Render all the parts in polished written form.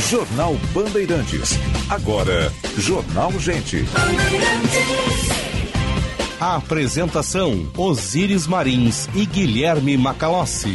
Jornal Bandeirantes. Agora, Jornal Gente. A apresentação: Osíris Marins e Guilherme Macalossi.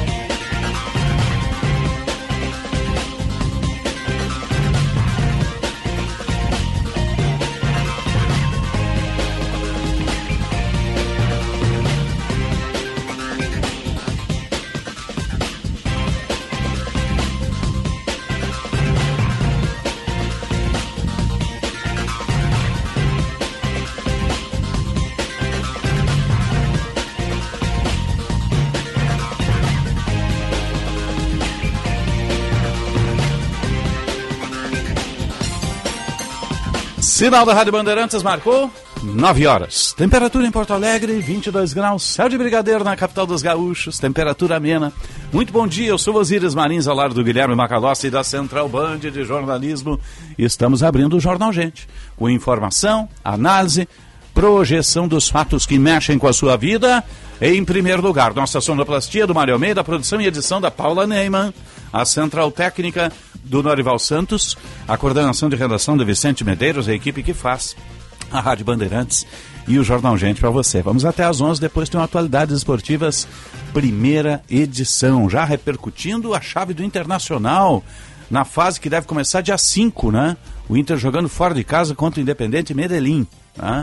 Sinal da Rádio Bandeirantes marcou 9 horas. Temperatura em Porto Alegre, 22 graus. Céu de brigadeiro na capital dos gaúchos. Temperatura amena. Muito bom dia, eu sou Osíris Marins, ao lado do Guilherme Macalossi e da Central Band de Jornalismo. E estamos abrindo o Jornal Gente, com informação, análise, projeção dos fatos que mexem com a sua vida. Em primeiro lugar, nossa sonoplastia do Mário Almeida, produção e edição da Paula Neyman, a Central Técnica do Norival Santos, a coordenação de redação do Vicente Medeiros, a equipe que faz a Rádio Bandeirantes e o Jornal Gente para você. Vamos até às 11, depois tem Atualidades Esportivas, primeira edição, já repercutindo a chave do Internacional, na fase que deve começar dia 5, né? O Inter jogando fora de casa contra o Independente Medellín, né?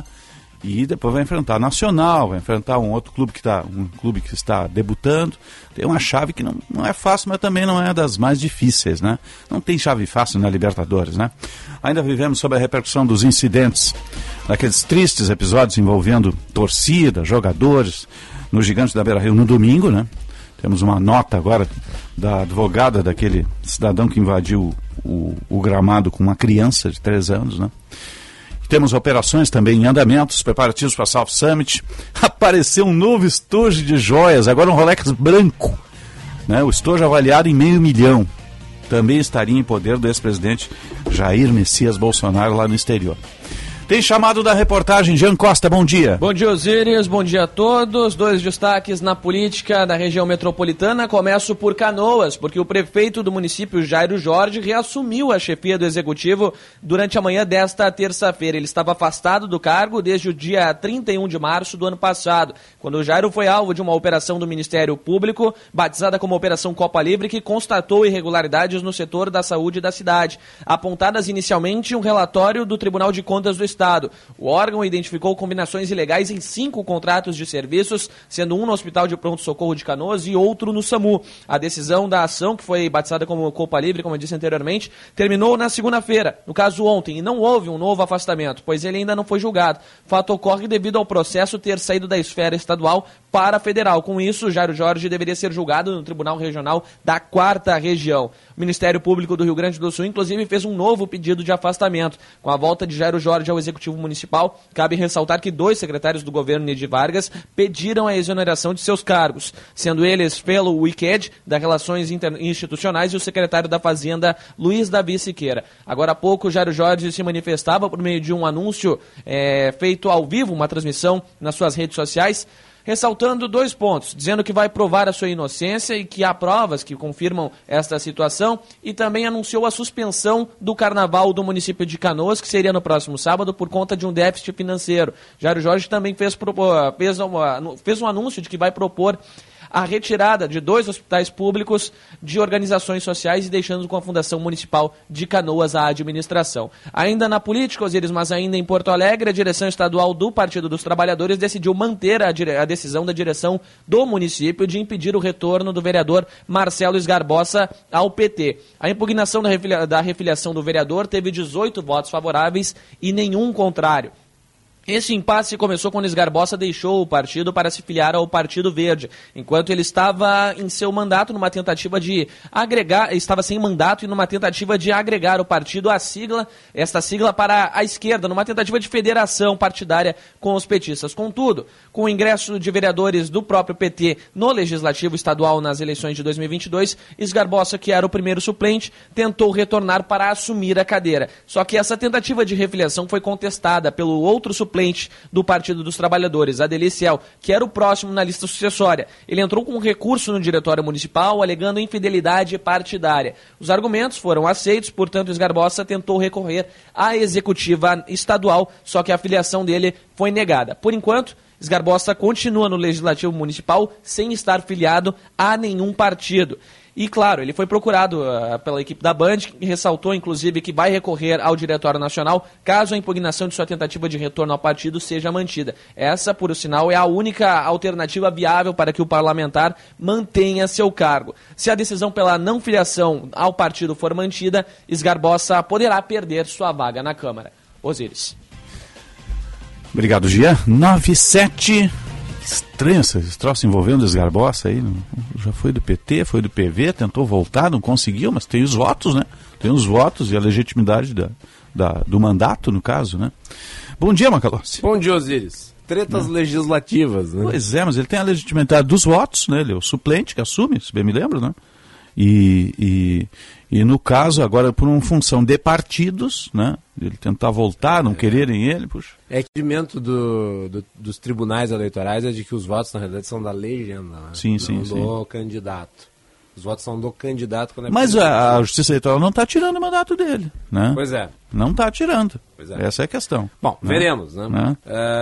E depois vai enfrentar Nacional, vai enfrentar um outro clube um clube que está debutando. Tem uma chave que não é fácil, mas também não é das mais difíceis, né? Não tem chave fácil na Libertadores, né? Ainda vivemos sob a repercussão dos incidentes, daqueles tristes episódios envolvendo torcida, jogadores, no Gigante da Beira-Rio no domingo, né? Temos uma nota agora da advogada daquele cidadão que invadiu o gramado com uma criança de 3 anos, né? Temos operações também em andamento, os preparativos para a South Summit. Apareceu um novo estojo de joias, agora um Rolex branco, né? O estojo avaliado em R$500 mil. Também estaria em poder do ex-presidente Jair Messias Bolsonaro lá no exterior. Tem chamado da reportagem, Jean Costa, bom dia. Bom dia, Osíris, bom dia a todos. 2 destaques na política da região metropolitana. Começo por Canoas, porque o prefeito do município, Jairo Jorge, reassumiu a chefia do executivo durante a manhã desta terça-feira. Ele estava afastado do cargo desde o dia 31 de março do ano passado, quando o Jairo foi alvo de uma operação do Ministério Público, batizada como Operação Copa Livre, que constatou irregularidades no setor da saúde da cidade. Apontadas inicialmente em um relatório do Tribunal de Contas do Estado. O órgão identificou combinações ilegais em 5 contratos de serviços, sendo um no Hospital de Pronto-Socorro de Canoas e outro no SAMU. A decisão da ação, que foi batizada como Copa Livre, como eu disse anteriormente, terminou na segunda-feira, no caso ontem, e não houve um novo afastamento, pois ele ainda não foi julgado. O fato ocorre devido ao processo ter saído da esfera estadual para a federal. Com isso, Jairo Jorge deveria ser julgado no Tribunal Regional da 4ª Região. O Ministério Público do Rio Grande do Sul, inclusive, fez um novo pedido de afastamento. Com a volta de Jairo Jorge ao Executivo Municipal, cabe ressaltar que 2 secretários do governo Nedir Vargas pediram a exoneração de seus cargos, sendo eles pelo WICED, das Relações Institucionais, e o secretário da Fazenda, Luiz Davi Siqueira. Agora há pouco, Jairo Jorge se manifestava por meio de um anúncio feito ao vivo, uma transmissão nas suas redes sociais, ressaltando 2 pontos, dizendo que vai provar a sua inocência e que há provas que confirmam esta situação, e também anunciou a suspensão do carnaval do município de Canoas, que seria no próximo sábado, por conta de um déficit financeiro. Jairo Jorge também fez um anúncio de que vai propor a retirada de 2 hospitais públicos de organizações sociais e deixando com a Fundação Municipal de Canoas a administração. Ainda na política, Osíris, mas ainda em Porto Alegre, a direção estadual do Partido dos Trabalhadores decidiu manter a decisão da direção do município de impedir o retorno do vereador Marcelo Esgarbosa ao PT. A impugnação da refiliação do vereador teve 18 votos favoráveis e nenhum contrário. Esse impasse começou quando Esgarbosa deixou o partido para se filiar ao Partido Verde, enquanto ele estava em seu mandato numa tentativa de estava sem mandato e numa tentativa de agregar o partido à sigla, esta sigla para a esquerda, numa tentativa de federação partidária com os petistas. Contudo, com o ingresso de vereadores do próprio PT no Legislativo Estadual nas eleições de 2022, Esgarbosa, que era o primeiro suplente, tentou retornar para assumir a cadeira. Só que essa tentativa de refiliação foi contestada pelo outro suplente suplente do Partido dos Trabalhadores, Adelê Ciel, que era o próximo na lista sucessória. Ele entrou com um recurso no Diretório Municipal, alegando infidelidade partidária. Os argumentos foram aceitos, portanto, Esgarbosa tentou recorrer à Executiva Estadual, só que a filiação dele foi negada. Por enquanto, Esgarbosa continua no Legislativo Municipal sem estar filiado a nenhum partido. E, claro, ele foi procurado pela equipe da Band, que ressaltou, inclusive, que vai recorrer ao Diretório Nacional caso a impugnação de sua tentativa de retorno ao partido seja mantida. Essa, por sinal, é a única alternativa viável para que o parlamentar mantenha seu cargo. Se a decisão pela não filiação ao partido for mantida, Esgarbosa poderá perder sua vaga na Câmara. Osíris. Obrigado, Gia. 9-7. Estranho esse troço envolvendo Esgarbosa aí. Já foi do PT, foi do PV, tentou voltar, não conseguiu, mas tem os votos, né? Tem os votos e a legitimidade do mandato, no caso, né? Bom dia, Macalossi. Bom dia, Osíris. Tretas legislativas, né? Pois é, mas ele tem a legitimidade dos votos, né? Ele é o suplente que assume, se bem me lembro, né? E no caso, agora, por uma função de partidos, né? Ele tentar voltar, não quererem ele, puxa. É que o entendimento dos tribunais eleitorais é de que os votos, na realidade, são da legenda, né? Sim. Do candidato. Os votos são do candidato quando é Mas a Justiça Eleitoral não está tirando o mandato dele, né? Pois é. Não está tirando. Pois é. Essa é a questão. Bom, né? veremos, né?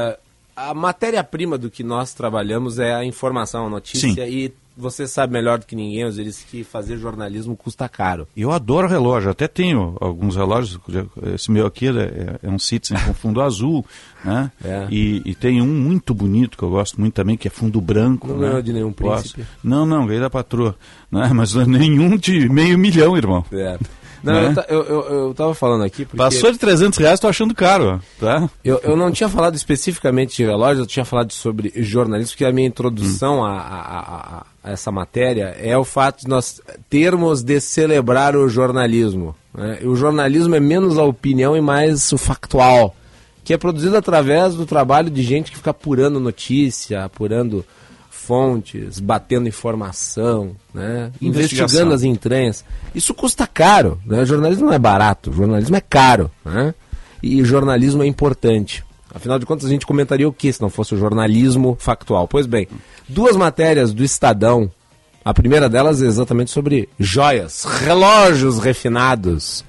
A matéria-prima do que nós trabalhamos é a informação, a notícia. Sim. E você sabe melhor do que ninguém, Osíris, que fazer jornalismo custa caro. Eu adoro relógio, até tenho alguns relógios. Esse meu aqui é um Citizen com fundo azul, né? É. E tem um muito bonito que eu gosto muito também, que é fundo branco. Não ganhou de nenhum príncipe? Não, ganhei da patroa, né? Mas nenhum de R$500 mil, irmão. É. Não, né? eu tava falando aqui porque... Passou de R$300, tô achando caro, tá? Eu não tinha falado especificamente de relógio, eu tinha falado sobre jornalismo, porque a minha introdução a essa matéria é o fato de nós termos de celebrar o jornalismo, né? O jornalismo é menos a opinião e mais o factual, que é produzido através do trabalho de gente que fica apurando notícia, apurando fontes, batendo informação, né? Investigando as entranhas. Isso custa caro, né? O jornalismo não é barato, o jornalismo é caro, né? E o jornalismo é importante. Afinal de contas, a gente comentaria o que se não fosse o jornalismo factual? Pois bem, 2 matérias do Estadão. A primeira delas é exatamente sobre joias, relógios refinados.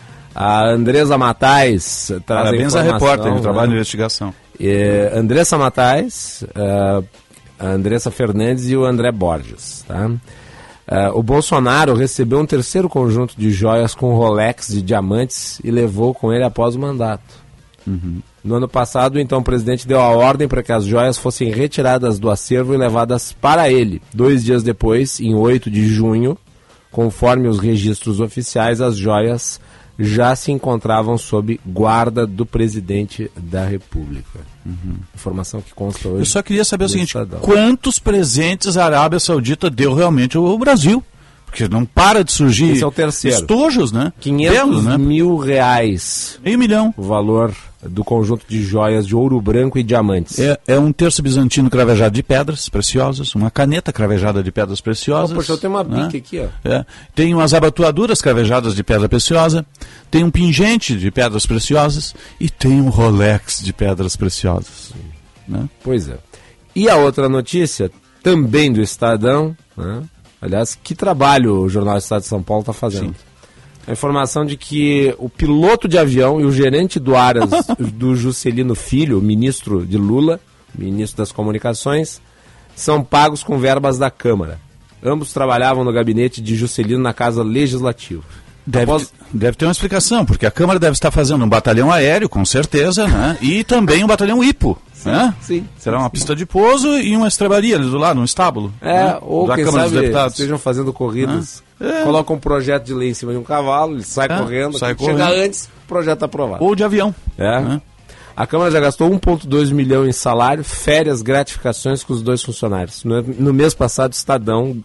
A Andressa Matais traz Parabéns a repórter no trabalho de investigação. Andressa Matais, a Andressa Fernandes e o André Borges, tá? O Bolsonaro recebeu um terceiro conjunto de joias com Rolex de diamantes e levou com ele após o mandato. Uhum. No ano passado, então, o presidente deu a ordem para que as joias fossem retiradas do acervo e levadas para ele. 2 dias depois, em 8 de junho, conforme os registros oficiais, as joias já se encontravam sob guarda do presidente da República. Uhum. Informação que consta hoje. Eu só queria saber o seguinte, quantos presentes a Arábia Saudita deu realmente ao Brasil? Porque não para de surgir esse é o terceiro. Estojos, né? 500 mil reais. R$500 mil. O valor do conjunto de joias de ouro branco e diamantes. É um terço bizantino cravejado de pedras preciosas, uma caneta cravejada de pedras preciosas. Poxa, eu tenho uma bique aqui, ó. Tem umas abotoaduras cravejadas de pedra preciosa, tem um pingente de pedras preciosas e tem um Rolex de pedras preciosas. Né? Pois é. E a outra notícia, também do Estadão, né? Aliás, que trabalho o Jornal do Estado de São Paulo está fazendo? Sim. A informação de que o piloto de avião e o gerente do Aras do Juscelino Filho, ministro de Lula, ministro das Comunicações, são pagos com verbas da Câmara. Ambos trabalhavam no gabinete de Juscelino na Casa Legislativa. Deve ter uma explicação, porque a Câmara deve estar fazendo um batalhão aéreo, com certeza, né? E também um batalhão hipo. Sim, né? Sim. Será uma pista de pouso e uma estrebaria ali do lado, um estábulo. Né? Ou quem sabe estejam fazendo corridas, colocam um projeto de lei em cima de um cavalo, ele sai correndo, chega antes, o projeto aprovado. Ou de avião. Né? A Câmara já gastou 1,2 milhão em salário, férias, gratificações com os 2 funcionários. No mês passado, Estadão,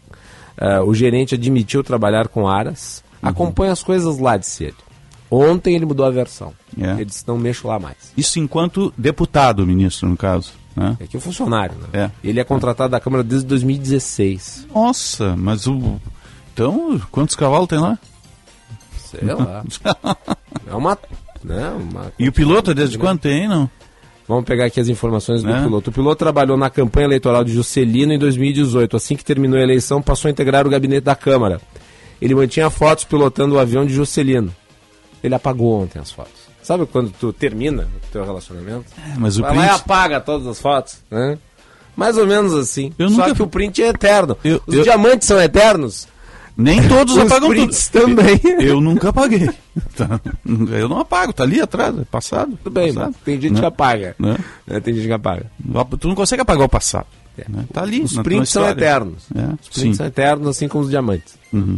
o gerente admitiu trabalhar com Aras. Acompanha as coisas lá, disse ele. Ontem ele mudou a versão. Ele disse, não mexo lá mais. Isso enquanto deputado, ministro, no caso. Né? É que é funcionário, né? Ele é contratado da Câmara desde 2016. Nossa, mas então, quantos cavalos tem lá? Sei lá. É uma... E o piloto, desde quando tem, não? Vamos pegar aqui as informações do piloto. O piloto trabalhou na campanha eleitoral de Juscelino em 2018. Assim que terminou a eleição, passou a integrar o gabinete da Câmara. Ele mantinha fotos pilotando o avião de Juscelino. Ele apagou ontem as fotos. Sabe quando tu termina o teu relacionamento? Mas o vai lá e apaga todas as fotos, né? Mais ou menos assim. Só que o print é eterno. Os diamantes são eternos. Nem todos apagam tudo. Também. Eu nunca apaguei. Eu não apago, tá ali atrás, é passado. Tudo bem, passado. Tem gente que apaga. Tem gente que apaga. Tu não consegue apagar o passado. Né? Tá ali. Os prints são eternos. Os prints são eternos, assim como os diamantes.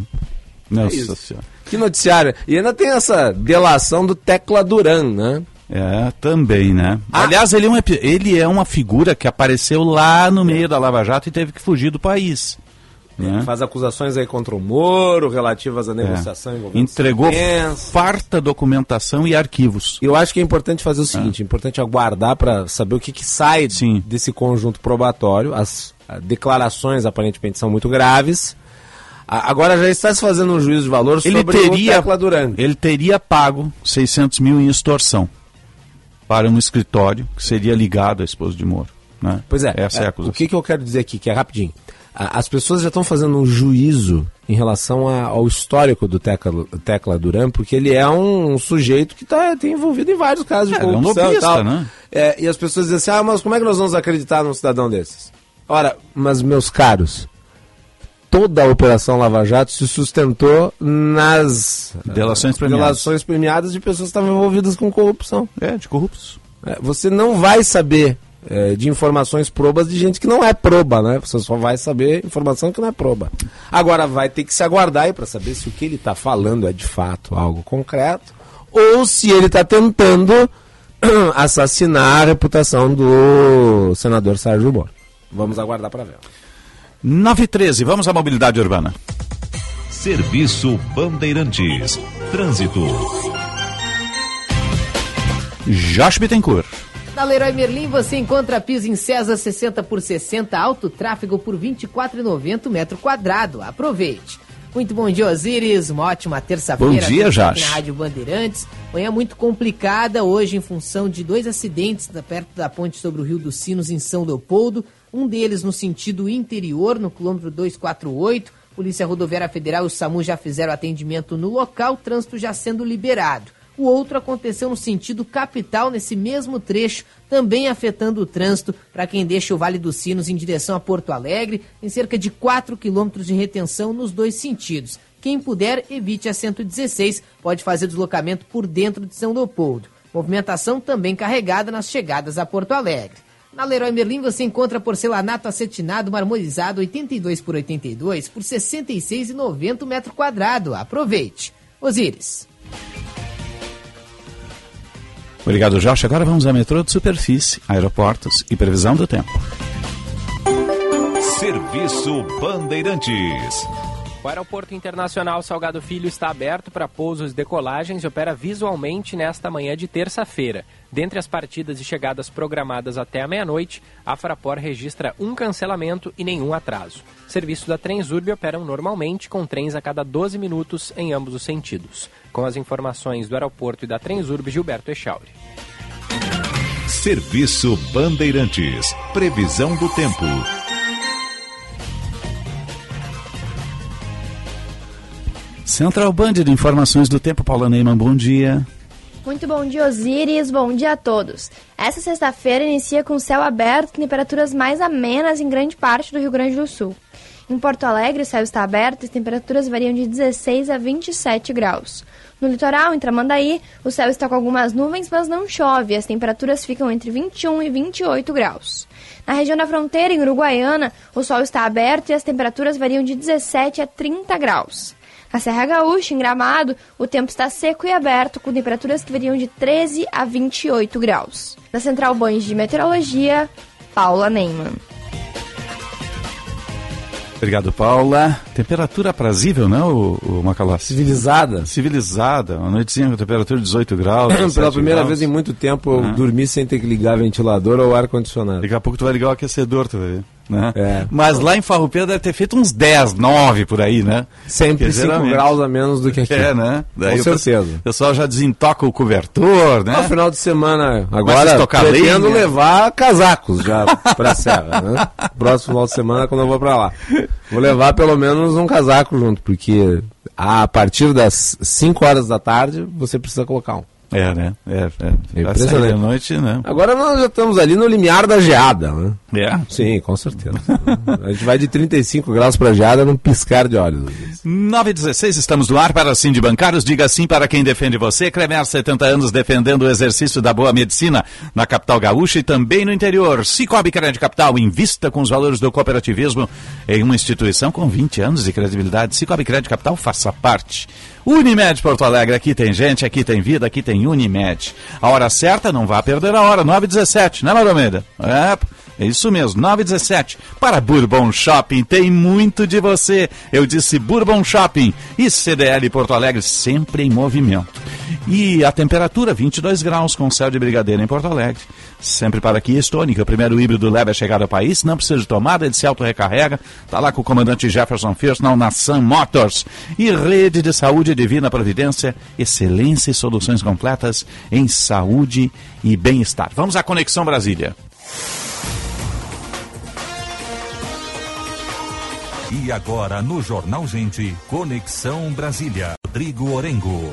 Nossa Senhora. Que noticiário. E ainda tem essa delação do Tecla Duran, né? Também, né? Aliás, ele é uma figura que apareceu lá no meio da Lava Jato e teve que fugir do país. Faz acusações aí contra o Moro, relativas à negociação envolvendo entregou farta documentação e arquivos. Eu acho que é importante fazer o seguinte, é importante aguardar para saber o que sai desse conjunto probatório. As declarações aparentemente são muito graves. Agora já está se fazendo um juízo de valor sobre o Tecla Duran. Ele teria pago 600 mil em extorsão para um escritório que seria ligado à esposa de Moro. Né? Pois é, essa é a acusação. O que eu quero dizer aqui, que é rapidinho. As pessoas já estão fazendo um juízo em relação ao histórico do Tecla Duran, porque ele é um sujeito que está envolvido em vários casos de corrupção lobista, e tal. Né? E as pessoas dizem assim, mas como é que nós vamos acreditar num cidadão desses? Ora, mas meus caros, toda a Operação Lava Jato se sustentou nas delações premiadas de pessoas que estavam envolvidas com corrupção. De corruptos. Você não vai saber de informações probas de gente que não é proba, né? Você só vai saber informação que não é proba. Agora vai ter que se aguardar aí para saber se o que ele está falando é de fato algo concreto ou se ele está tentando assassinar a reputação do senador Sérgio Moro. Vamos aguardar para ver. 9h13, vamos à mobilidade urbana. Serviço Bandeirantes. Trânsito. Josh Bittencourt. Na Leroy Merlin você encontra piso em César 60 por 60, alto tráfego por R$ 24,90 metro quadrado. Aproveite. Muito bom dia, Osíris. Uma ótima terça-feira. Bom dia, Josh. Na Rádio Bandeirantes. Manhã muito complicada hoje em função de 2 acidentes perto da ponte sobre o Rio dos Sinos em São Leopoldo. Um deles no sentido interior, no quilômetro 248. Polícia Rodoviária Federal e o SAMU já fizeram atendimento no local, trânsito já sendo liberado. O outro aconteceu no sentido capital, nesse mesmo trecho, também afetando o trânsito para quem deixa o Vale dos Sinos em direção a Porto Alegre, em cerca de 4 quilômetros de retenção nos 2 sentidos. Quem puder, evite a 116, pode fazer deslocamento por dentro de São Leopoldo. Movimentação também carregada nas chegadas a Porto Alegre. Na Leroy Merlin você encontra porcelanato acetinado marmorizado 82 por 82 por R$ 66,90 metro quadrado. Aproveite. Osíris. Obrigado, Josh. Agora vamos ao metrô de superfície, aeroportos e previsão do tempo. Serviço Bandeirantes. O Aeroporto Internacional Salgado Filho está aberto para pousos e decolagens e opera visualmente nesta manhã de terça-feira. Dentre as partidas e chegadas programadas até a meia-noite, a Fraport registra um cancelamento e nenhum atraso. Serviços da Transurb operam normalmente com trens a cada 12 minutos em ambos os sentidos. Com as informações do aeroporto e da Transurb, Gilberto Echauri. Serviço Bandeirantes. Previsão do tempo. Central Band de informações do tempo, Paula Neyman, bom dia. Muito bom dia, Osíris, bom dia a todos. Essa sexta-feira inicia com céu aberto e temperaturas mais amenas em grande parte do Rio Grande do Sul. Em Porto Alegre, o céu está aberto e as temperaturas variam de 16 a 27 graus. No litoral, em Tramandaí, o céu está com algumas nuvens, mas não chove e as temperaturas ficam entre 21 e 28 graus. Na região da fronteira, em Uruguaiana, o sol está aberto e as temperaturas variam de 17 a 30 graus. Na Serra Gaúcha, em Gramado, o tempo está seco e aberto, com temperaturas que variam de 13 a 28 graus. Na Central Band de Meteorologia, Paula Neyman. Obrigado, Paula. Temperatura aprazível, não, o Macalossi? Civilizada. Uma noitezinha com temperatura de 18 graus. Pela primeira vez em muito tempo eu dormi sem ter que ligar ventilador ou ar-condicionado. Daqui a pouco tu vai ligar o aquecedor, tu vai ver. né? Mas lá em Farroupilha deve ter feito uns 10, 9 por aí, né? Sempre 5 graus a menos do que aqui. Né? Daí com certeza. O pessoal já desentoca o cobertor, né? No final de semana, agora pretendo levar casacos já pra serra, né? Próximo final de semana, quando eu vou pra lá. Vou levar pelo menos um casaco junto, porque a partir das 5 horas da tarde, você precisa colocar um. Né? Impressionante. À noite, né? Agora nós já estamos ali no limiar da geada, né? Sim, com certeza. A gente vai de 35 graus para geada num piscar de olhos. 9h16, estamos no ar para o Sim de Bancários. Diga sim para quem defende você. Cremer, 70 anos defendendo o exercício da boa medicina na capital gaúcha e também no interior. Cicobi Crédito Capital, invista com os valores do cooperativismo em uma instituição com 20 anos de credibilidade. Cicobi Crédito Capital, faça parte. Unimed Porto Alegre, aqui tem gente, aqui tem vida, aqui tem Unimed. A hora certa, não vá perder a hora, 9h17, né, Maromeida? É isso mesmo, 9h17. Para Bourbon Shopping, tem muito de você. Eu disse Bourbon Shopping. E CDL Porto Alegre, sempre em movimento. E a temperatura, 22 graus, com céu de brigadeiro em Porto Alegre. Sempre para Kia Stone, que o primeiro híbrido leve a chegada ao país. Não precisa de tomada, ele se auto-recarrega. Está lá com o comandante Jefferson Firsnall na Sun Motors. E Rede de Saúde Divina Providência, excelência e soluções completas em saúde e bem-estar. Vamos à Conexão Brasília. E agora no Jornal Gente, Conexão Brasília. Rodrigo Orengo.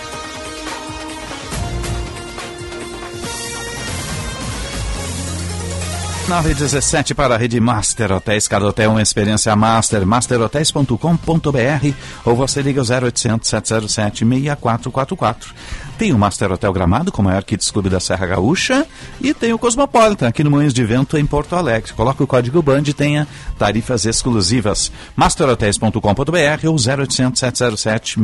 Nove 17 para a rede Master Hotéis. Cada hotel uma experiência Master. masterhotels.com.br ou você liga o 0800 707 6444. Tem o Master Hotel Gramado, com o maior Kids Clube da Serra Gaúcha, e tem o Cosmopolitan, aqui no Moinhos de Vento, em Porto Alegre. Coloca o código BAND e tenha tarifas exclusivas. masterhotels.com.br ou 0800 707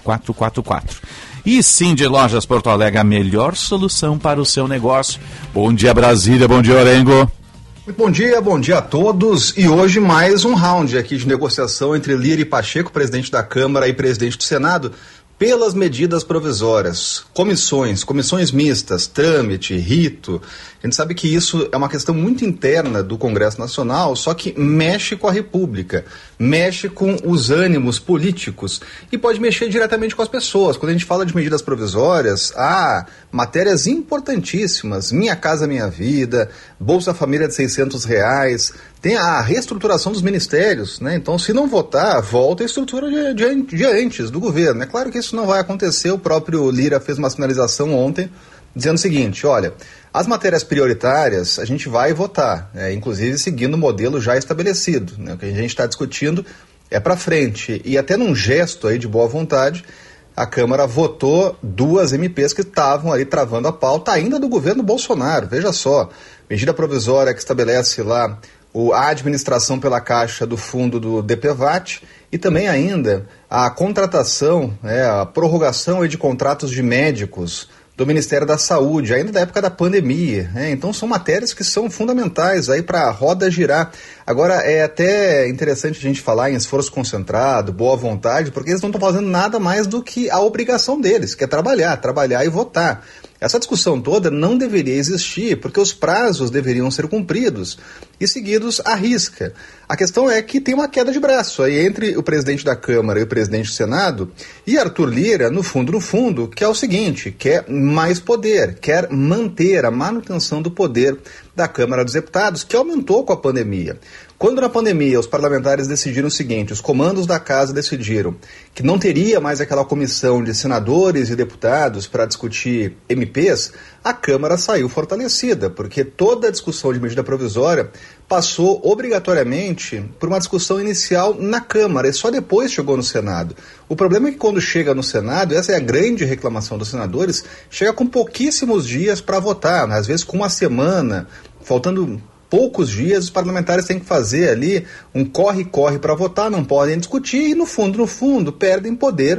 6444. E Sim de Lojas Porto Alegre, a melhor solução para o seu negócio. Bom dia, Brasília. Bom dia, Orengo. Muito bom dia a todos. E hoje mais um round aqui de negociação entre Lira e Pacheco, presidente da Câmara e presidente do Senado, pelas medidas provisórias, comissões mistas, trâmite, rito. A gente sabe que isso é uma questão muito interna do Congresso Nacional, só que mexe com a República, mexe com os ânimos políticos e pode mexer diretamente com as pessoas. Quando a gente fala de medidas provisórias, matérias importantíssimas, Minha Casa Minha Vida, Bolsa Família de R$600, tem a reestruturação dos ministérios, né? Então, se não votar, volta a estrutura de antes do governo. É claro que isso não vai acontecer, o próprio Lira fez uma sinalização ontem, dizendo o seguinte, olha, as matérias prioritárias a gente vai votar, inclusive seguindo o modelo já estabelecido, né? O que a gente está discutindo é para frente, e até num gesto aí de boa vontade, a Câmara votou 2 MPs que estavam ali travando a pauta ainda do governo Bolsonaro, veja só, medida provisória que estabelece lá a administração pela Caixa do fundo do DPVAT e também ainda a contratação, a prorrogação aí de contratos de médicos do Ministério da Saúde, ainda da época da pandemia. Então são matérias que são fundamentais aí para a roda girar. Agora é até interessante a gente falar em esforço concentrado, boa vontade, porque eles não estão fazendo nada mais do que a obrigação deles, que é trabalhar e votar. Essa discussão toda não deveria existir, porque os prazos deveriam ser cumpridos e seguidos à risca. A questão é que tem uma queda de braço aí entre o presidente da Câmara e o presidente do Senado, e Arthur Lira, no fundo, quer o seguinte, quer mais poder, quer manter a manutenção do poder da Câmara dos Deputados, que aumentou com a pandemia. Quando na pandemia os parlamentares decidiram o seguinte, os comandos da casa decidiram que não teria mais aquela comissão de senadores e deputados para discutir MPs, a Câmara saiu fortalecida, porque toda a discussão de medida provisória passou obrigatoriamente por uma discussão inicial na Câmara e só depois chegou no Senado. O problema é que quando chega no Senado, essa é a grande reclamação dos senadores, chega com pouquíssimos dias para votar, às vezes com uma semana, faltando poucos dias, os parlamentares têm que fazer ali um corre-corre para votar, não podem discutir e no fundo, perdem poder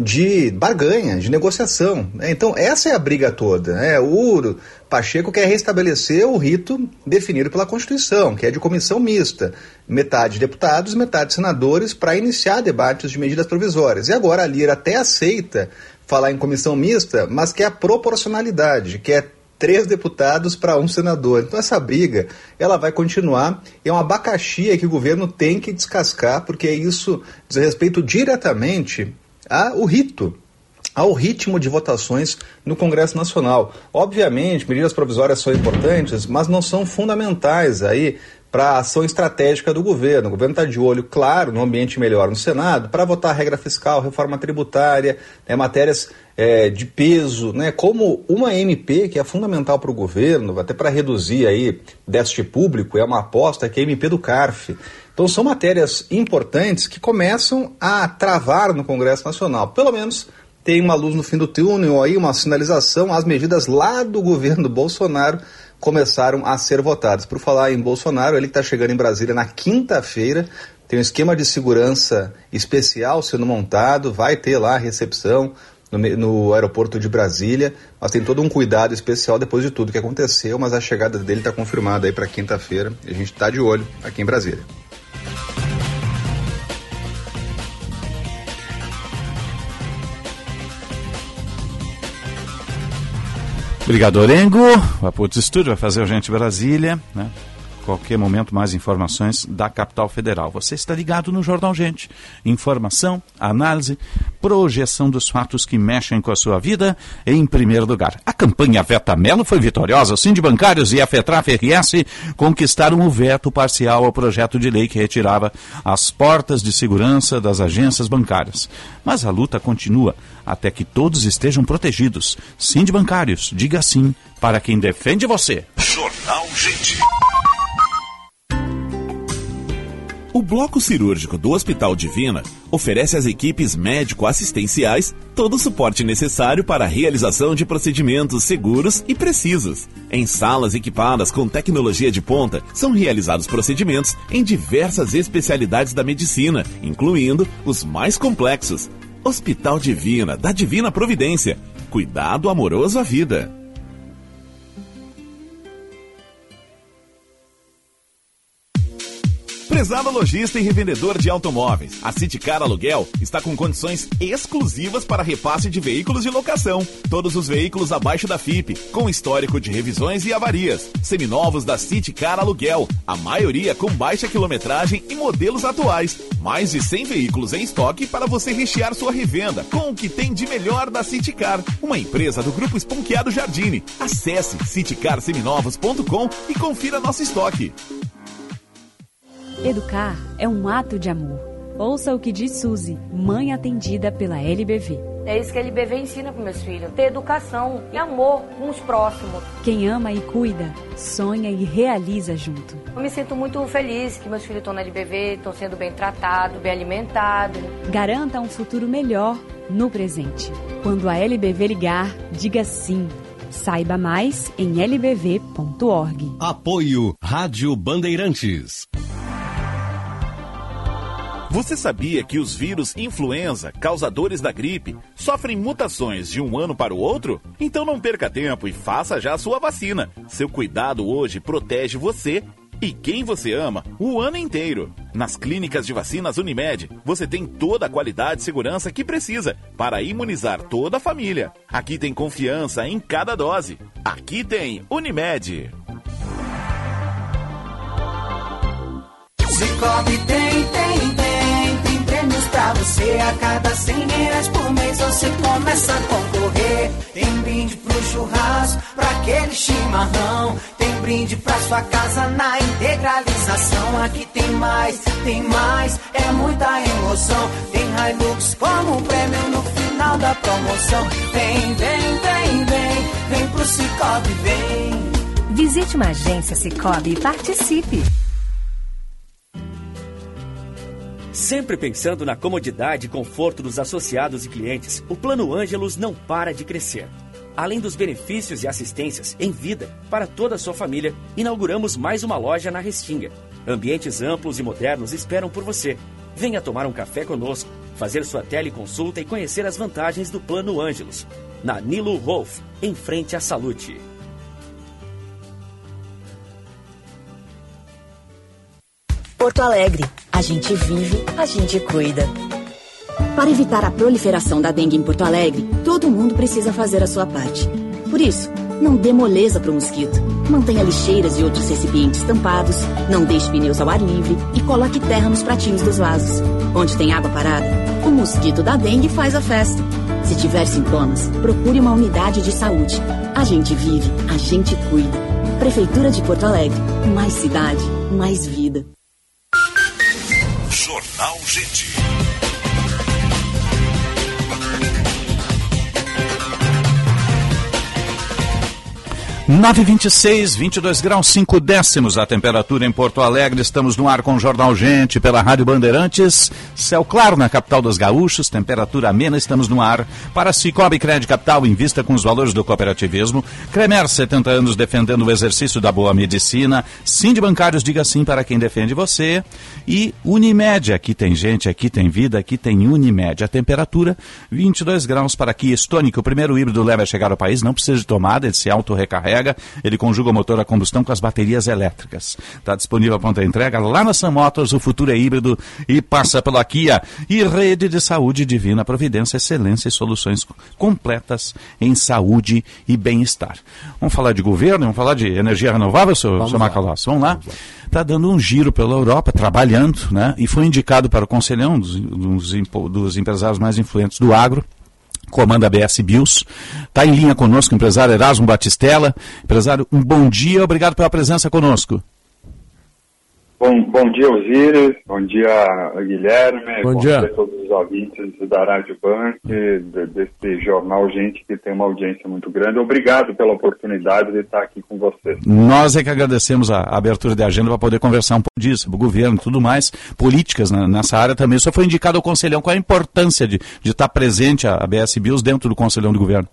de barganha, de negociação. Então essa é a briga toda. O Pacheco quer restabelecer o rito definido pela Constituição, que é de comissão mista, metade deputados, metade senadores, para iniciar debates de medidas provisórias. E agora a Lira até aceita falar em comissão mista, mas quer a proporcionalidade, quer 3 deputados para 1 senador. Então essa briga, ela vai continuar. É um abacaxi que o governo tem que descascar, porque isso diz respeito diretamente ao ritmo de votações no Congresso Nacional. Obviamente, medidas provisórias são importantes, mas não são fundamentais aí para a ação estratégica do governo. O governo está de olho, claro, no ambiente melhor no Senado, para votar regra fiscal, reforma tributária, matérias de peso, como uma MP que é fundamental para o governo, até para reduzir aí déficit público, é uma aposta que é a MP do CARF. Então são matérias importantes que começam a travar no Congresso Nacional. Pelo menos tem uma luz no fim do túnel, aí uma sinalização, as medidas lá do governo Bolsonaro começaram a ser votadas. Por falar em Bolsonaro, ele que está chegando em Brasília na quinta-feira, tem um esquema de segurança especial sendo montado, vai ter lá a recepção no aeroporto de Brasília, mas tem todo um cuidado especial depois de tudo que aconteceu, mas a chegada dele está confirmada aí para quinta-feira e a gente está de olho aqui em Brasília. Obrigado, Orengo. O Aputs Estúdio vai fazer o Gente Brasília, né? Qualquer momento, mais informações da capital federal. Você está ligado no Jornal Gente. Informação, análise, projeção dos fatos que mexem com a sua vida em primeiro lugar. A campanha Veta Melo foi vitoriosa. O Sindibancários e a FETRAF-RS conquistaram o veto parcial ao projeto de lei que retirava as portas de segurança das agências bancárias. Mas a luta continua até que todos estejam protegidos. Sindibancários, diga sim para quem defende você. Jornal Gente. O Bloco Cirúrgico do Hospital Divina oferece às equipes médico-assistenciais todo o suporte necessário para a realização de procedimentos seguros e precisos. Em salas equipadas com tecnologia de ponta, são realizados procedimentos em diversas especialidades da medicina, incluindo os mais complexos. Hospital Divina, da Divina Providência. Cuidado amoroso à vida. Prezado lojista e revendedor de automóveis, a Citicar Aluguel está com condições exclusivas para repasse de veículos de locação. Todos os veículos abaixo da FIP, com histórico de revisões e avarias. Seminovos da Citicar Aluguel, a maioria com baixa quilometragem e modelos atuais. Mais de 100 veículos em estoque para você rechear sua revenda com o que tem de melhor da Citicar, uma empresa do Grupo Esponqueado Jardine. Acesse citicarseminovos.com e confira nosso estoque. Educar é um ato de amor. Ouça o que diz Suzy, mãe atendida pela LBV. É isso que a LBV ensina para meus filhos. Ter educação e amor com os próximos. Quem ama e cuida, sonha e realiza junto. Eu me sinto muito feliz que meus filhos estão na LBV, estão sendo bem tratados, bem alimentados. Garanta um futuro melhor no presente. Quando a LBV ligar, diga sim. Saiba mais em lbv.org. Apoio Rádio Bandeirantes. Você sabia que os vírus influenza, causadores da gripe, sofrem mutações de um ano para o outro? Então não perca tempo e faça já a sua vacina. Seu cuidado hoje protege você e quem você ama o ano inteiro. Nas clínicas de vacinas Unimed, você tem toda a qualidade e segurança que precisa para imunizar toda a família. Aqui tem confiança em cada dose. Aqui tem Unimed. Cicobi tem prêmios pra você. A cada 100 reais por mês você começa a concorrer. Tem brinde pro churrasco, pra aquele chimarrão. Tem brinde pra sua casa na integralização. Aqui tem mais, é muita emoção. Tem Hilux como prêmio no final da promoção. Vem pro Cicobi, vem. Visite uma agência Cicobi e participe. Sempre pensando na comodidade e conforto dos associados e clientes, o Plano Ângelos não para de crescer. Além dos benefícios e assistências em vida para toda a sua família, inauguramos mais uma loja na Restinga. Ambientes amplos e modernos esperam por você. Venha tomar um café conosco, fazer sua teleconsulta e conhecer as vantagens do Plano Ângelos. Na Nilo Wolf, em frente à Salute. Porto Alegre. A gente vive, a gente cuida. Para evitar a proliferação da dengue em Porto Alegre, todo mundo precisa fazer a sua parte. Por isso, Não dê moleza para o mosquito. Mantenha lixeiras e outros recipientes tampados, não deixe pneus ao ar livre e coloque terra nos pratinhos dos vasos. Onde tem água parada, o mosquito da dengue faz a festa. Se tiver sintomas, procure uma unidade de saúde. A gente vive, a gente cuida. Prefeitura de Porto Alegre. Mais cidade, mais vida. Jornal Gente. 9h26, 22 graus 5 décimos a temperatura em Porto Alegre. Estamos no ar com o Jornal Gente pela Rádio Bandeirantes. Céu claro na capital dos gaúchos, temperatura amena. Estamos no ar para Cicobi Crédito Capital, invista com os valores do cooperativismo. Cremer, 70 anos defendendo o exercício da boa medicina. Sind Bancários, diga sim para quem defende você. E Unimed, aqui tem gente, aqui tem vida, aqui tem Unimed. A temperatura 22 graus para Kia Stonic. O primeiro híbrido leve a chegar ao país, não precisa de tomada, ele se auto-recarrega. Ele conjuga o motor a combustão com as baterias elétricas. Está disponível a pronta entrega lá na Sun Motors. O futuro é híbrido e passa pela Kia. E Rede de Saúde Divina Providência, excelência e soluções completas em saúde e bem-estar. Vamos falar de governo, vamos falar de energia renovável, senhor Macalossi? Vamos lá. Está dando um giro pela Europa, trabalhando, né? E foi indicado para o conselhão dos empresários mais influentes do agro. Comanda ABS Bios, está em linha conosco o empresário Erasmo Batistella. Empresário, um bom dia, obrigado pela presença conosco. Bom dia, Osíris, bom dia, Guilherme, bom dia a todos os ouvintes da Rádio Bank, desse jornal Gente que tem uma audiência muito grande. Obrigado pela oportunidade de estar aqui com vocês. Nós é que agradecemos a abertura de agenda para poder conversar um pouco disso, o governo e tudo mais, políticas nessa área também. Só foi indicado ao Conselhão. Qual a importância de estar presente a ABS Bios dentro do Conselhão do Governo?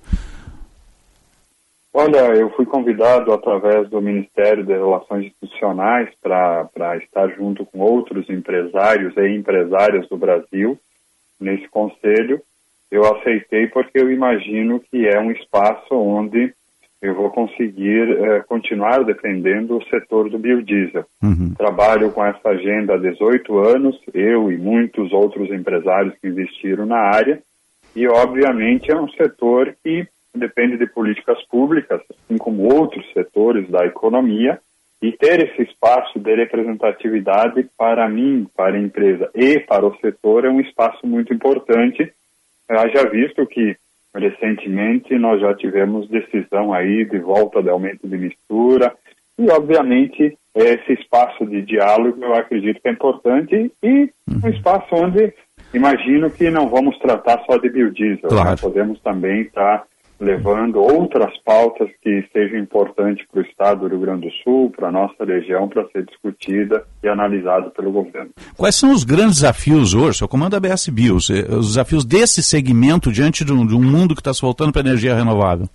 Olha, eu fui convidado através do Ministério das Relações Institucionais para estar junto com outros empresários e empresárias do Brasil nesse conselho. Eu aceitei porque eu imagino que é um espaço onde eu vou conseguir continuar defendendo o setor do biodiesel. Trabalho com essa agenda há 18 anos, eu e muitos outros empresários que investiram na área, e obviamente é um setor que depende de políticas públicas, assim como outros setores da economia, e ter esse espaço de representatividade para mim, para a empresa e para o setor é um espaço muito importante. Já visto que recentemente nós já tivemos decisão aí de volta de aumento de mistura e obviamente esse espaço de diálogo eu acredito que é importante e um espaço onde imagino que não vamos tratar só de biodiesel, claro. Nós podemos também estar levando outras pautas que sejam importantes para o estado do Rio Grande do Sul, para a nossa região, para ser discutida e analisada pelo governo. Quais são os grandes desafios hoje, o comando da ABS Bios, os desafios desse segmento diante de um mundo que está se voltando para a energia renovável?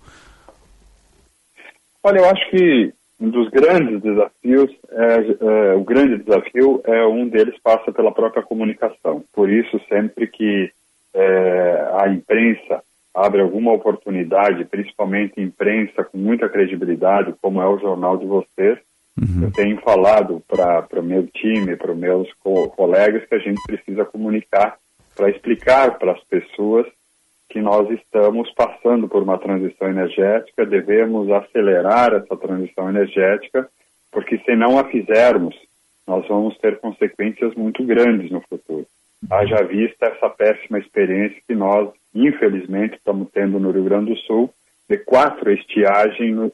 Olha, eu acho que um dos grandes desafios, o grande desafio um deles passa pela própria comunicação. Por isso, sempre que a imprensa abre alguma oportunidade, principalmente imprensa com muita credibilidade, como é o jornal de vocês, eu tenho falado para o meu time, para os meus colegas, que a gente precisa comunicar para explicar para as pessoas que nós estamos passando por uma transição energética, devemos acelerar essa transição energética, porque se não a fizermos, nós vamos ter consequências muito grandes no futuro. Haja vista essa péssima experiência que nós, infelizmente, estamos tendo no Rio Grande do Sul, de 3 estiagens,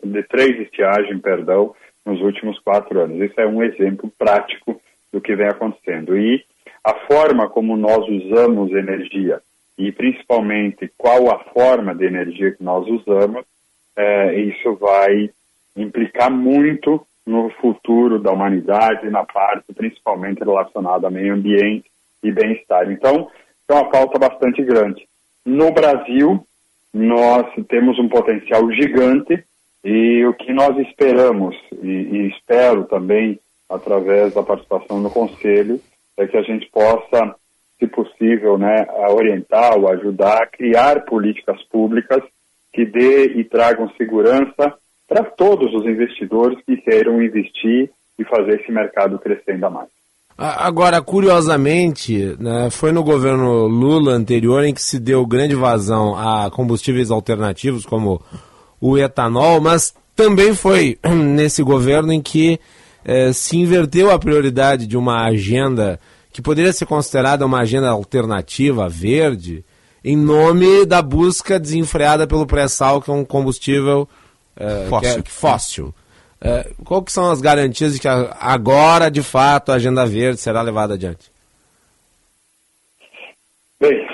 nos últimos 4 anos. Isso é um exemplo prático do que vem acontecendo. E a forma como nós usamos energia, e principalmente qual a forma de energia que nós usamos, isso vai implicar muito no futuro da humanidade, na parte principalmente relacionada ao meio ambiente e bem-estar. Então, é uma pauta bastante grande. No Brasil, nós temos um potencial gigante e o que nós esperamos, e espero também, através da participação no Conselho, é que a gente possa, se possível, orientar ou ajudar a criar políticas públicas que dê e tragam segurança para todos os investidores que queiram investir e fazer esse mercado crescer ainda mais. Agora, curiosamente, foi no governo Lula anterior em que se deu grande vazão a combustíveis alternativos como o etanol, mas também foi nesse governo em que se inverteu a prioridade de uma agenda que poderia ser considerada uma agenda alternativa, verde, em nome da busca desenfreada pelo pré-sal, que é um combustível fóssil. Qual que são as garantias de que agora, de fato, a agenda verde será levada adiante? Bem,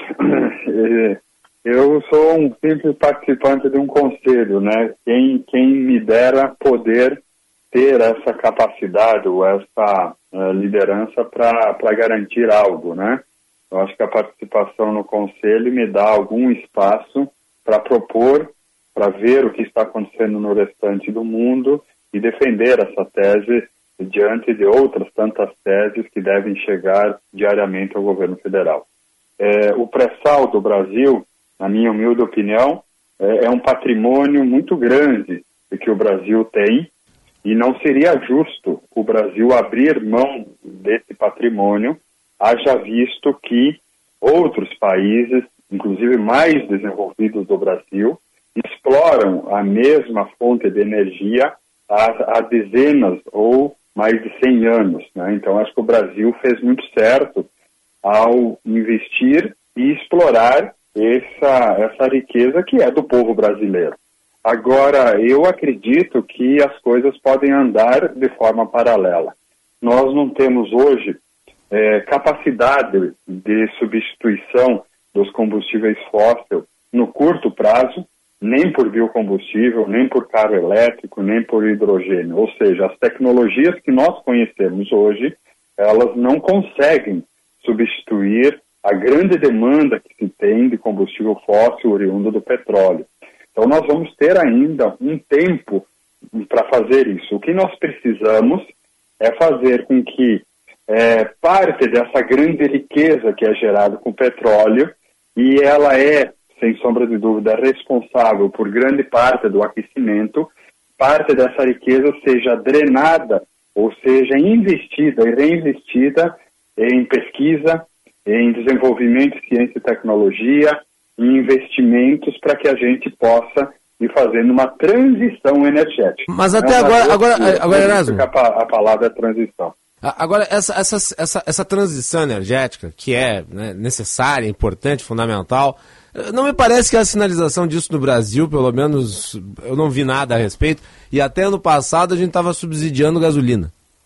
eu sou um simples participante de um conselho, né? Quem me dera poder ter essa capacidade ou essa liderança para garantir algo, né? Eu acho que a participação no conselho me dá algum espaço para propor, para ver o que está acontecendo no restante do mundo e defender essa tese diante de outras tantas teses que devem chegar diariamente ao governo federal. O pré-sal do Brasil, na minha humilde opinião, é um patrimônio muito grande que o Brasil tem, e não seria justo o Brasil abrir mão desse patrimônio, haja visto que outros países, inclusive mais desenvolvidos do Brasil, exploram a mesma fonte de energia há dezenas ou mais de 100 anos, né? Então, acho que o Brasil fez muito certo ao investir e explorar essa riqueza que é do povo brasileiro. Agora, eu acredito que as coisas podem andar de forma paralela. Nós não temos hoje capacidade de substituição dos combustíveis fósseis no curto prazo, nem por biocombustível, nem por carro elétrico, nem por hidrogênio. Ou seja, as tecnologias que nós conhecemos hoje, elas não conseguem substituir a grande demanda que se tem de combustível fóssil oriundo do petróleo. Então, nós vamos ter ainda um tempo para fazer isso. O que nós precisamos é fazer com que parte dessa grande riqueza que é gerada com o petróleo, e ela é, sem sombra de dúvida, responsável por grande parte do aquecimento, parte dessa riqueza seja drenada, ou seja, investida e reinvestida em pesquisa, em desenvolvimento de ciência e tecnologia, em investimentos para que a gente possa ir fazendo uma transição energética. Mas até agora Erasmo, a palavra é transição. Agora, essa transição energética, que é, né, necessária, importante, fundamental, não me parece que a sinalização disso no Brasil, pelo menos, eu não vi nada a respeito, e até ano passado a gente estava subsidiando gasolina.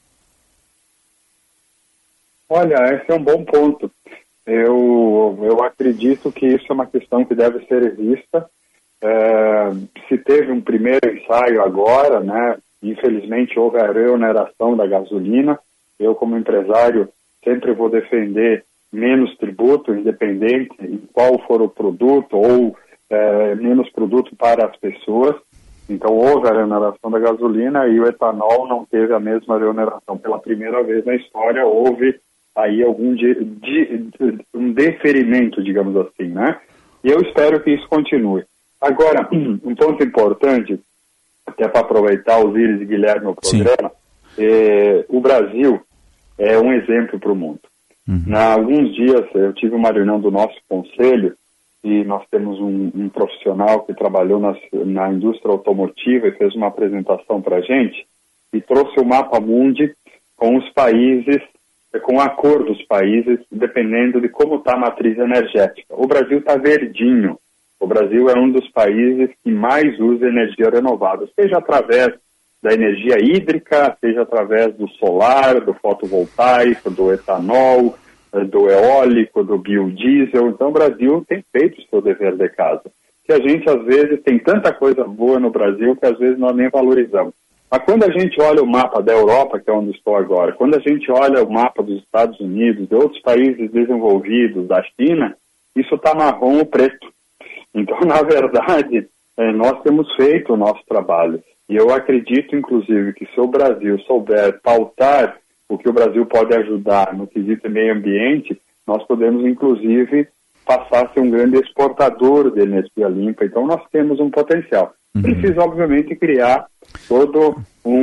Olha, esse é um bom ponto. Eu acredito que isso é uma questão que deve ser vista. Se teve um primeiro ensaio agora, né, infelizmente houve a reoneração da gasolina. Eu, como empresário, sempre vou defender menos tributo, independente de qual for o produto, ou menos produto para as pessoas. Então, houve a reoneração da gasolina e o etanol não teve a mesma reoneração. Pela primeira vez na história, houve aí um deferimento, digamos assim, né? E eu espero que isso continue. Agora, um ponto importante, até para aproveitar o Osíris e Guilherme no programa, o Brasil é um exemplo para o mundo. Há alguns dias eu tive uma reunião do nosso conselho e nós temos um profissional que trabalhou na indústria automotiva e fez uma apresentação para a gente e trouxe o mapa mundi com os países, com a cor dos países, dependendo de como está a matriz energética. O Brasil está verdinho. O Brasil é um dos países que mais usa energia renovável, seja através da energia hídrica, seja através do solar, do fotovoltaico, do etanol, do eólico, do biodiesel. Então o Brasil tem feito o seu dever de casa. Que a gente, às vezes, tem tanta coisa boa no Brasil que às vezes nós nem valorizamos. Mas quando a gente olha o mapa da Europa, que é onde estou agora, quando a gente olha o mapa dos Estados Unidos, de outros países desenvolvidos, da China, isso está marrom ou preto. Então, na verdade, nós temos feito o nosso trabalho. E eu acredito, inclusive, que se o Brasil souber pautar o que o Brasil pode ajudar no quesito meio ambiente, nós podemos, inclusive, passar a ser um grande exportador de energia limpa. Então, nós temos um potencial. Precisa, obviamente, criar todo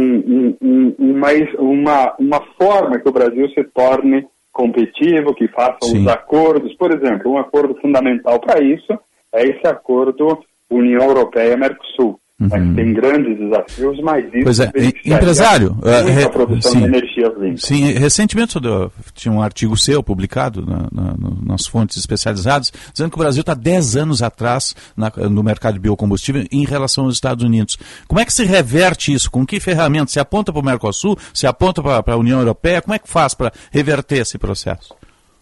uma forma que o Brasil se torne competitivo, que faça os acordos. Por exemplo, um acordo fundamental para isso é esse acordo União Europeia-Mercosul. Tem grandes desafios, mas isso... Pois é, empresário... a produção de energias limpas. Sim, recentemente tinha um artigo seu publicado nas fontes especializadas, dizendo que o Brasil está 10 anos atrás no mercado de biocombustível em relação aos Estados Unidos. Como é que se reverte isso? Com que ferramentas? Se aponta para o Mercosul? Se aponta para a União Europeia? Como é que faz para reverter esse processo?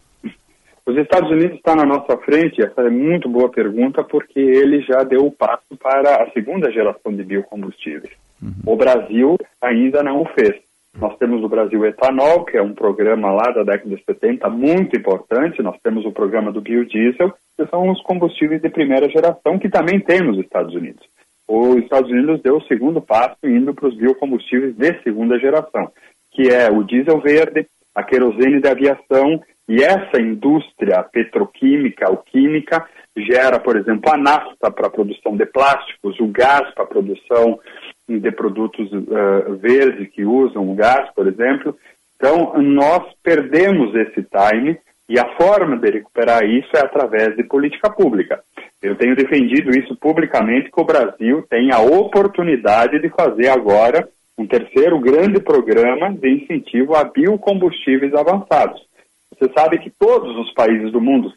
Os Estados Unidos estão na nossa frente, essa é muito boa pergunta, porque ele já deu o passo para a segunda geração de biocombustíveis. O Brasil ainda não o fez. Nós temos no Brasil o etanol, que é um programa lá da década de 70 muito importante. Nós temos o programa do biodiesel, que são os combustíveis de primeira geração, que também tem nos Estados Unidos. Os Estados Unidos deu o segundo passo indo para os biocombustíveis de segunda geração, que é o diesel verde, a querosene de aviação. E essa indústria petroquímica ou química gera, por exemplo, a nafta para a produção de plásticos, o gás para a produção de produtos verdes que usam o gás, por exemplo. Então, nós perdemos esse time e a forma de recuperar isso é através de política pública. Eu tenho defendido isso publicamente, que o Brasil tem a oportunidade de fazer agora um terceiro grande programa de incentivo a biocombustíveis avançados. Você sabe que todos os países do mundo,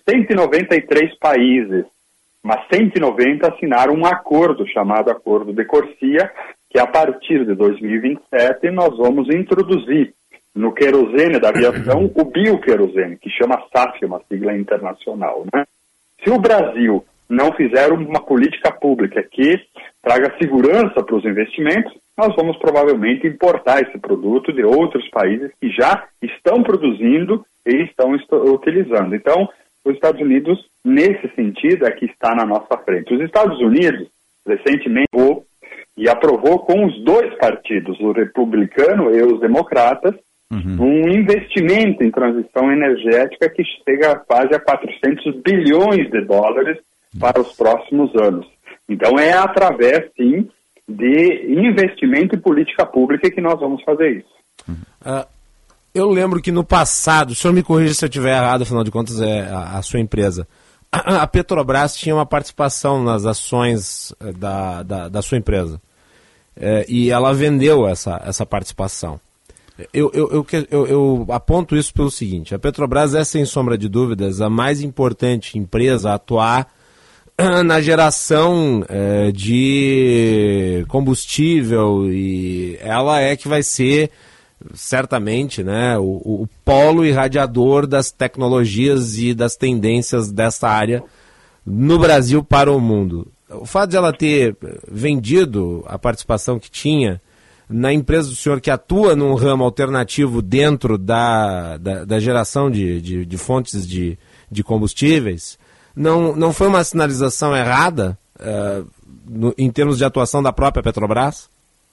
193 países, mas 190 assinaram um acordo chamado Acordo de Corsia, que a partir de 2027 nós vamos introduzir no querosene da aviação o bioquerosene, que chama SAF, uma sigla internacional, né? Se o Brasil não fizer uma política pública que traga segurança para os investimentos, nós vamos provavelmente importar esse produto de outros países que já estão produzindo e estão utilizando. Então, os Estados Unidos, nesse sentido, é que está na nossa frente. Os Estados Unidos, recentemente, aprovou com os dois partidos, o republicano e os democratas, um investimento em transição energética que chega quase a 400 bilhões de dólares para os próximos anos. Então, é através, sim, de investimento e política pública que nós vamos fazer isso. Eu lembro que no passado, o senhor me corrija se eu estiver errado, afinal de contas é a sua empresa, a Petrobras tinha uma participação nas ações da sua empresa, e ela vendeu essa participação. Eu aponto isso pelo seguinte: a Petrobras é, sem sombra de dúvidas, a mais importante empresa a atuar na geração de combustível, e ela é que vai ser certamente, né, o polo irradiador das tecnologias e das tendências dessa área no Brasil para o mundo. O fato de ela ter vendido a participação que tinha na empresa do senhor, que atua num ramo alternativo dentro da geração de fontes de combustíveis, não foi uma sinalização errada em termos de atuação da própria Petrobras?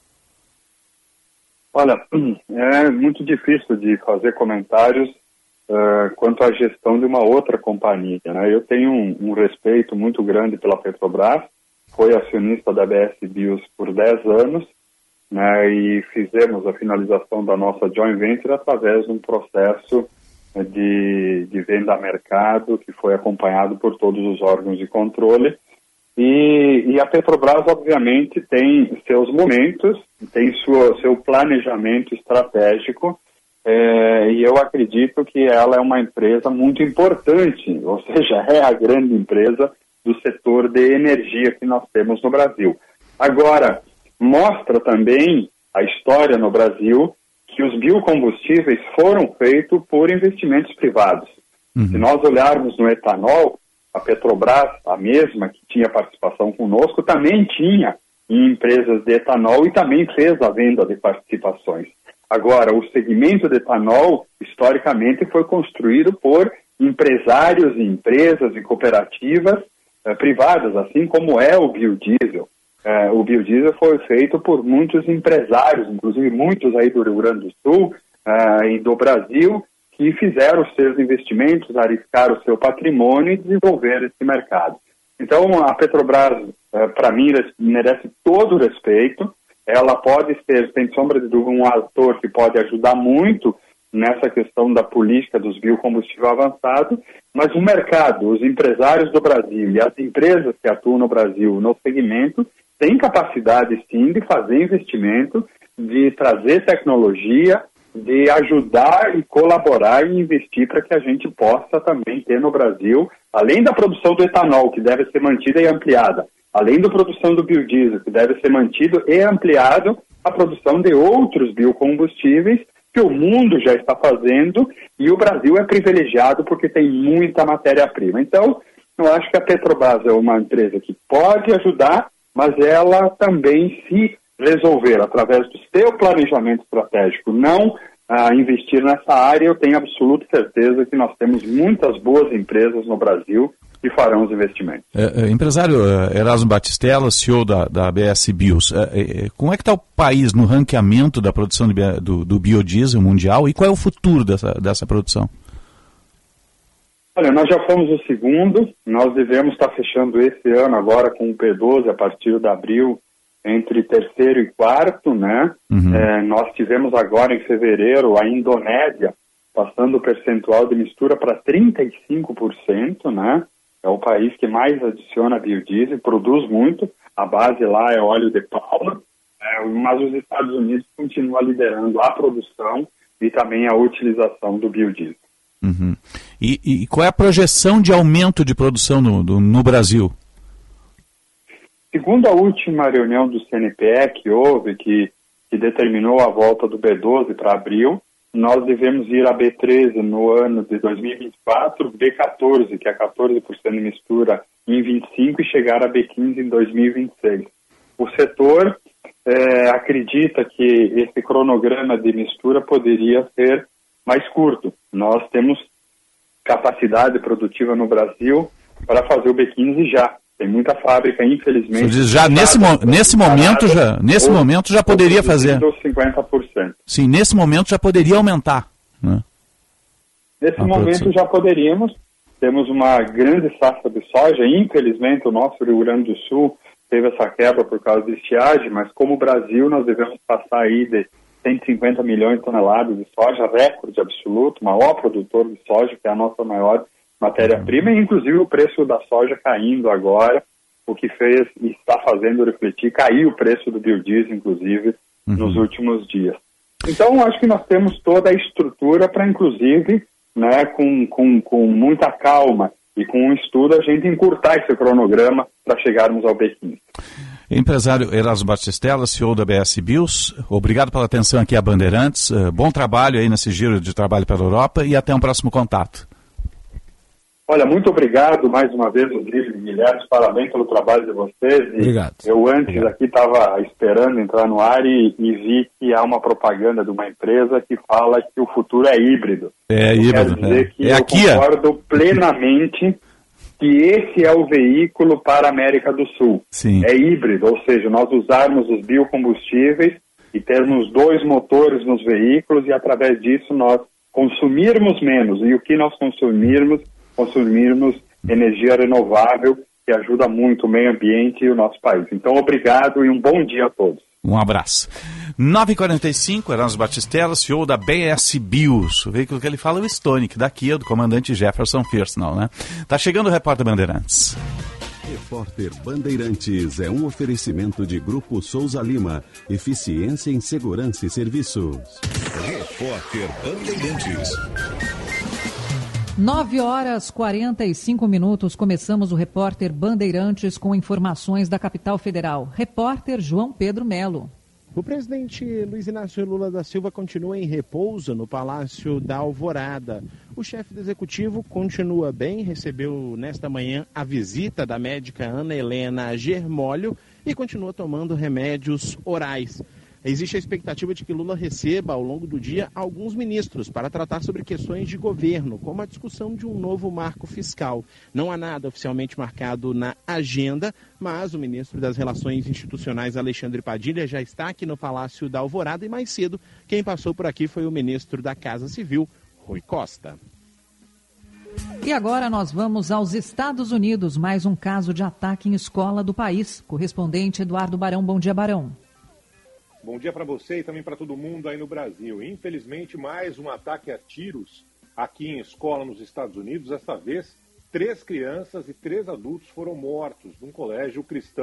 Olha, é muito difícil de fazer comentários quanto à gestão de uma outra companhia, né? Eu tenho um respeito muito grande pela Petrobras, foi acionista da BS Bios por 10 anos, né, e fizemos a finalização da nossa joint venture através de um processo de venda a mercado que foi acompanhado por todos os órgãos de controle. E a Petrobras, obviamente, tem seus momentos, tem seu planejamento estratégico, e eu acredito que ela é uma empresa muito importante, ou seja, é a grande empresa do setor de energia que nós temos no Brasil. Agora, mostra também a história no Brasil que os biocombustíveis foram feitos por investimentos privados. Se nós olharmos no etanol, a Petrobras, a mesma que tinha participação conosco, também tinha em empresas de etanol e também fez a venda de participações. Agora, o segmento de etanol, historicamente, foi construído por empresários e empresas e cooperativas privadas, assim como é o biodiesel. O biodiesel foi feito por muitos empresários, inclusive muitos aí do Rio Grande do Sul e do Brasil, que fizeram os seus investimentos, arriscaram o seu patrimônio e desenvolveram esse mercado. Então, a Petrobras, para mim, merece todo o respeito. Ela pode ser, sem sombra de dúvida, um ator que pode ajudar muito nessa questão da política dos biocombustíveis avançados, mas o mercado, os empresários do Brasil e as empresas que atuam no Brasil no segmento, tem capacidade sim de fazer investimento, de trazer tecnologia, de ajudar e colaborar e investir para que a gente possa também ter no Brasil, além da produção do etanol, que deve ser mantida e ampliada, além da produção do biodiesel, que deve ser mantido e ampliado, a produção de outros biocombustíveis que o mundo já está fazendo e o Brasil é privilegiado porque tem muita matéria-prima. Então, eu acho que a Petrobras é uma empresa que pode ajudar, mas ela também, se resolver, através do seu planejamento estratégico, não investir nessa área, eu tenho absoluta certeza que nós temos muitas boas empresas no Brasil que farão os investimentos. Empresário Erasmo Batistella, CEO da ABS Bios, como é que está o país no ranqueamento da produção do biodiesel mundial e qual é o futuro dessa produção? Olha, nós já fomos o segundo, nós devemos estar fechando esse ano agora com o P12 a partir de abril, entre terceiro e quarto, né? Nós tivemos agora em fevereiro a Indonésia passando o percentual de mistura para 35%, né? É o país que mais adiciona biodiesel, produz muito, a base lá é óleo de palma, mas os Estados Unidos continuam liderando a produção e também a utilização do biodiesel. E qual é a projeção de aumento de produção no Brasil? Segundo a última reunião do CNPE que houve, que determinou a volta do B12 para abril, nós devemos ir a B13 no ano de 2024, B14, que é 14% de mistura, em 25 e chegar a B15 em 2026. O setor acredita que esse cronograma de mistura poderia ser mais curto. Nós temos capacidade produtiva no Brasil para fazer o B15 já. Tem muita fábrica, infelizmente. Você diz já nesse momento já poderia fazer. 50%. Sim, nesse momento já poderia aumentar, né? Nesse momento já poderíamos. Temos uma grande safra de soja. Infelizmente, o nosso Rio Grande do Sul teve essa quebra por causa de estiagem, mas como o Brasil, nós devemos passar aí de 150 milhões de toneladas de soja, recorde absoluto, maior produtor de soja, que é a nossa maior matéria-prima, e inclusive o preço da soja caindo agora, o que fez e está fazendo refletir, caiu o preço do biodiesel, inclusive, nos últimos dias. Então, acho que nós temos toda a estrutura para, inclusive, né, com muita calma e com um estudo, a gente encurtar esse cronograma para chegarmos ao B15. Empresário Erasmo Batistella, CEO da ABS Bios, obrigado pela atenção aqui a Bandeirantes, bom trabalho aí nesse giro de trabalho pela Europa e até um próximo contato. Olha, muito obrigado mais uma vez, Rodrigo e Guilherme, parabéns pelo trabalho de vocês. Obrigado. Eu antes aqui estava esperando entrar no ar e vi que há uma propaganda de uma empresa que fala que o futuro é híbrido. Híbrido. Quero dizer que eu concordo plenamente que esse é o veículo para a América do Sul. Sim. É híbrido, ou seja, nós usarmos os biocombustíveis e termos 2 motores nos veículos e através disso nós consumirmos menos. E o que nós consumirmos energia renovável, que ajuda muito o meio ambiente e o nosso país. Então, obrigado e um bom dia a todos. Um abraço. 9h45, Erasmo Batistella, CEO da ABS Bios. O veículo que ele fala é o Stonic, daqui é do comandante Jefferson Firstnall, né? Tá chegando o Repórter Bandeirantes. Repórter Bandeirantes é um oferecimento de Grupo Souza Lima. Eficiência em Segurança e Serviços. Repórter Bandeirantes. 9h45, começamos o Repórter Bandeirantes com informações da capital federal. Repórter João Pedro Melo. O presidente Luiz Inácio Lula da Silva continua em repouso no Palácio da Alvorada. O chefe do executivo continua bem, recebeu nesta manhã a visita da médica Ana Helena Germólio e continua tomando remédios orais. Existe a expectativa de que Lula receba ao longo do dia alguns ministros para tratar sobre questões de governo, como a discussão de um novo marco fiscal. Não há nada oficialmente marcado na agenda, mas o ministro das Relações Institucionais, Alexandre Padilha, já está aqui no Palácio da Alvorada e mais cedo quem passou por aqui foi o ministro da Casa Civil, Rui Costa. E agora nós vamos aos Estados Unidos, mais um caso de ataque em escola do país. Correspondente Eduardo Barão, bom dia, Barão. Bom dia para você e também para todo mundo aí no Brasil. Infelizmente, mais um ataque a tiros aqui em escola nos Estados Unidos. Desta vez, 3 crianças e 3 adultos foram mortos num colégio cristão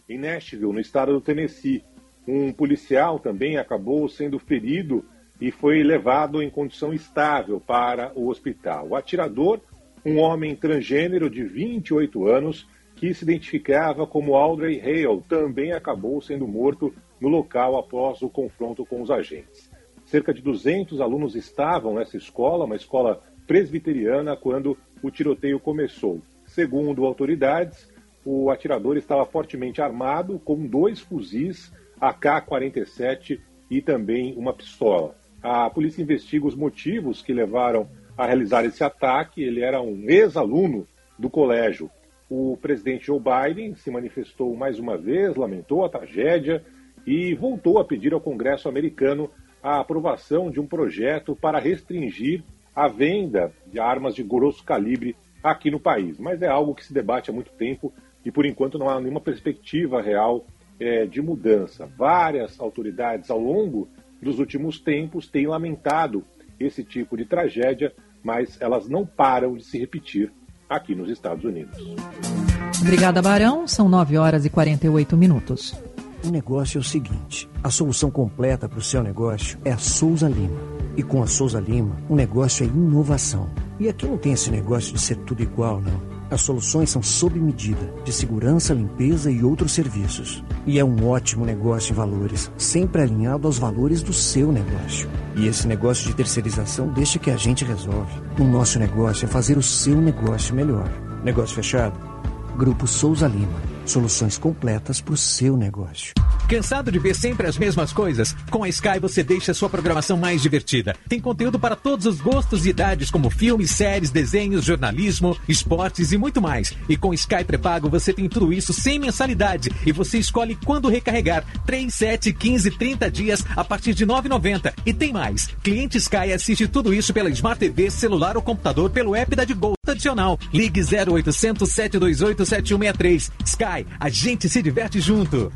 em Nashville, no estado do Tennessee. Um policial também acabou sendo ferido e foi levado em condição estável para o hospital. O atirador, um homem transgênero de 28 anos, que se identificava como Audrey Hale, também acabou sendo morto no local após o confronto com os agentes. Cerca de 200 alunos estavam nessa escola, uma escola presbiteriana, quando o tiroteio começou. Segundo autoridades, o atirador estava fortemente armado com 2 fuzis AK-47 e também uma pistola. A polícia investiga os motivos que levaram a realizar esse ataque. Ele era um ex-aluno do colégio. O presidente Joe Biden se manifestou mais uma vez, lamentou a tragédia e voltou a pedir ao Congresso americano a aprovação de um projeto para restringir a venda de armas de grosso calibre aqui no país. Mas é algo que se debate há muito tempo e, por enquanto, não há nenhuma perspectiva real de mudança. Várias autoridades, ao longo dos últimos tempos, têm lamentado esse tipo de tragédia, mas elas não param de se repetir aqui nos Estados Unidos. Obrigada, Barão. São 9h48. O negócio é o seguinte: a solução completa para o seu negócio é a Souza Lima. E com a Souza Lima, o negócio é inovação. E aqui não tem esse negócio de ser tudo igual, não. As soluções são sob medida, de segurança, limpeza e outros serviços. E é um ótimo negócio em valores, sempre alinhado aos valores do seu negócio. E esse negócio de terceirização deixa que a gente resolve. O nosso negócio é fazer o seu negócio melhor. Negócio fechado? Grupo Souza Lima. Soluções completas para o seu negócio. Cansado de ver sempre as mesmas coisas? Com a Sky você deixa a sua programação mais divertida. Tem conteúdo para todos os gostos e idades, como filmes, séries, desenhos, jornalismo, esportes e muito mais. E com Sky pré-pago você tem tudo isso sem mensalidade. E você escolhe quando recarregar. 3, 7, 15, 30 dias a partir de R$ 9,90. E tem mais. Cliente Sky assiste tudo isso pela Smart TV, celular ou computador pelo app da Digol. Adicional. Ligue 0800 728 7163. Sky, a gente se diverte junto.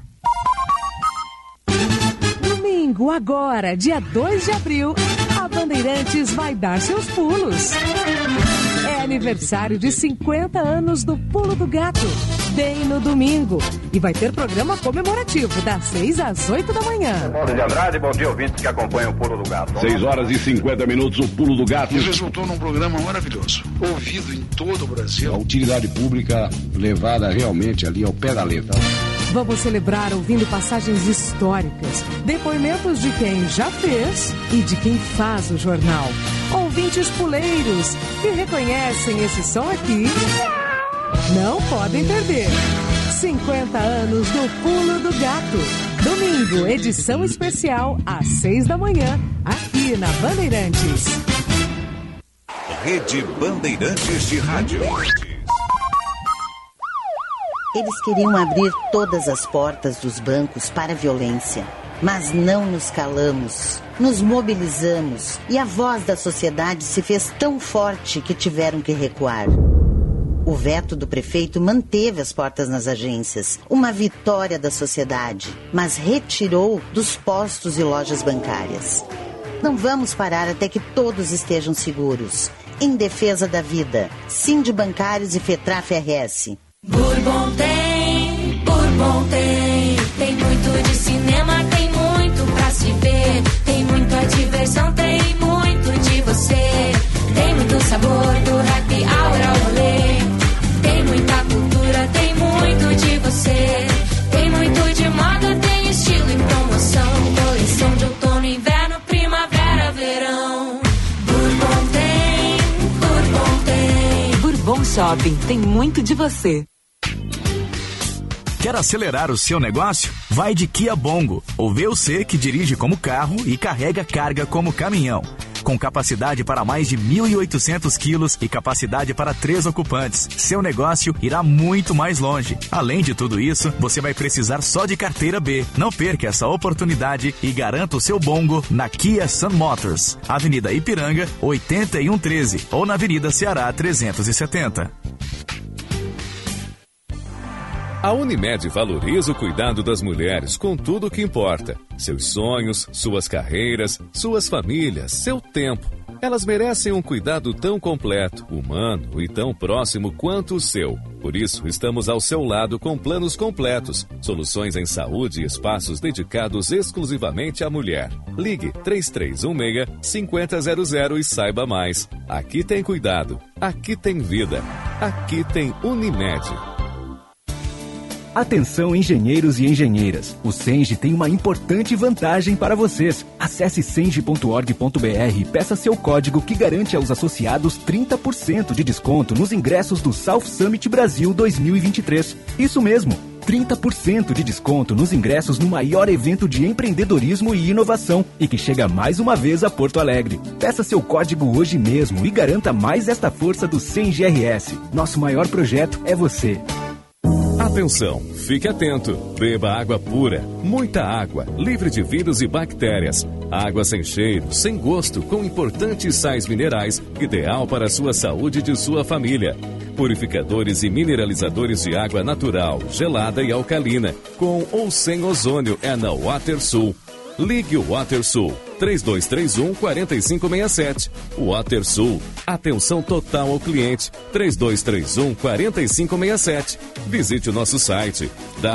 Domingo, agora, dia 2 de abril, a Bandeirantes vai dar seus pulos. É aniversário de 50 anos do Pulo do Gato, bem no domingo. E vai ter programa comemorativo das 6 às 8 da manhã. Paulo de Andrade, bom dia, ouvintes que acompanham o Pulo do Gato. 6h50, o Pulo do Gato. E resultou num programa maravilhoso, ouvido em todo o Brasil. A utilidade pública levada realmente ali ao pé da letra. Vamos celebrar ouvindo passagens históricas, depoimentos de quem já fez e de quem faz o jornal. Ouvintes puleiros que reconhecem esse som aqui, não podem perder. 50 anos do Pulo do Gato. Domingo, edição especial às 6 da manhã, aqui na Bandeirantes. Rede Bandeirantes de Rádio. Eles queriam abrir todas as portas dos bancos para a violência. Mas não nos calamos, nos mobilizamos e a voz da sociedade se fez tão forte que tiveram que recuar. O veto do prefeito manteve as portas nas agências, uma vitória da sociedade, mas retirou dos postos e lojas bancárias. Não vamos parar até que todos estejam seguros. Em defesa da vida, Sindibancários e Fetraf RS. Bourbon tem muito de cinema, tem muito pra se ver, tem muita diversão, tem muito de você, tem muito sabor do happy hour ao rolê, tem muita cultura, tem muito de você, tem muito de moda, tem estilo e promoção, coleção de outono, inverno, primavera, verão. Bourbon tem. Bourbon Shopping tem muito de você. Quer acelerar o seu negócio? Vai de Kia Bongo, o VUC que dirige como carro e carrega carga como caminhão. Com capacidade para mais de 1.800 quilos e capacidade para 3 ocupantes. Seu negócio irá muito mais longe. Além de tudo isso, você vai precisar só de carteira B. Não perca essa oportunidade e garanta o seu Bongo na Kia Sun Motors, Avenida Ipiranga, 8113 ou na Avenida Ceará 370. A Unimed valoriza o cuidado das mulheres com tudo o que importa. Seus sonhos, suas carreiras, suas famílias, seu tempo. Elas merecem um cuidado tão completo, humano e tão próximo quanto o seu. Por isso, estamos ao seu lado com planos completos, soluções em saúde e espaços dedicados exclusivamente à mulher. Ligue 3316-5000 e saiba mais. Aqui tem cuidado, aqui tem vida, aqui tem Unimed. Atenção, engenheiros e engenheiras. O Senge tem uma importante vantagem para vocês. Acesse senge.org.br e peça seu código que garante aos associados 30% de desconto nos ingressos do South Summit Brasil 2023. Isso mesmo, 30% de desconto nos ingressos no maior evento de empreendedorismo e inovação e que chega mais uma vez a Porto Alegre. Peça seu código hoje mesmo e garanta mais esta força do Senge RS. Nosso maior projeto é você. Atenção, fique atento. Beba água pura, muita água, livre de vírus e bactérias. Água sem cheiro, sem gosto, com importantes sais minerais, ideal para a sua saúde e de sua família. Purificadores e mineralizadores de água natural, gelada e alcalina, com ou sem ozônio, é na WaterSul. Ligue o WaterSul, 3231-4567. WaterSul, atenção total ao cliente, 3231-4567. Visite o nosso site,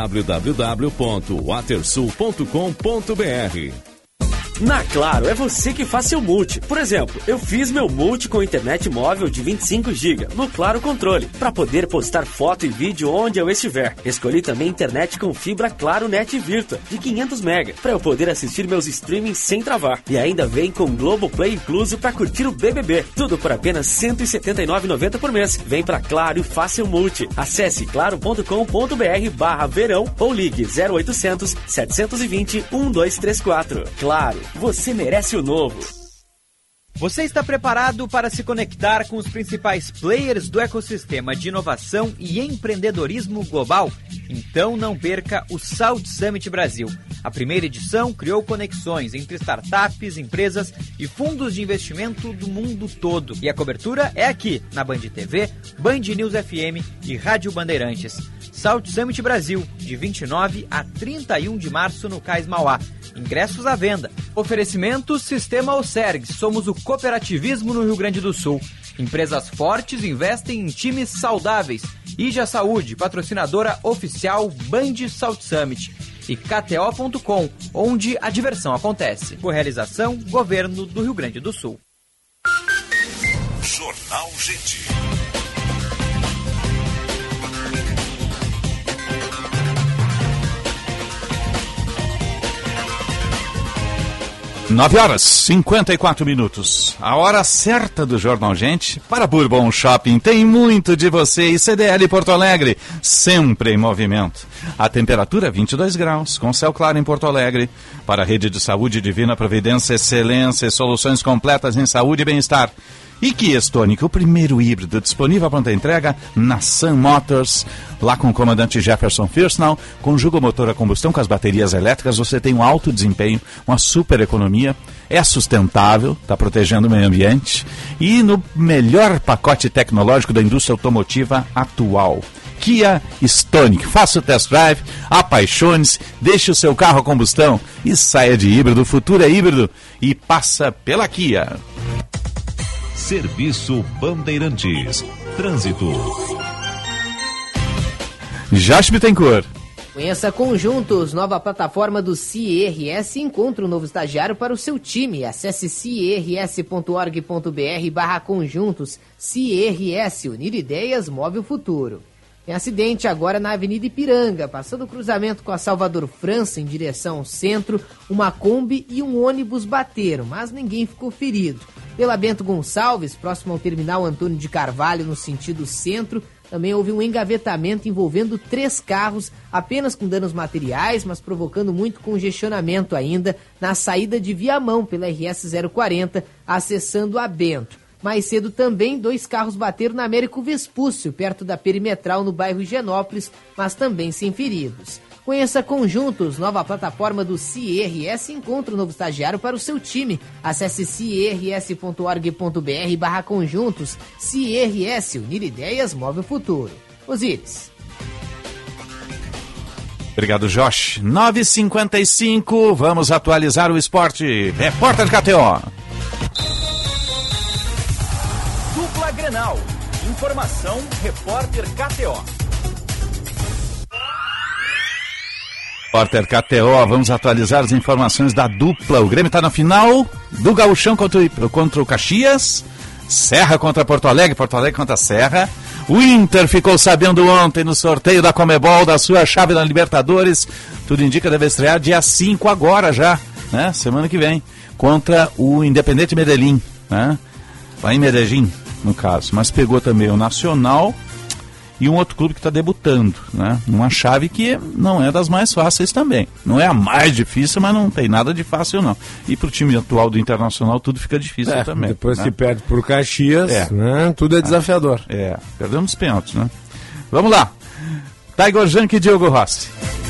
www.watersul.com.br. Na Claro, é você que faz seu multi. Por exemplo, eu fiz meu multi com internet móvel de 25 GB no Claro Controle, para poder postar foto e vídeo onde eu estiver. Escolhi também internet com fibra Claro Net Virtua, de 500 MB, para eu poder assistir meus streamings sem travar. E ainda vem com Globoplay incluso para curtir o BBB. Tudo por apenas R$ 179,90 por mês. Vem pra Claro e faça o multi. Acesse claro.com.br/verão ou ligue 0800 720 1234. Claro. Você merece o novo. Você está preparado para se conectar com os principais players do ecossistema de inovação e empreendedorismo global? Então não perca o South Summit Brasil. A primeira edição criou conexões entre startups, empresas e fundos de investimento do mundo todo. E a cobertura é aqui, na Band TV, Band News FM e Rádio Bandeirantes. South Summit Brasil, de 29 a 31 de março no Cais Mauá. Ingressos à venda. Oferecimento Sistema Oserg. Somos o cooperativismo no Rio Grande do Sul. Empresas fortes investem em times saudáveis. Ija Saúde, patrocinadora oficial Band South Summit. E KTO.com, onde a diversão acontece. Por realização, Governo do Rio Grande do Sul. Jornal Gente. 9h54. A hora certa do Jornal Gente para Bourbon Shopping. Tem muito de você e CDL Porto Alegre, sempre em movimento. A temperatura 22 graus, com céu claro em Porto Alegre. Para a rede de saúde Divina Providência, excelência e soluções completas em saúde e bem-estar. E Kia Stonic, o primeiro híbrido disponível à pronta entrega na Sun Motors, lá com o comandante Jefferson Firstnall. Conjuga o motor a combustão com as baterias elétricas, você tem um alto desempenho, uma super economia, é sustentável, está protegendo o meio ambiente e no melhor pacote tecnológico da indústria automotiva atual. Kia Stonic, faça o test drive, apaixone-se, deixe o seu carro a combustão e saia de híbrido. O futuro é híbrido e passa pela Kia. Serviço Bandeirantes. Trânsito. Josh Bittencourt. Conheça Conjuntos, nova plataforma do CIRS. Encontre um novo estagiário para o seu time. Acesse cirs.org.br/conjuntos. CIRS, unir ideias, move o futuro. Tem acidente agora na Avenida Ipiranga, passando o cruzamento com a Salvador França em direção ao centro. Uma Kombi e um ônibus bateram, mas ninguém ficou ferido. Pela Bento Gonçalves, próximo ao terminal Antônio de Carvalho, no sentido centro, também houve um engavetamento envolvendo 3 carros, apenas com danos materiais, mas provocando muito congestionamento ainda na saída de Viamão pela RS 040, acessando a Bento. Mais cedo também 2 carros bateram na Américo Vespúcio, perto da Perimetral, no bairro Higienópolis, mas também sem feridos. Conheça Conjuntos, nova plataforma do CIRS. Encontre um novo estagiário para o seu time. Acesse cirs.org.br/conjuntos. CIRS, unir ideias, move o futuro. Osíris. Obrigado, Josh. 9h55, vamos atualizar o esporte. Repórter KTO. Grenal. Informação, repórter KTO. Repórter KTO, vamos atualizar as informações da dupla. O Grêmio está na final do Gauchão contra o Caxias, Serra contra Porto Alegre contra Serra. O Inter ficou sabendo ontem no sorteio da Conmebol da sua chave na Libertadores. Tudo indica que deve estrear dia 5 agora já, né? Semana que vem, contra o Independiente Medellín, né? Lá em Medellín, no caso. Mas pegou também o Nacional e um outro clube que está debutando, né? Numa chave que não é das mais fáceis também. Não é a mais difícil, mas não tem nada de fácil, não. E para o time atual do Internacional tudo fica difícil também. Depois né? que perde por Caxias, né? Tudo é desafiador. Perdemos pênaltis, né? Vamos lá. Taigor Jank e Diogo Rossi.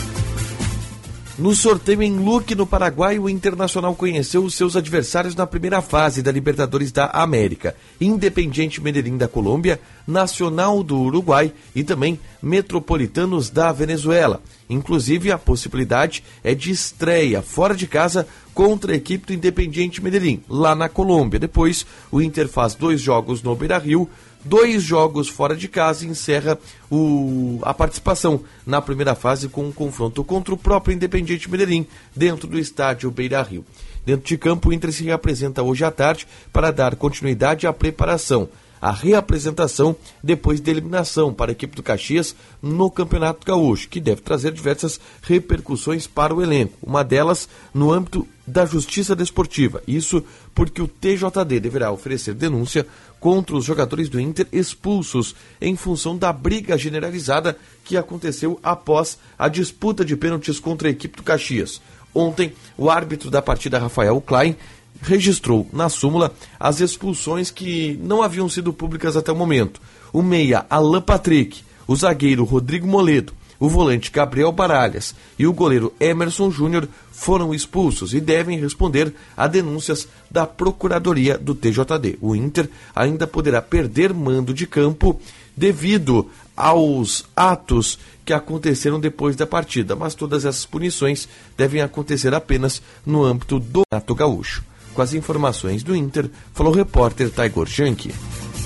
No sorteio em Luque, no Paraguai, o Internacional conheceu os seus adversários na primeira fase da Libertadores da América. Independiente Medellín da Colômbia, Nacional do Uruguai e também Metropolitanos da Venezuela. Inclusive, a possibilidade é de estreia fora de casa contra a equipe do Independiente Medellín, lá na Colômbia. Depois, o Inter faz 2 jogos no Beira-Rio, 2 jogos fora de casa e encerra a participação na primeira fase com um confronto contra o próprio Independiente Medellín, dentro do estádio Beira-Rio. Dentro de campo, o Inter se reapresenta hoje à tarde para dar continuidade à preparação. A reapresentação depois da eliminação para a equipe do Caxias no Campeonato Gaúcho, que deve trazer diversas repercussões para o elenco. Uma delas no âmbito da Justiça Desportiva. Isso porque o TJD deverá oferecer denúncia contra os jogadores do Inter expulsos em função da briga generalizada que aconteceu após a disputa de pênaltis contra a equipe do Caxias. Ontem, o árbitro da partida, Rafael Klein, registrou na súmula as expulsões que não haviam sido públicas até o momento. O meia Alan Patrick, o zagueiro Rodrigo Moledo, o volante Gabriel Baralhas e o goleiro Emerson Júnior foram expulsos e devem responder a denúncias da Procuradoria do TJD. O Inter ainda poderá perder mando de campo devido aos atos que aconteceram depois da partida, mas todas essas punições devem acontecer apenas no âmbito do Campeonato Gaúcho. Com as informações do Inter, falou o repórter Taigor Jank.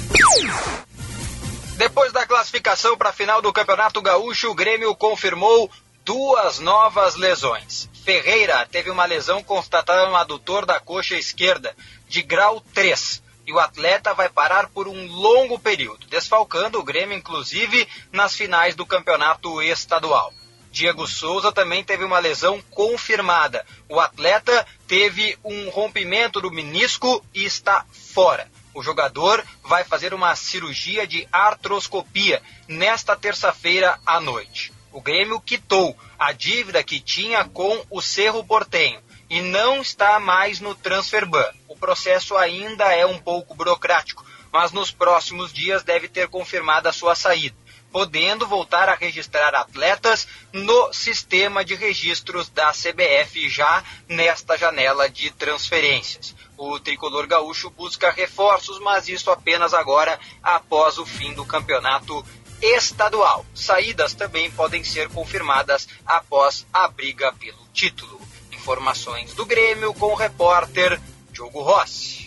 Depois da classificação para a final do Campeonato Gaúcho, o Grêmio confirmou 2 novas lesões. Ferreira teve uma lesão constatada no adutor da coxa esquerda, de grau 3, e o atleta vai parar por um longo período, desfalcando o Grêmio, inclusive, nas finais do Campeonato Estadual. Diego Souza também teve uma lesão confirmada. O atleta teve um rompimento do menisco e está fora. O jogador vai fazer uma cirurgia de artroscopia nesta terça-feira à noite. O Grêmio quitou a dívida que tinha com o Cerro Porteño e não está mais no Transferban. O processo ainda é um pouco burocrático, mas nos próximos dias deve ter confirmado a sua saída, podendo voltar a registrar atletas no sistema de registros da CBF já nesta janela de transferências. O tricolor gaúcho busca reforços, mas isso apenas agora após o fim do campeonato estadual. Saídas também podem ser confirmadas após a briga pelo título. Informações do Grêmio com o repórter Diogo Rossi.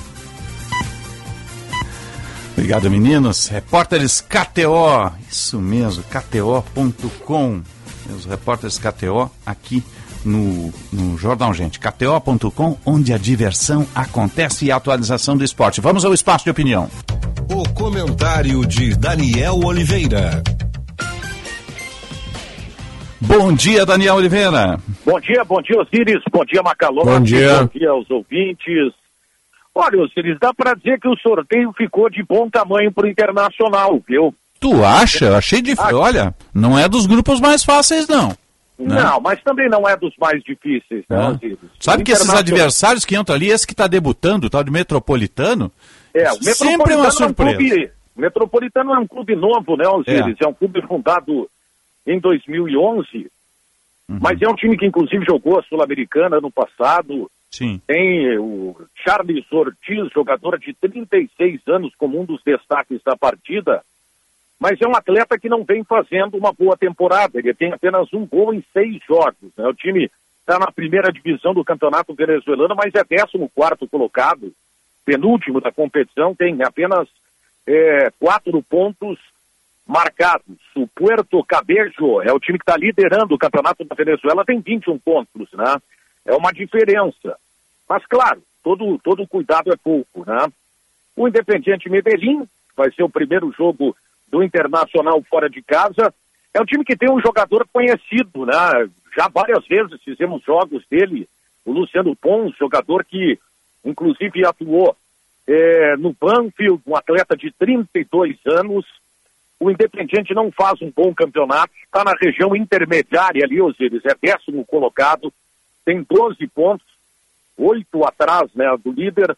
Obrigado, meninos. Repórteres KTO, isso mesmo, KTO.com. Os repórteres KTO aqui no Jornal Gente. KTO.com, onde a diversão acontece e a atualização do esporte. Vamos ao espaço de opinião. O comentário de Daniel Oliveira. Bom dia, Daniel Oliveira. Bom dia, Osiris. Bom dia, Macalossi. Bom dia aos ouvintes. Olha, Osiris, dá para dizer que o sorteio ficou de bom tamanho para o Internacional, viu? Tu acha? Eu achei difícil. Olha, não é dos grupos mais fáceis, não. Não, mas também não é dos mais difíceis, né, Osiris? Sabe que esses adversários que entram ali, esse que está debutando, o tal de Metropolitano, o Metropolitano sempre é uma surpresa. O Metropolitano é um clube novo, né, Osiris? É um clube fundado em 2011, mas é um time que inclusive jogou a Sul-Americana no passado. Sim. Tem o Charles Ortiz, jogador de 36 anos, como um dos destaques da partida, mas é um atleta que não vem fazendo uma boa temporada. Ele tem apenas 1 gol em 6 jogos. Né? O time está na primeira divisão do campeonato venezuelano, mas é 14º colocado, penúltimo da competição, tem apenas 4 pontos marcados. O Puerto Cabello é o time que está liderando o campeonato da Venezuela, tem 21 pontos, né? É uma diferença. Mas, claro, todo cuidado é pouco, né? O Independiente Medellín vai ser o primeiro jogo do Internacional fora de casa. É um time que tem um jogador conhecido, né? Já várias vezes fizemos jogos dele, o Luciano Pons, jogador que, inclusive, atuou no Banfield, um atleta de 32 anos. O Independiente não faz um bom campeonato, está na região intermediária ali, Osiris, é 10º colocado, tem 12 pontos, 8 atrás, né, do líder.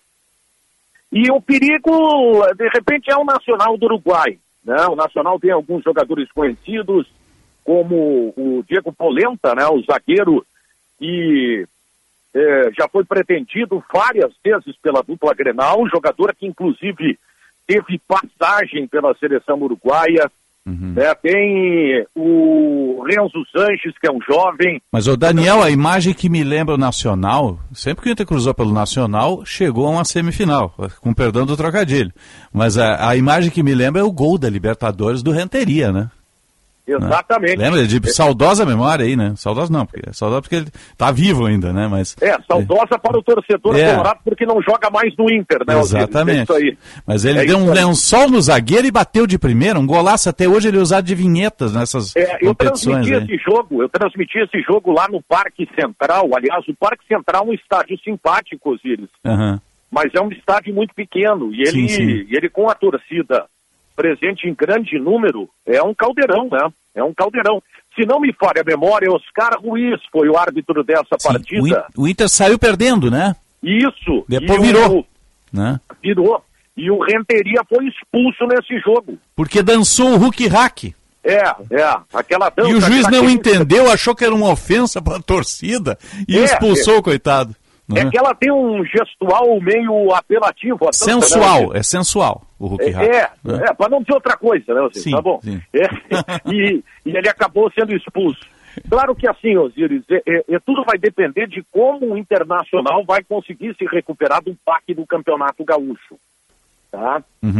E o perigo, de repente, é o Nacional do Uruguai, né? O Nacional tem alguns jogadores conhecidos, como o Diego Polenta, né, o zagueiro que já foi pretendido várias vezes pela dupla Grenal, um jogador que, inclusive, teve passagem pela seleção uruguaia. Né? Tem o Renzo Sanches, que é um jovem. Mas, o Daniel, a imagem que me lembra o Nacional, sempre que o Inter cruzou pelo Nacional, chegou a uma semifinal, com perdão do trocadilho. Mas a imagem que me lembra é o gol da Libertadores do Renteria, né? Exatamente. Né? Lembra de saudosa memória aí, né? Saudosa não, saudosa porque ele tá vivo ainda, né? Mas saudosa para o torcedor colorado porque não joga mais no Inter, né? Exatamente. É isso aí. Mas ele deu um lençol no zagueiro e bateu de primeira, um golaço. Até hoje ele é usado de vinhetas nessas competições. Eu transmiti esse jogo lá no Parque Central. Aliás, o Parque Central é um estádio simpático, Osiris. Mas é um estádio muito pequeno e ele com a torcida presente em grande número, é um caldeirão, né? É um caldeirão. Se não me falha a memória, Oscar Ruiz foi o árbitro dessa partida. O Inter saiu perdendo, né? Isso. Depois virou. Né? Virou. E o Renteria foi expulso nesse jogo. Porque dançou o Hulk-Hack. Aquela dança. E o juiz não entendeu, achou que era uma ofensa para a torcida e expulsou o coitado. É que ela tem um gestual meio apelativo. Sensual, né? É sensual o Hulk-Hack. Para não dizer outra coisa, né, Osiris? Tá bom? E ele acabou sendo expulso. Claro que assim, Osiris, tudo vai depender de como o Internacional vai conseguir se recuperar do baque do Campeonato Gaúcho. Tá?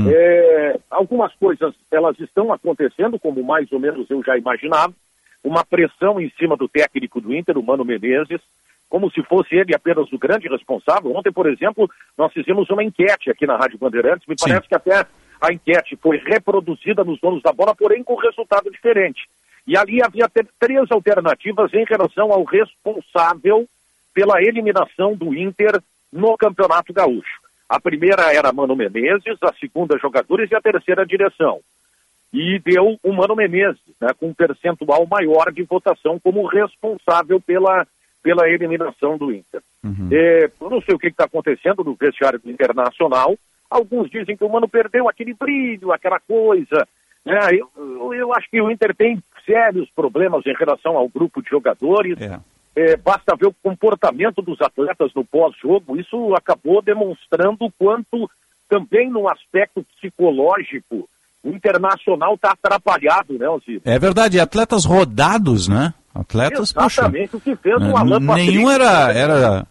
Algumas coisas, elas estão acontecendo, como mais ou menos eu já imaginava. Uma pressão em cima do técnico do Inter, o Mano Menezes, como se fosse ele apenas o grande responsável. Ontem, por exemplo, nós fizemos uma enquete aqui na Rádio Bandeirantes, me parece que até a enquete foi reproduzida nos Donos da Bola, porém com resultado diferente. E ali havia 3 alternativas em relação ao responsável pela eliminação do Inter no Campeonato Gaúcho. A primeira era Mano Menezes, a segunda jogadores e a terceira direção. E deu o Mano Menezes, né, com um percentual maior de votação como responsável pela eliminação do Inter. Eu não sei o que está acontecendo no vestiário do Internacional. Alguns dizem que o Mano perdeu aquele brilho, aquela coisa. Né? Eu acho que o Inter tem sérios problemas em relação ao grupo de jogadores. Basta ver o comportamento dos atletas no pós-jogo. Isso acabou demonstrando o quanto, também no aspecto psicológico, o Internacional está atrapalhado, né, Osiris? É verdade, atletas rodados, né? Atletas, exatamente, o que fez o Alan Patrick. Nenhum era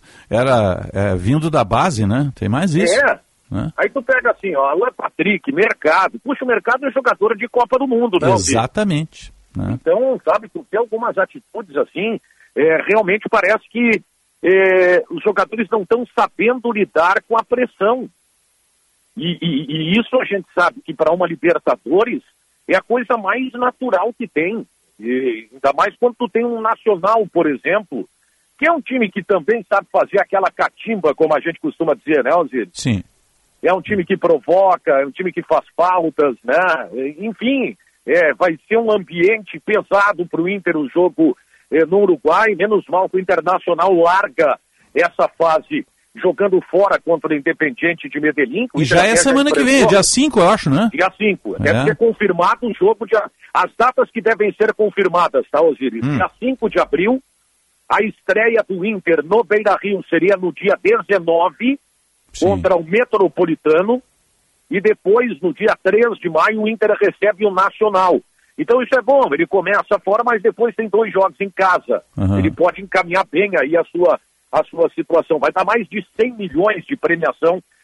vindo da base, né? Tem mais isso. Né? Aí tu pega assim, ó, Alan Patrick, Mercado. Puxa, o Mercado é jogador de Copa do Mundo, né? Exatamente. Né? Então, sabe, tu tem algumas atitudes assim, realmente parece que os jogadores não estão sabendo lidar com a pressão. E isso a gente sabe que para uma Libertadores é a coisa mais natural que tem. E ainda mais quando tu tem um Nacional, por exemplo, que é um time que também sabe fazer aquela catimba, como a gente costuma dizer, né, Osiris? Sim. É um time que provoca, é um time que faz faltas, né? Enfim, vai ser um ambiente pesado para o Inter, o jogo no Uruguai. Menos mal que o Internacional larga essa fase jogando fora contra o Independiente de Medellín. E já é semana que vem, dia 5, eu acho, né? Dia 5. Deve ser confirmado o jogo. As datas que devem ser confirmadas, tá, Osiris? Dia 5 de abril, a estreia do Inter no Beira-Rio seria no dia 19, contra o Metropolitano. E depois, no dia 3 de maio, o Inter recebe o Nacional. Então isso é bom, ele começa fora, mas depois tem 2 jogos em casa. Ele pode encaminhar bem aí a sua situação. Vai dar mais de 100 milhões de premiação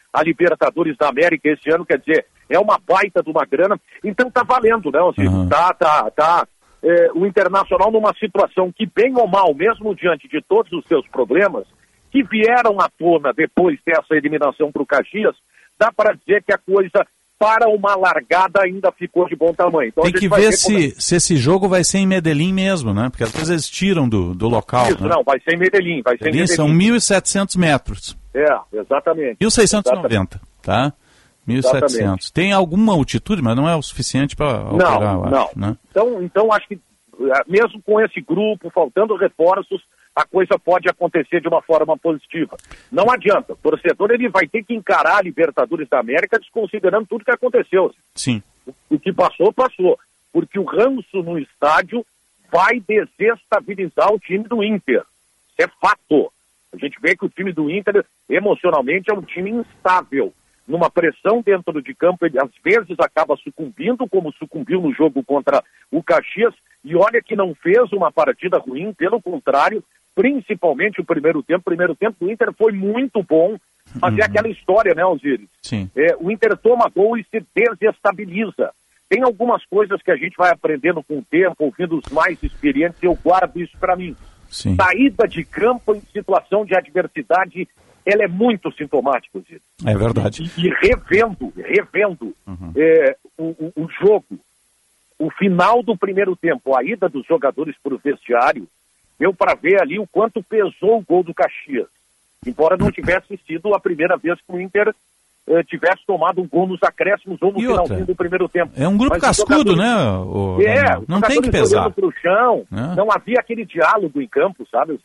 a Libertadores da América esse ano, quer dizer, é uma baita de uma grana, então tá valendo, né, Osiris? O Internacional numa situação que, bem ou mal, mesmo diante de todos os seus problemas, que vieram à tona depois dessa eliminação para o Caxias, dá para dizer que a coisa, para uma largada, ainda ficou de bom tamanho. Então, tem que ver se esse jogo vai ser em Medellín mesmo, né? Porque às vezes eles tiram do local. Isso, né? Não, vai ser em Medellín. São 1.700 metros. Exatamente. 1.690, tá? 1.700. Tem alguma altitude, mas não é o suficiente para operar, eu acho, né? Então, acho que mesmo com esse grupo, faltando reforços, a coisa pode acontecer de uma forma positiva. Não adianta. O torcedor ele vai ter que encarar a Libertadores da América desconsiderando tudo que aconteceu. Sim. O que passou, passou. Porque o ranço no estádio vai desestabilizar o time do Inter. Isso é fato. A gente vê que o time do Inter, emocionalmente, é um time instável. Numa pressão dentro de campo, ele às vezes acaba sucumbindo, como sucumbiu no jogo contra o Caxias, e olha que não fez uma partida ruim, pelo contrário, principalmente o primeiro tempo. O primeiro tempo do Inter foi muito bom, mas é aquela história, né, Osiris? Sim. O Inter toma gol e se desestabiliza. Tem algumas coisas que a gente vai aprendendo com o tempo, ouvindo os mais experientes, e eu guardo isso para mim. Sim. Saída de campo em situação de adversidade, ela é muito sintomática, Osiris. É verdade. E revendo o jogo, o final do primeiro tempo, a ida dos jogadores para o vestiário, deu para ver ali o quanto pesou o gol do Caxias. Embora não tivesse sido a primeira vez que o Inter tivesse tomado um gol nos acréscimos ou no finalzinho do primeiro tempo. É um grupo cascudo, né? Não tem que pesar. Pro chão, não havia aquele diálogo em campo, sabe?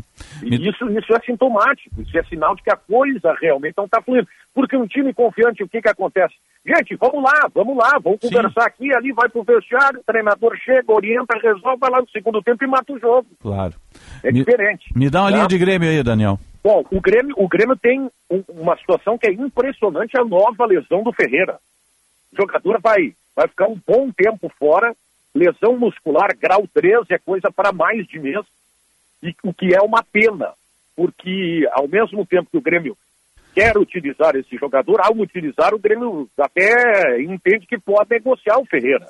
E isso é sintomático, isso é sinal de que a coisa realmente não está fluindo. Porque um time confiante, o que acontece? Gente, vamos lá, vamos conversar aqui, ali vai pro vestiário, o treinador chega, orienta, resolve, vai lá no segundo tempo e mata o jogo. Claro. É diferente. Me dá uma linha de Grêmio aí, Daniel. Bom, o Grêmio tem uma situação que é impressionante, a nova lesão do Ferreira. O jogador vai ficar um bom tempo fora, lesão muscular, grau 3, é coisa para mais de mês, e o que é uma pena, porque ao mesmo tempo que o Grêmio quer utilizar esse jogador, ao utilizar o Grêmio até entende que pode negociar o Ferreira.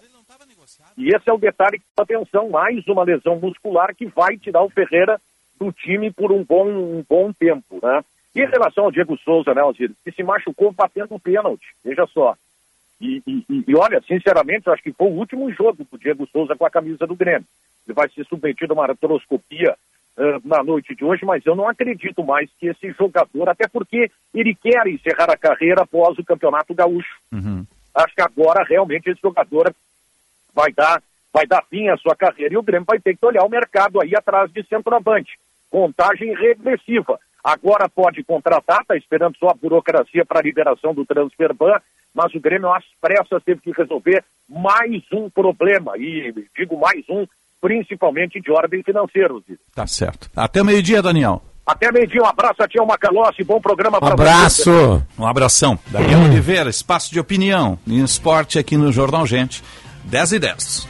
E esse é o detalhe que chama atenção, mais uma lesão muscular que vai tirar o Ferreira do time por um bom tempo, né? E em relação ao Diego Souza, né, Osiris, que se machucou batendo um pênalti, veja só. E olha, sinceramente, eu acho que foi o último jogo do Diego Souza com a camisa do Grêmio. Ele vai ser submetido a uma artroscopia na noite de hoje, mas eu não acredito mais que esse jogador, até porque ele quer encerrar a carreira após o Campeonato Gaúcho. Acho que agora realmente esse jogador vai dar fim à sua carreira e o Grêmio vai ter que olhar o mercado aí atrás de centroavante. Contagem regressiva. Agora pode contratar, está esperando só a burocracia para a liberação do transfer ban, mas o Grêmio às pressas teve que resolver mais um problema, e digo mais um, principalmente de ordem financeira. Tá certo. Até meio-dia, Daniel. Até meio-dia, um abraço a Tião Macalossi, bom programa para você. Um abraço. Um abração. Daniel Oliveira, espaço de opinião em esporte aqui no Jornal Gente. 10h10.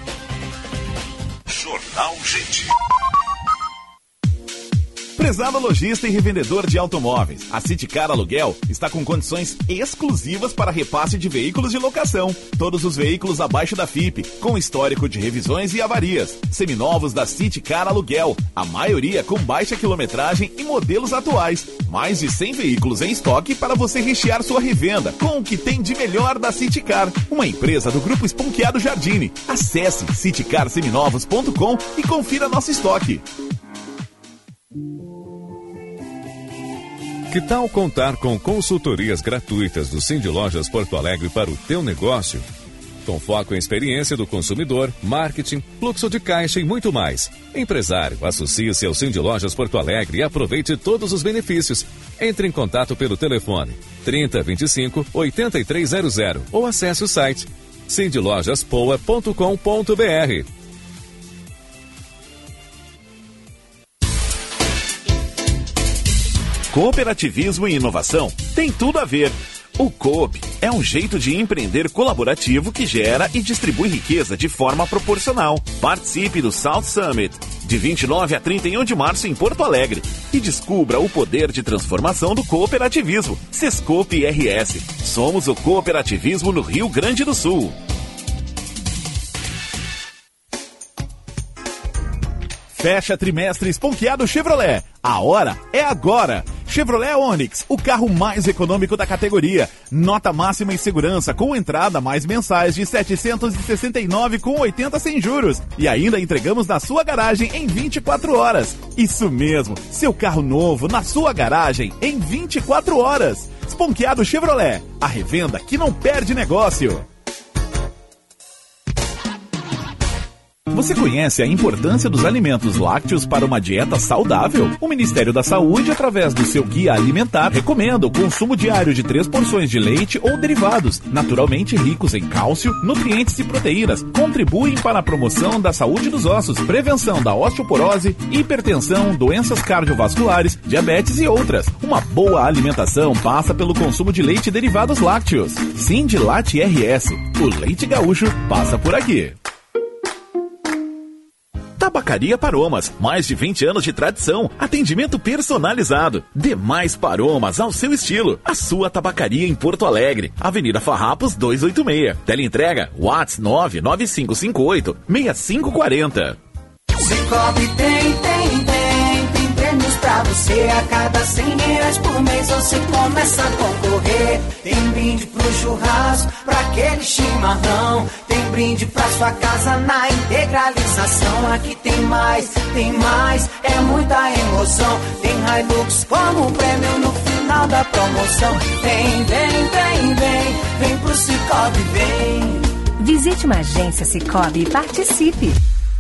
Jornal Gente. Prezado lojista e revendedor de automóveis, a Citicar Aluguel está com condições exclusivas para repasse de veículos de locação. Todos os veículos abaixo da FIP, com histórico de revisões e avarias. Seminovos da Citicar Aluguel, a maioria com baixa quilometragem e modelos atuais. Mais de 100 veículos em estoque para você rechear sua revenda com o que tem de melhor da Citicar, uma empresa do Grupo Esponqueado Jardine. Acesse citicarseminovos.com e confira nosso estoque. Que tal contar com consultorias gratuitas do Cindy Lojas Porto Alegre para o teu negócio? Com foco em experiência do consumidor, marketing, fluxo de caixa e muito mais. Empresário, associe-se ao Cindy Lojas Porto Alegre e aproveite todos os benefícios. Entre em contato pelo telefone 3025 8300 ou acesse o site cindylojaspoa.com.br. Cooperativismo e inovação tem tudo a ver. O Coop é um jeito de empreender colaborativo que gera e distribui riqueza de forma proporcional. Participe do South Summit, de 29 a 31 de março em Porto Alegre. E descubra o poder de transformação do cooperativismo. Sescope RS. Somos o cooperativismo no Rio Grande do Sul. Fecha trimestre esponqueado Chevrolet. A hora é agora. Chevrolet Onix, o carro mais econômico da categoria. Nota máxima em segurança com entrada mais mensais de R$ 769,80 sem juros. E ainda entregamos na sua garagem em 24 horas. Isso mesmo, seu carro novo na sua garagem em 24 horas. Esponqueado Chevrolet, a revenda que não perde negócio. Você conhece a importância dos alimentos lácteos para uma dieta saudável? O Ministério da Saúde, através do seu guia alimentar, recomenda o consumo diário de 3 porções de leite ou derivados, naturalmente ricos em cálcio, nutrientes e proteínas. Contribuem para a promoção da saúde dos ossos, prevenção da osteoporose, hipertensão, doenças cardiovasculares, diabetes e outras. Uma boa alimentação passa pelo consumo de leite e derivados lácteos. Sindilate RS. O leite gaúcho passa por aqui. Tabacaria Paromas, mais de 20 anos de tradição, atendimento personalizado, demais Paromas ao seu estilo. A sua tabacaria em Porto Alegre, Avenida Farrapos 286. Teleentrega, WhatsApp 99558-6540. Cicobi tem prêmios pra você. A cada R$100 por mês você começa a concorrer. Tem brinde pro churrasco, pra aquele chimarrão. Tem brinde pra sua casa na integralização. Aqui tem mais, é muita emoção. Tem Hilux como prêmio no final da promoção. Vem pro Cicobi, vem. Visite uma agência Cicobi e participe.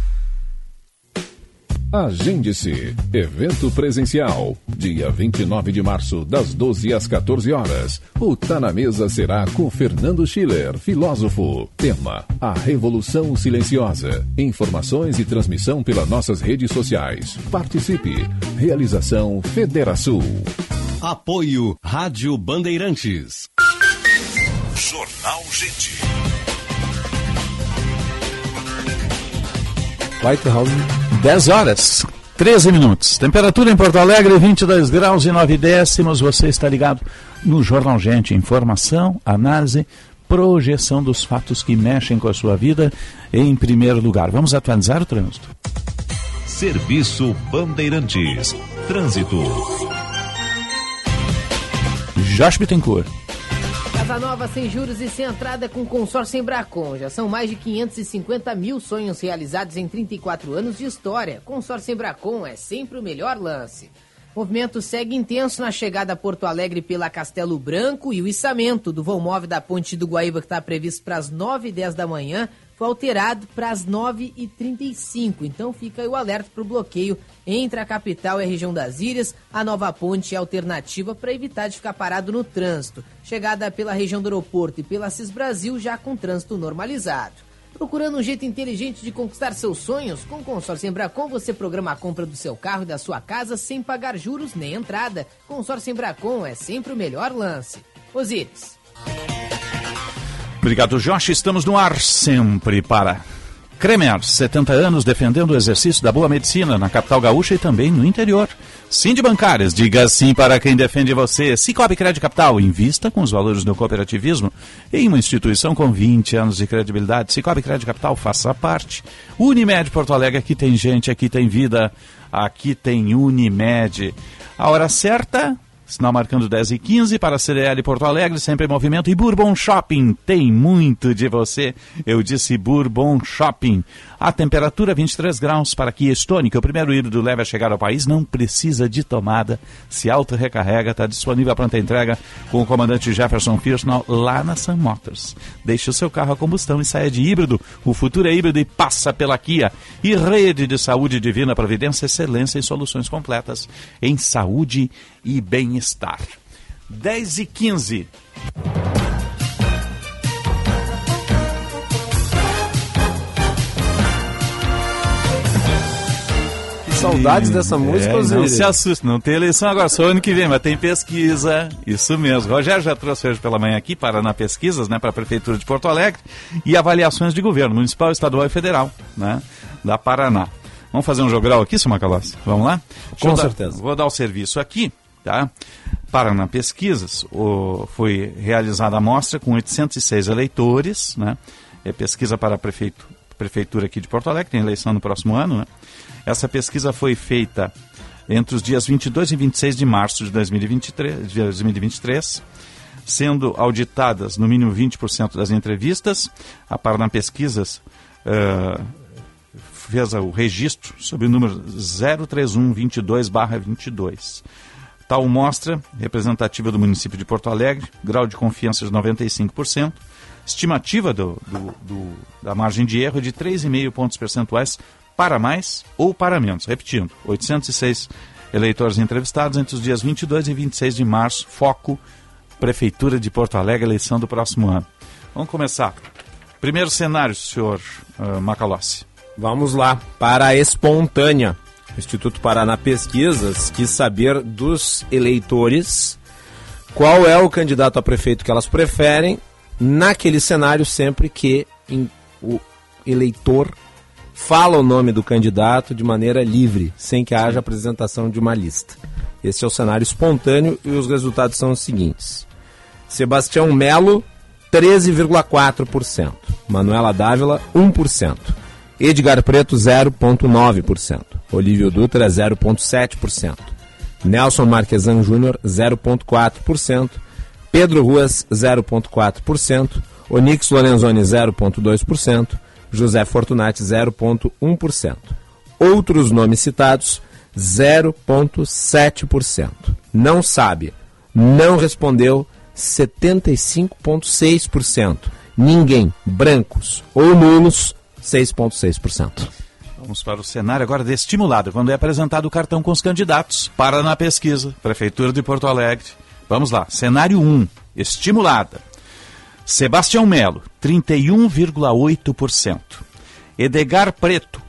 Agende-se. Evento presencial. Dia 29 de março, das 12 às 14 horas. O Tá na Mesa será com Fernando Schiller, filósofo. Tema: A Revolução Silenciosa. Informações e transmissão pelas nossas redes sociais. Participe. Realização Federação. Apoio Rádio Bandeirantes. Jornal Gente. Lighthouse. 10 horas, 13 minutos. Temperatura em Porto Alegre, 22 graus e 9 décimos. Você está ligado no Jornal Gente. Informação, análise, projeção dos fatos que mexem com a sua vida em primeiro lugar. Vamos atualizar o trânsito. Serviço Bandeirantes. Trânsito. Josh Bittencourt. Casa nova sem juros e sem entrada com consórcio Embracon. Já são mais de 550 mil sonhos realizados em 34 anos de história. Consórcio Embracon é sempre o melhor lance. O movimento segue intenso na chegada a Porto Alegre pela Castelo Branco e o içamento do voo móvel da Ponte do Guaíba, que está previsto para as 9h10 da manhã, foi alterado para as 9h35. Então fica aí o alerta para o bloqueio entre a capital e a região das Ilhas. A nova ponte é alternativa para evitar de ficar parado no trânsito. Chegada pela região do aeroporto e pela Assis Brasil, já com trânsito normalizado. Procurando um jeito inteligente de conquistar seus sonhos? Com o consórcio Embracon, você programa a compra do seu carro e da sua casa sem pagar juros nem entrada. Consórcio Embracon é sempre o melhor lance. Osíris. Obrigado, Josh. Estamos no ar sempre para Cremer, 70 anos defendendo o exercício da boa medicina na capital gaúcha e também no interior. Sindi Bancárias, diga sim para quem defende você. Cicobi Crédito Capital, invista com os valores do cooperativismo em uma instituição com 20 anos de credibilidade. Cicobi Crédito Capital, faça parte. Unimed Porto Alegre, aqui tem gente, aqui tem vida, aqui tem Unimed. A hora certa... Sinal marcando 10h15 para a CDL Porto Alegre, sempre em movimento. E Bourbon Shopping, tem muito de você. Eu disse Bourbon Shopping. A temperatura 23 graus para Kia Stonic. O primeiro híbrido leve a chegar ao país, não precisa de tomada. Se auto-recarrega, está disponível a pronta entrega com o comandante Jefferson Firsnall lá na Sun Motors. Deixe o seu carro a combustão e saia de híbrido. O futuro é híbrido e passa pela Kia. E Rede de Saúde Divina Providência, excelência em soluções completas em saúde e bem-estar. 10h15. Saudades dessa música, não se assuste, não tem eleição agora, só ano que vem, mas tem pesquisa, isso mesmo. Rogério já trouxe hoje pela manhã aqui, Paraná Pesquisas, né, para a Prefeitura de Porto Alegre, e avaliações de governo municipal, estadual e federal, né, da Paraná. Vamos fazer um jogral aqui, seu Macalossi? Vamos lá? Com certeza. Vou dar o serviço aqui, tá? Paraná Pesquisas, foi realizada a amostra com 806 eleitores, né? É pesquisa para a prefeitura aqui de Porto Alegre, tem eleição no próximo ano, né? Essa pesquisa foi feita entre os dias 22 e 26 de março de 2023, sendo auditadas no mínimo 20% das entrevistas. A Paraná Pesquisas fez o registro sob o número 03122/22. Tal amostra representativa do município de Porto Alegre, grau de confiança de 95%, estimativa da margem de erro de 3,5 pontos percentuais para mais ou para menos. Repetindo, 806 eleitores entrevistados entre os dias 22 e 26 de março, foco Prefeitura de Porto Alegre, eleição do próximo ano. Vamos começar. Primeiro cenário, senhor Macalossi. Vamos lá, para a espontânea. O Instituto Paraná Pesquisas quis saber dos eleitores qual é o candidato a prefeito que elas preferem naquele cenário sempre que o eleitor fala o nome do candidato de maneira livre, sem que haja apresentação de uma lista. Esse é o cenário espontâneo e os resultados são os seguintes. Sebastião Melo, 13,4%. Manuela Dávila, 1%. Edgar Preto, 0,9%. Olívio Dutra, 0,7%. Nelson Marquesan Júnior, 0,4%. Pedro Ruas, 0,4%. Onix Lorenzoni, 0,2%. José Fortunati, 0,1%. Outros nomes citados, 0,7%. Não sabe, não respondeu, 75,6%. Ninguém, brancos ou nulos, 6,6%. Vamos para o cenário agora de estimulada, quando é apresentado o cartão com os candidatos. Paraná Pesquisa, Prefeitura de Porto Alegre. Vamos lá, cenário 1, estimulada. Sebastião Melo, 31,8%. Edgar Preto,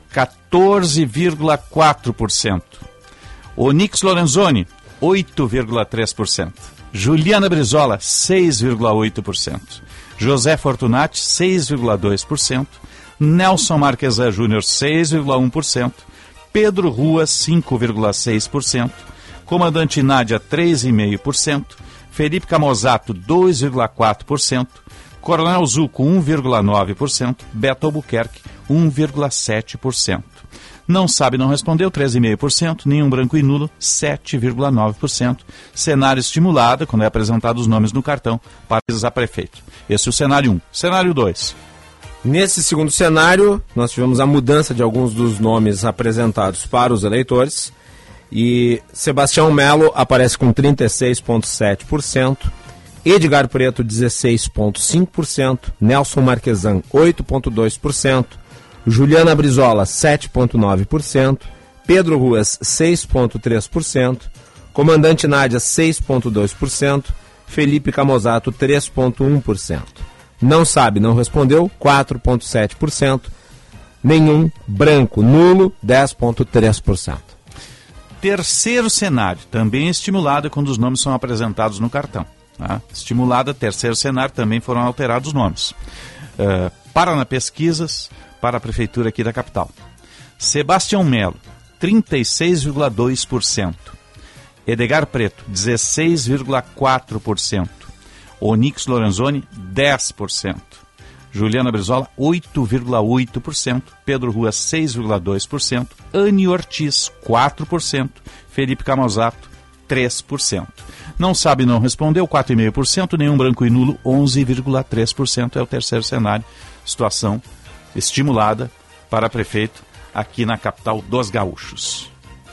14,4%. Onix Lorenzoni, 8,3%. Juliana Brizola, 6,8%. José Fortunati, 6,2%. Nelson Marquesan Júnior, 6,1%. Pedro Ruas, 5,6%. Comandante Nádia, 3,5%. Felipe Camozato, 2,4%. Coronel Zuco, 1,9%. Beto Albuquerque, 1,7%. Não sabe, não respondeu, 13,5%. Nenhum branco e nulo, 7,9%. Cenário estimulado, quando é apresentado os nomes no cartão para a prefeito. Esse é o cenário 1. Cenário 2. Nesse segundo cenário, nós tivemos a mudança de alguns dos nomes apresentados para os eleitores. E Sebastião Melo aparece com 36,7%. Edgar Preto, 16,5%. Nelson Marquesan, 8,2%. Juliana Brizola, 7,9%. Pedro Ruas, 6,3%. Comandante Nádia, 6,2%. Felipe Camozato, 3,1%. Não sabe, não respondeu, 4,7%. Nenhum, branco, nulo, 10,3%. Terceiro cenário, também estimulado quando os nomes são apresentados no cartão. Tá? Estimulada, terceiro cenário, também foram alterados os nomes. Paraná Pesquisas, para a Prefeitura aqui da capital. Sebastião Melo, 36,2%. Edgar Preto, 16,4%. Onix Lorenzoni, 10%. Juliana Brizola, 8,8%. Pedro Ruas, 6,2%. Anne Ortiz, 4%. Felipe Camozato, 3%. Não sabe, não respondeu, 4,5%. Nenhum branco e nulo, 11,3%. É o terceiro cenário. Situação estimulada para prefeito aqui na capital dos gaúchos.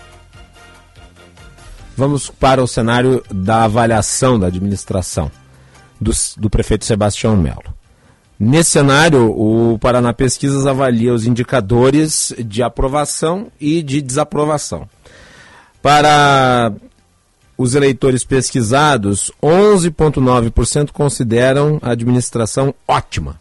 Vamos para o cenário da avaliação da administração do prefeito Sebastião Melo. Nesse cenário, o Paraná Pesquisas avalia os indicadores de aprovação e de desaprovação. Para os eleitores pesquisados, 11,9% consideram a administração ótima.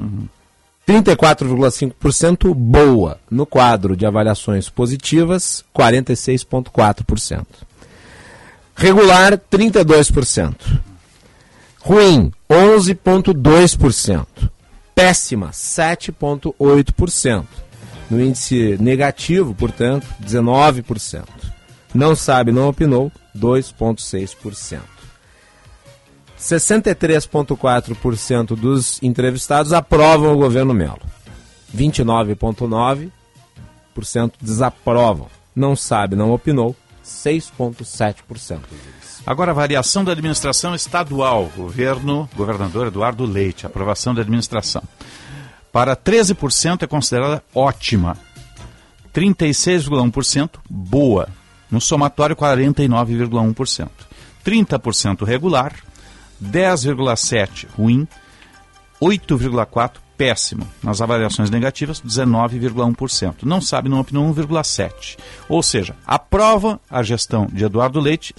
34,5% boa. No quadro de avaliações positivas, 46,4%. Regular, 32%. Ruim, 11,2%. Péssima, 7,8%. No índice negativo, portanto, 19%. Não sabe, não opinou, 2,6%. 63,4% dos entrevistados aprovam o governo Melo. 29,9% desaprovam. Não sabe, não opinou, 6,7%. Agora, a variação da administração estadual. Governador Eduardo Leite, aprovação da administração. Para 13% é considerada ótima. 36,1% boa. No somatório, 49,1%. 30% regular. 10,7% ruim. 8,4% péssimo. Nas avaliações negativas, 19,1%. Não sabe, não opinou, 1,7%. Ou seja, aprova a gestão de Eduardo Leite,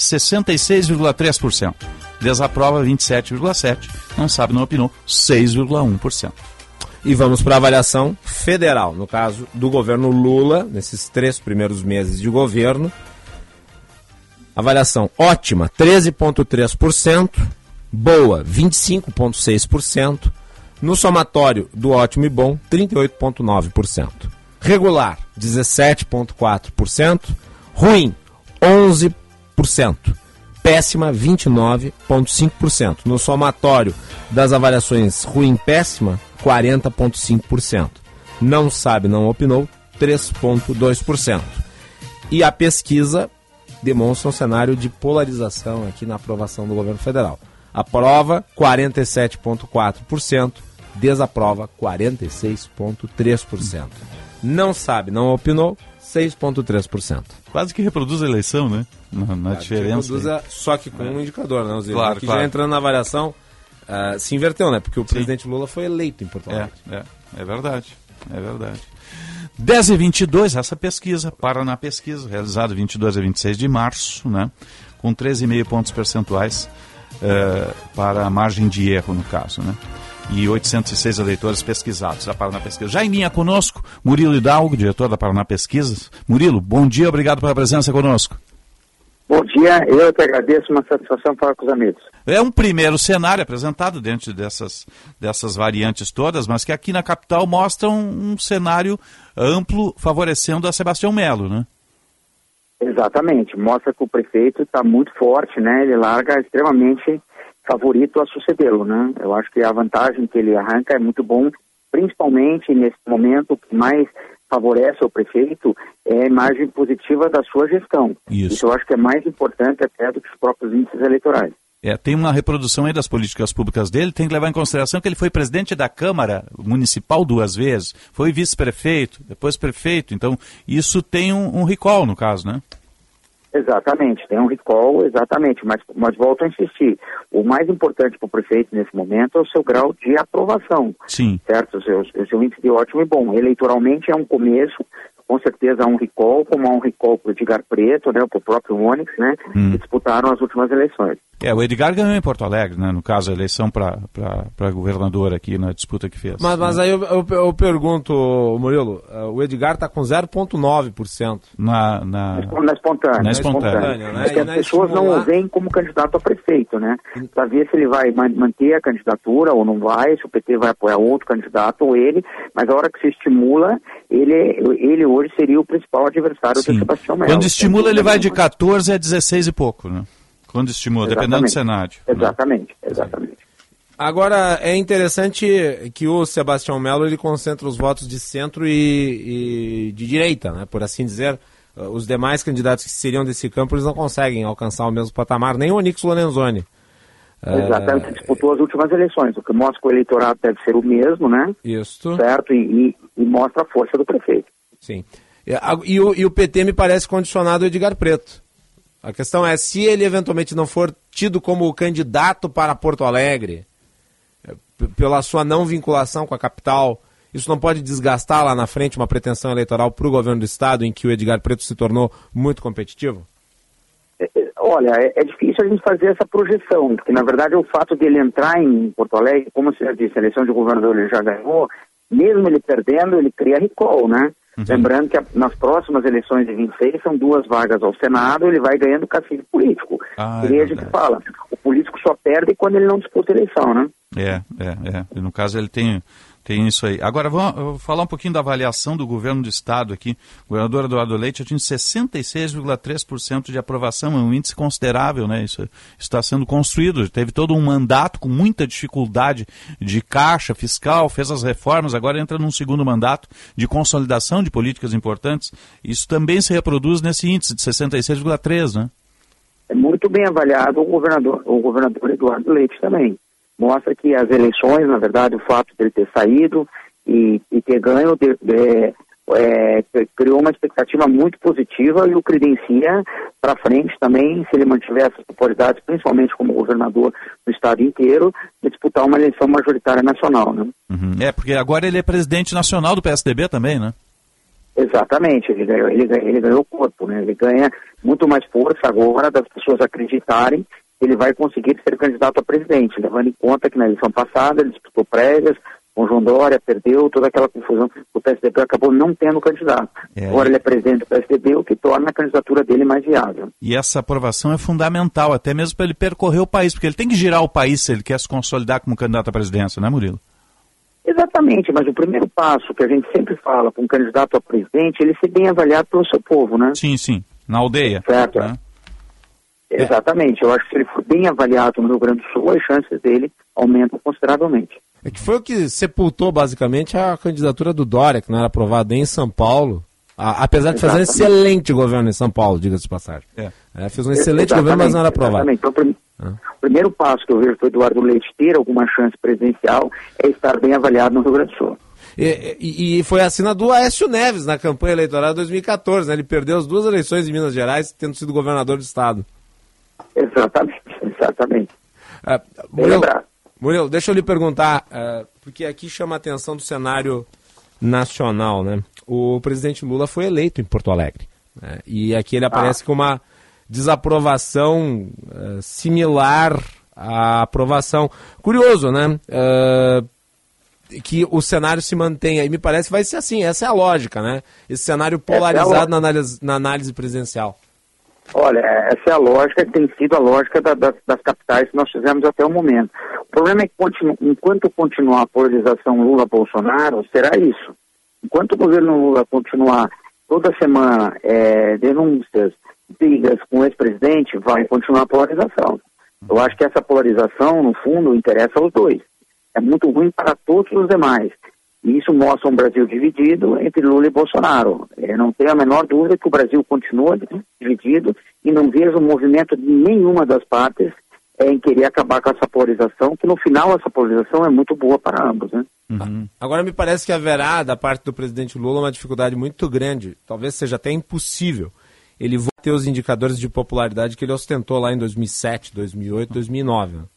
66,3%. Desaprova, 27,7%. Não sabe, não opinou, 6,1%. E vamos para a avaliação federal. No caso do governo Lula, nesses 3 primeiros meses de governo, avaliação ótima, 13,3%. Boa, 25,6%. No somatório do ótimo e bom, 38,9%. Regular, 17,4%. Ruim, 11%. Péssima, 29,5%. No somatório das avaliações ruim e péssima, 40,5%. Não sabe, não opinou, 3,2%. E a pesquisa demonstra um cenário de polarização aqui na aprovação do governo federal. Aprova 47,4%, desaprova 46,3%. Não sabe, não opinou, 6,3%. Quase que reproduz a eleição, né? Na diferença. Reproduz, só que com um indicador, né, Osiris? Claro, que claro. Já entrando na avaliação, se inverteu, né? Porque o presidente Lula foi eleito em Porto Alegre. É verdade, é verdade. 10h22, essa pesquisa, Paraná Pesquisa, realizada 22 a 26 de março, né? Com 13,5 pontos percentuais para a margem de erro, no caso, né? E 806 eleitores pesquisados da Paraná Pesquisa. Já em linha conosco, Murilo Hidalgo, diretor da Paraná Pesquisas. Murilo, bom dia, obrigado pela presença conosco. Bom dia, eu que agradeço, uma satisfação falar com os amigos. É um primeiro cenário apresentado dentro dessas variantes todas, mas que aqui na capital mostra um cenário amplo favorecendo a Sebastião Melo, né? Exatamente, mostra que o prefeito está muito forte, né? Ele larga extremamente favorito a sucedê-lo, né? Eu acho que a vantagem que ele arranca é muito bom, principalmente nesse momento que mais favorece o prefeito é a imagem positiva da sua gestão. Isso eu acho que é mais importante até do que os próprios índices eleitorais. Tem uma reprodução aí das políticas públicas dele, tem que levar em consideração que ele foi presidente da Câmara Municipal 2 vezes, foi vice-prefeito, depois prefeito, então isso tem um recall no caso, né? Exatamente, tem um recall, exatamente, mas volto a insistir, o mais importante para o prefeito nesse momento é o seu grau de aprovação. Sim. Certo? O seu índice de ótimo e bom. Eleitoralmente é um começo, com certeza há um recall, como há um recall para o Edgar Preto, né, para o próprio Onyx, né, que disputaram as últimas eleições. O Edgar ganhou em Porto Alegre, né, no caso a eleição para governador aqui na disputa que fez. Mas aí eu pergunto, Murilo, o Edgar está com 0,9%. Na espontânea. Na espontânea, né? Porque as pessoas não o veem como candidato a prefeito, né? Para ver se ele vai manter a candidatura ou não vai, se o PT vai apoiar outro candidato ou ele, mas a hora que se estimula, ele hoje seria o principal adversário do Sebastião Melo. Quando estimula, ele vai de 14 a 16 e pouco, né? Quando estimula, dependendo do cenário. Exatamente. Agora, é interessante que o Sebastião Melo ele concentra os votos de centro e de direita, né? Por assim dizer. Os demais candidatos que seriam desse campo, eles não conseguem alcançar o mesmo patamar, nem o Onyx Lorenzoni. Exatamente, disputou as últimas eleições, o que mostra que o eleitorado deve ser o mesmo, né? Isso. Certo, e mostra a força do prefeito. Sim. E o PT me parece condicionado ao Edgar Preto. A questão é, se ele eventualmente não for tido como candidato para Porto Alegre, pela sua não vinculação com a capital, isso não pode desgastar lá na frente uma pretensão eleitoral para o governo do estado em que o Edgar Preto se tornou muito competitivo? Olha, é difícil a gente fazer essa projeção, porque na verdade o fato de ele entrar em Porto Alegre, como você já disse, a eleição de governador ele já ganhou, mesmo ele perdendo, ele cria recall, né? Lembrando que nas próximas eleições de 26 são 2 vagas ao Senado, ele vai ganhando cacife político. E aí a gente fala, o político só perde quando ele não disputa eleição, né? No caso ele tem Tem isso aí. Agora, vamos falar um pouquinho da avaliação do governo do Estado aqui. O governador Eduardo Leite atinge 66,3% de aprovação, é um índice considerável, né? Isso está sendo construído. Teve todo um mandato com muita dificuldade de caixa fiscal, fez as reformas, agora entra num segundo mandato de consolidação de políticas importantes. Isso também se reproduz nesse índice de 66,3%, né? É muito bem avaliado o governador Eduardo Leite também. Mostra que as eleições, na verdade, o fato dele ter saído e ter ganho criou uma expectativa muito positiva e o credencia para frente também, se ele mantiver essas popularidades, principalmente como governador do estado inteiro, de disputar uma eleição majoritária nacional, né? Uhum. Porque agora ele é presidente nacional do PSDB também, né? Exatamente, ele ganhou corpo, né? Ele ganha muito mais força agora das pessoas acreditarem que ele vai conseguir ser candidato a presidente, levando em conta que na eleição passada ele disputou prévias, com João Dória, perdeu toda aquela confusão, o PSDB acabou não tendo candidato. Agora ele é presidente do PSDB, o que torna a candidatura dele mais viável. E essa aprovação é fundamental, até mesmo para ele percorrer o país, porque ele tem que girar o país se ele quer se consolidar como candidato à presidência, né, Murilo? Exatamente, mas o primeiro passo que a gente sempre fala para um candidato a presidente, ele ser bem avaliado pelo seu povo, né? Sim, na aldeia. Certo. Né? Exatamente, eu acho que se ele for bem avaliado no Rio Grande do Sul, as chances dele aumentam consideravelmente. É que foi o que sepultou basicamente a candidatura do Dória, que não era aprovada em São Paulo, apesar de fazer um excelente governo em São Paulo, diga-se de passagem. Fez um excelente governo, mas não era aprovado. Então, o primeiro passo que eu vejo para o Eduardo Leite ter alguma chance presidencial é estar bem avaliado no Rio Grande do Sul. E foi assim na do Aécio Neves, na campanha eleitoral de 2014, né? Ele perdeu as 2 eleições em Minas Gerais, tendo sido governador do estado. Exatamente. Murilo, deixa eu lhe perguntar, porque aqui chama a atenção do cenário nacional, né? O presidente Lula foi eleito em Porto Alegre, né? E aqui ele aparece com uma desaprovação similar à aprovação. Curioso, né? Que o cenário se mantenha, e me parece que vai ser assim, essa é a lógica, né? Esse cenário polarizado na análise presidencial. Olha, essa é a lógica que tem sido a lógica das capitais que nós fizemos até o momento. O problema é que enquanto continuar a polarização Lula-Bolsonaro, será isso. Enquanto o governo Lula continuar toda semana denúncias, brigas com o ex-presidente, vai continuar a polarização. Eu acho que essa polarização, no fundo, interessa aos dois. É muito ruim para todos os demais. E isso mostra um Brasil dividido entre Lula e Bolsonaro. Eu não tenho a menor dúvida que o Brasil continua dividido e não vejo movimento de nenhuma das partes em querer acabar com essa polarização, que no final essa polarização é muito boa para ambos, né? Uhum. Agora me parece que haverá, da parte do presidente Lula, uma dificuldade muito grande, talvez seja até impossível, ele voltar a ter os indicadores de popularidade que ele ostentou lá em 2007, 2008, 2009. Né?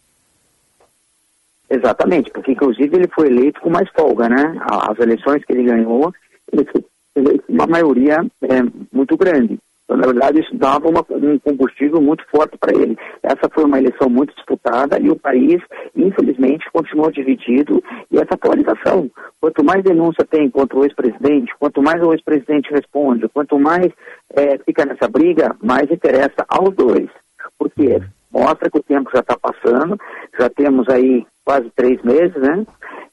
Exatamente, porque inclusive ele foi eleito com mais folga, né? As eleições que ele ganhou, ele foi eleito com uma maioria muito grande. Então, na verdade, isso dava um combustível muito forte para ele. Essa foi uma eleição muito disputada e o país, infelizmente, continuou dividido. E essa polarização, quanto mais denúncia tem contra o ex-presidente, quanto mais o ex-presidente responde, quanto mais fica nessa briga, mais interessa aos dois. Porque mostra que o tempo já está passando, já temos aí quase 3 meses, né?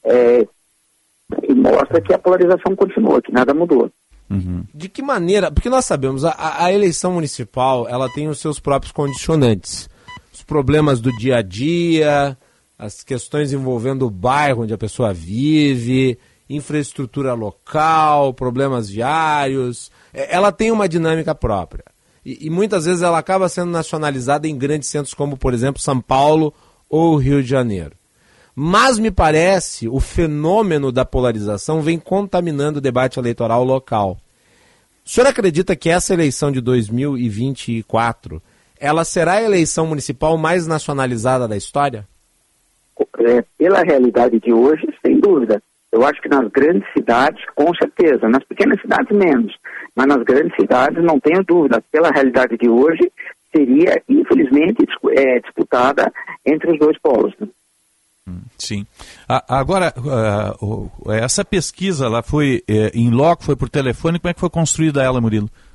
E mostra que a polarização continua, que nada mudou. Uhum. De que maneira? Porque nós sabemos, a eleição municipal, ela tem os seus próprios condicionantes. Os problemas do dia a dia, as questões envolvendo o bairro onde a pessoa vive, infraestrutura local, problemas viários. Ela tem uma dinâmica própria. E muitas vezes ela acaba sendo nacionalizada em grandes centros como, por exemplo, São Paulo ou Rio de Janeiro. Mas, me parece, o fenômeno da polarização vem contaminando o debate eleitoral local. O senhor acredita que essa eleição de 2024, ela será a eleição municipal mais nacionalizada da história? Pela realidade de hoje, sem dúvida. Eu acho que nas grandes cidades, com certeza. Nas pequenas cidades, menos. Mas nas grandes cidades, não tenho dúvida. Pela realidade de hoje, seria, infelizmente, disputada entre os dois polos, né? Sim. Agora, essa pesquisa lá foi em loco, foi por telefone, como é que foi construída ela, Murilo?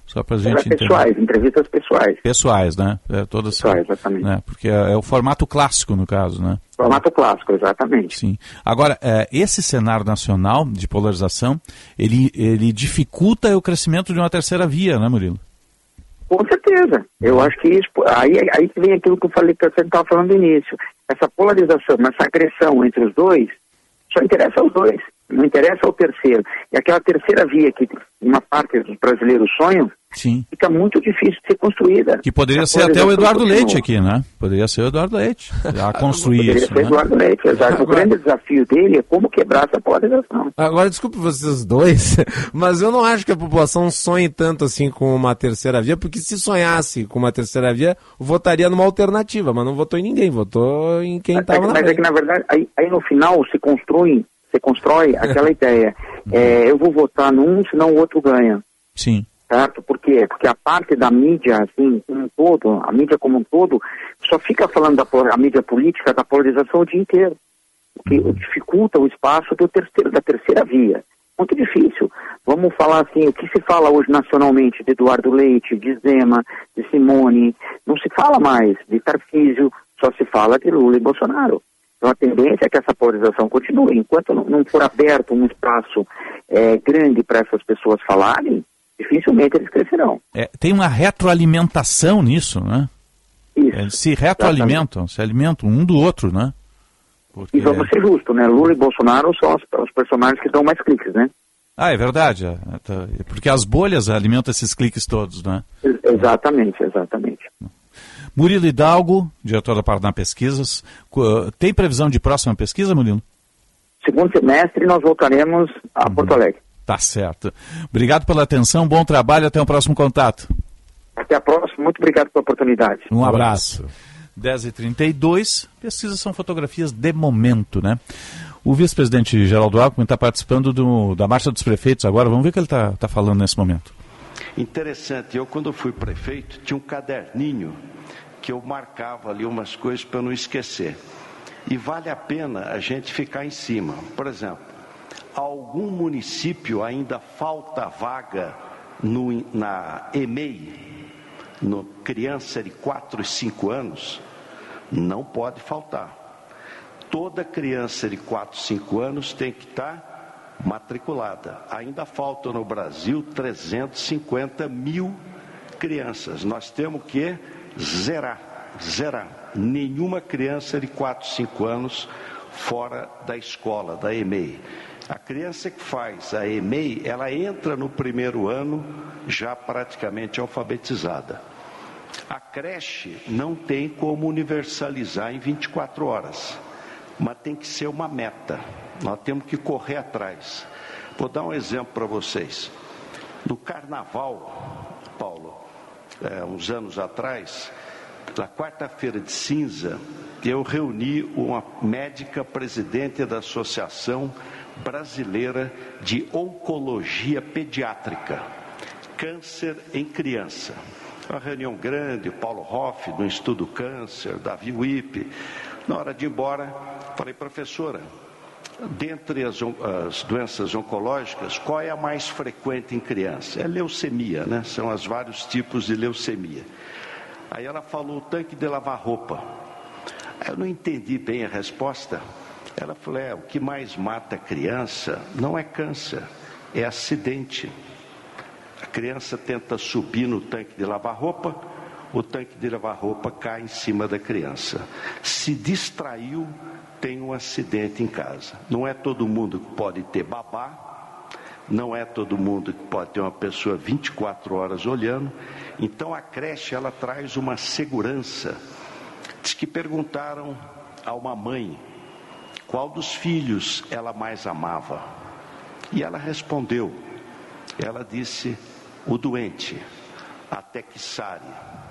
Só para a gente entender. Pessoais, entrevistas pessoais. Pessoais, né? Pessoais, exatamente. Né? Porque é o formato clássico, no caso, né? Formato clássico, exatamente. Sim. Agora, esse cenário nacional de polarização, ele dificulta o crescimento de uma terceira via, né, Murilo? Com certeza. Eu acho que isso... Aí vem aquilo que eu falei, que você estava falando no início. Essa polarização, essa agressão entre os dois, só interessa aos dois. Não interessa ao terceiro. E aquela terceira via que uma parte dos brasileiros sonham, sim, fica muito difícil de ser construída. Que poderia ser até o Eduardo Leite aqui, né? Poderia ser o Eduardo Leite a construir isso. Poderia ser o Eduardo Leite, exato. O grande desafio dele é como quebrar essa polarização. Agora, desculpe vocês dois, mas eu não acho que a população sonhe tanto assim com uma terceira via, porque se sonhasse com uma terceira via, votaria numa alternativa, mas não votou em ninguém, votou em quem estava na frente. Mas é que, na verdade, aí no final se constrói aquela ideia. Eu vou votar num, senão o outro ganha. Sim. Certo? Por quê? Porque a parte da mídia, assim, como um todo, a mídia como um todo, só fica falando a mídia política, da polarização o dia inteiro. O que dificulta o espaço da terceira via. Muito difícil. Vamos falar assim, o que se fala hoje nacionalmente de Eduardo Leite, de Zema, de Simone, não se fala mais de Tarcísio, só se fala de Lula e Bolsonaro. Então a tendência é que essa polarização continue. Enquanto não for aberto um espaço grande para essas pessoas falarem, dificilmente eles crescerão. Tem uma retroalimentação nisso, né? Isso. Eles se retroalimentam, se alimentam um do outro, né? Porque... E vamos ser justos, né? Lula e Bolsonaro são os personagens que dão mais cliques, né? Ah, é verdade. Porque as bolhas alimentam esses cliques todos, né? Exatamente. Murilo Hidalgo, diretor da Paraná Pesquisas. Tem previsão de próxima pesquisa, Murilo? Segundo semestre nós voltaremos a Porto Alegre. Tá certo. Obrigado pela atenção, bom trabalho, até o próximo contato. Até a próxima, muito obrigado pela oportunidade. Um abraço. 10h32, pesquisas são fotografias de momento, né? O vice-presidente Geraldo Alckmin está participando da Marcha dos Prefeitos agora, vamos ver o que ele está falando nesse momento. Interessante, quando fui prefeito, tinha um caderninho que eu marcava ali umas coisas para eu não esquecer. E vale a pena a gente ficar em cima. Por exemplo, algum município ainda falta vaga na EMEI, no criança de 4 e 5 anos? Não pode faltar. Toda criança de 4 e 5 anos tem que estar matriculada. Ainda faltam no Brasil 350 mil crianças. Nós temos que zerar. Nenhuma criança de 4, 5 anos fora da escola, da EMEI. A criança que faz a EMEI, ela entra no primeiro ano já praticamente alfabetizada. A creche não tem como universalizar em 24 horas, mas tem que ser uma meta. Nós temos que correr atrás. Vou dar um exemplo para vocês. No carnaval, Paulo, uns anos atrás, na quarta-feira de cinza, eu reuni uma médica presidente da Associação Brasileira de Oncologia Pediátrica, câncer em criança. Uma reunião grande, Paulo Hoff, do Instituto Câncer, Davi Wippe. Na hora de ir embora, falei, professora, dentre as doenças oncológicas, qual é a mais frequente em criança? É leucemia, né? São os vários tipos de leucemia. Aí ela falou, o tanque de lavar roupa. Eu não entendi bem a resposta. Ela falou, o que mais mata a criança não é câncer, é acidente. A criança tenta subir no tanque de lavar roupa, o tanque de lavar roupa cai em cima da criança. Se distraiu, tem um acidente em casa. Não é todo mundo que pode ter babá, não é todo mundo que pode ter uma pessoa 24 horas olhando. Então a creche, ela traz uma segurança. Diz que perguntaram a uma mãe qual dos filhos ela mais amava. E ela respondeu, ela disse, o doente, até que sare,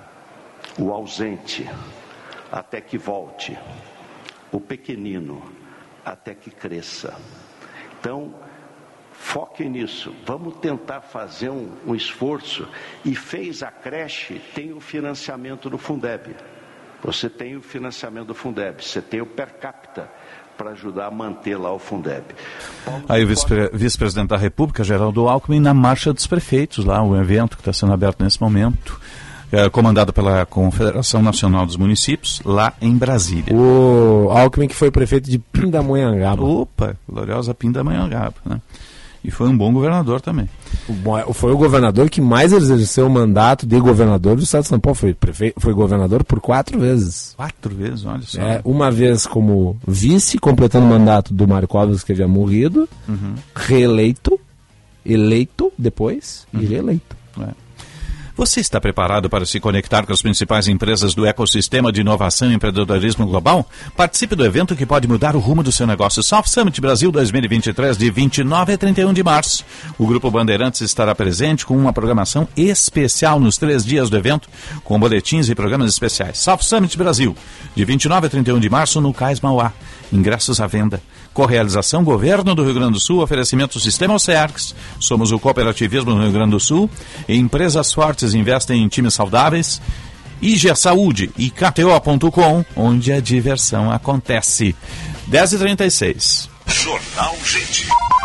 o ausente, até que volte, o pequenino, até que cresça. Então, foquem nisso, vamos tentar fazer um esforço. E fez a creche, tem o financiamento do Fundeb. Você tem o financiamento do Fundeb, você tem o per capita. para ajudar a manter lá o Fundeb. Aí o vice-presidente da República, Geraldo Alckmin, na Marcha dos Prefeitos, lá, um evento que está sendo aberto nesse momento, comandado pela Confederação Nacional dos Municípios, lá em Brasília. O Alckmin, que foi prefeito de Pindamonhangaba. Opa, gloriosa Pindamonhangaba, né? E foi um bom governador também. Foi o governador que mais exerceu o mandato de governador do estado de São Paulo. Foi governador por 4 vezes. 4 vezes, olha só. Uma vez como vice, completando o mandato do Mário Covas, que havia morrido, reeleito, eleito depois e reeleito. Você está preparado para se conectar com as principais empresas do ecossistema de inovação e empreendedorismo global? Participe do evento que pode mudar o rumo do seu negócio. South Summit Brasil 2023, de 29 a 31 de março. O Grupo Bandeirantes estará presente com uma programação especial nos 3 dias do evento, com boletins e programas especiais. South Summit Brasil, de 29 a 31 de março, no Cais Mauá. Ingressos à venda. Correalização Governo do Rio Grande do Sul, oferecimento Sistema Ocerx. Somos o cooperativismo no Rio Grande do Sul. Empresas fortes investem em times saudáveis. IG Saúde e KTO.com, onde a diversão acontece. 10h36. Jornal Gente.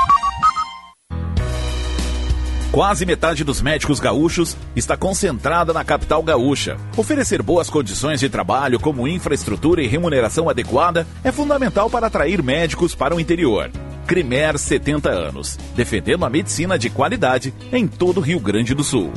Quase metade dos médicos gaúchos está concentrada na capital gaúcha. Oferecer boas condições de trabalho, como infraestrutura e remuneração adequada, é fundamental para atrair médicos para o interior. Crimer, 70 anos, defendendo a medicina de qualidade em todo o Rio Grande do Sul.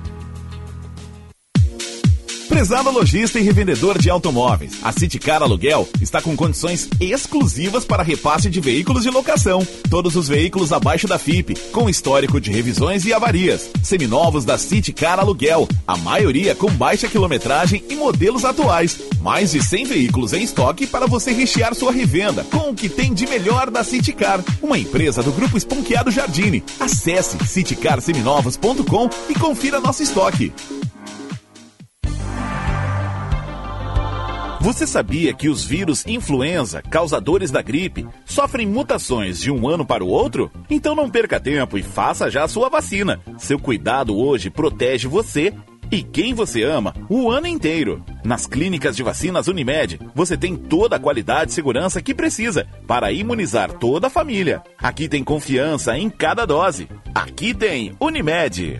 Prezado lojista e revendedor de automóveis, a Citicar Aluguel está com condições exclusivas para repasse de veículos de locação. Todos os veículos abaixo da FIP, com histórico de revisões e avarias. Seminovos da Citicar Aluguel, a maioria com baixa quilometragem e modelos atuais. Mais de 100 veículos em estoque para você rechear sua revenda com o que tem de melhor da Citicar, uma empresa do Grupo Esponqueado Jardine. Acesse citicarseminovos.com e confira nosso estoque. Você sabia que os vírus influenza, causadores da gripe, sofrem mutações de um ano para o outro? Então não perca tempo e faça já a sua vacina. Seu cuidado hoje protege você e quem você ama o ano inteiro. Nas clínicas de vacinas Unimed, você tem toda a qualidade e segurança que precisa para imunizar toda a família. Aqui tem confiança em cada dose. Aqui tem Unimed.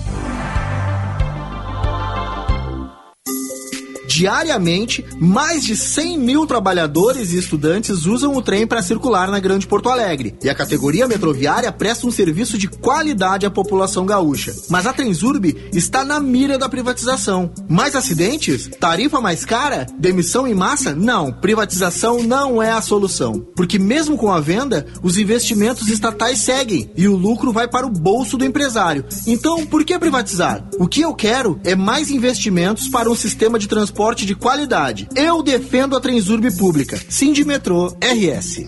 Diariamente, mais de 100 mil trabalhadores e estudantes usam o trem para circular na Grande Porto Alegre. E a categoria metroviária presta um serviço de qualidade à população gaúcha. Mas a Transurb está na mira da privatização. Mais acidentes? Tarifa mais cara? Demissão em massa? Não, privatização não é a solução. Porque mesmo com a venda, os investimentos estatais seguem e o lucro vai para o bolso do empresário. Então, por que privatizar? O que eu quero é mais investimentos para um sistema de transporte de qualidade. Eu defendo a Transurb pública. Sindimetrô RS.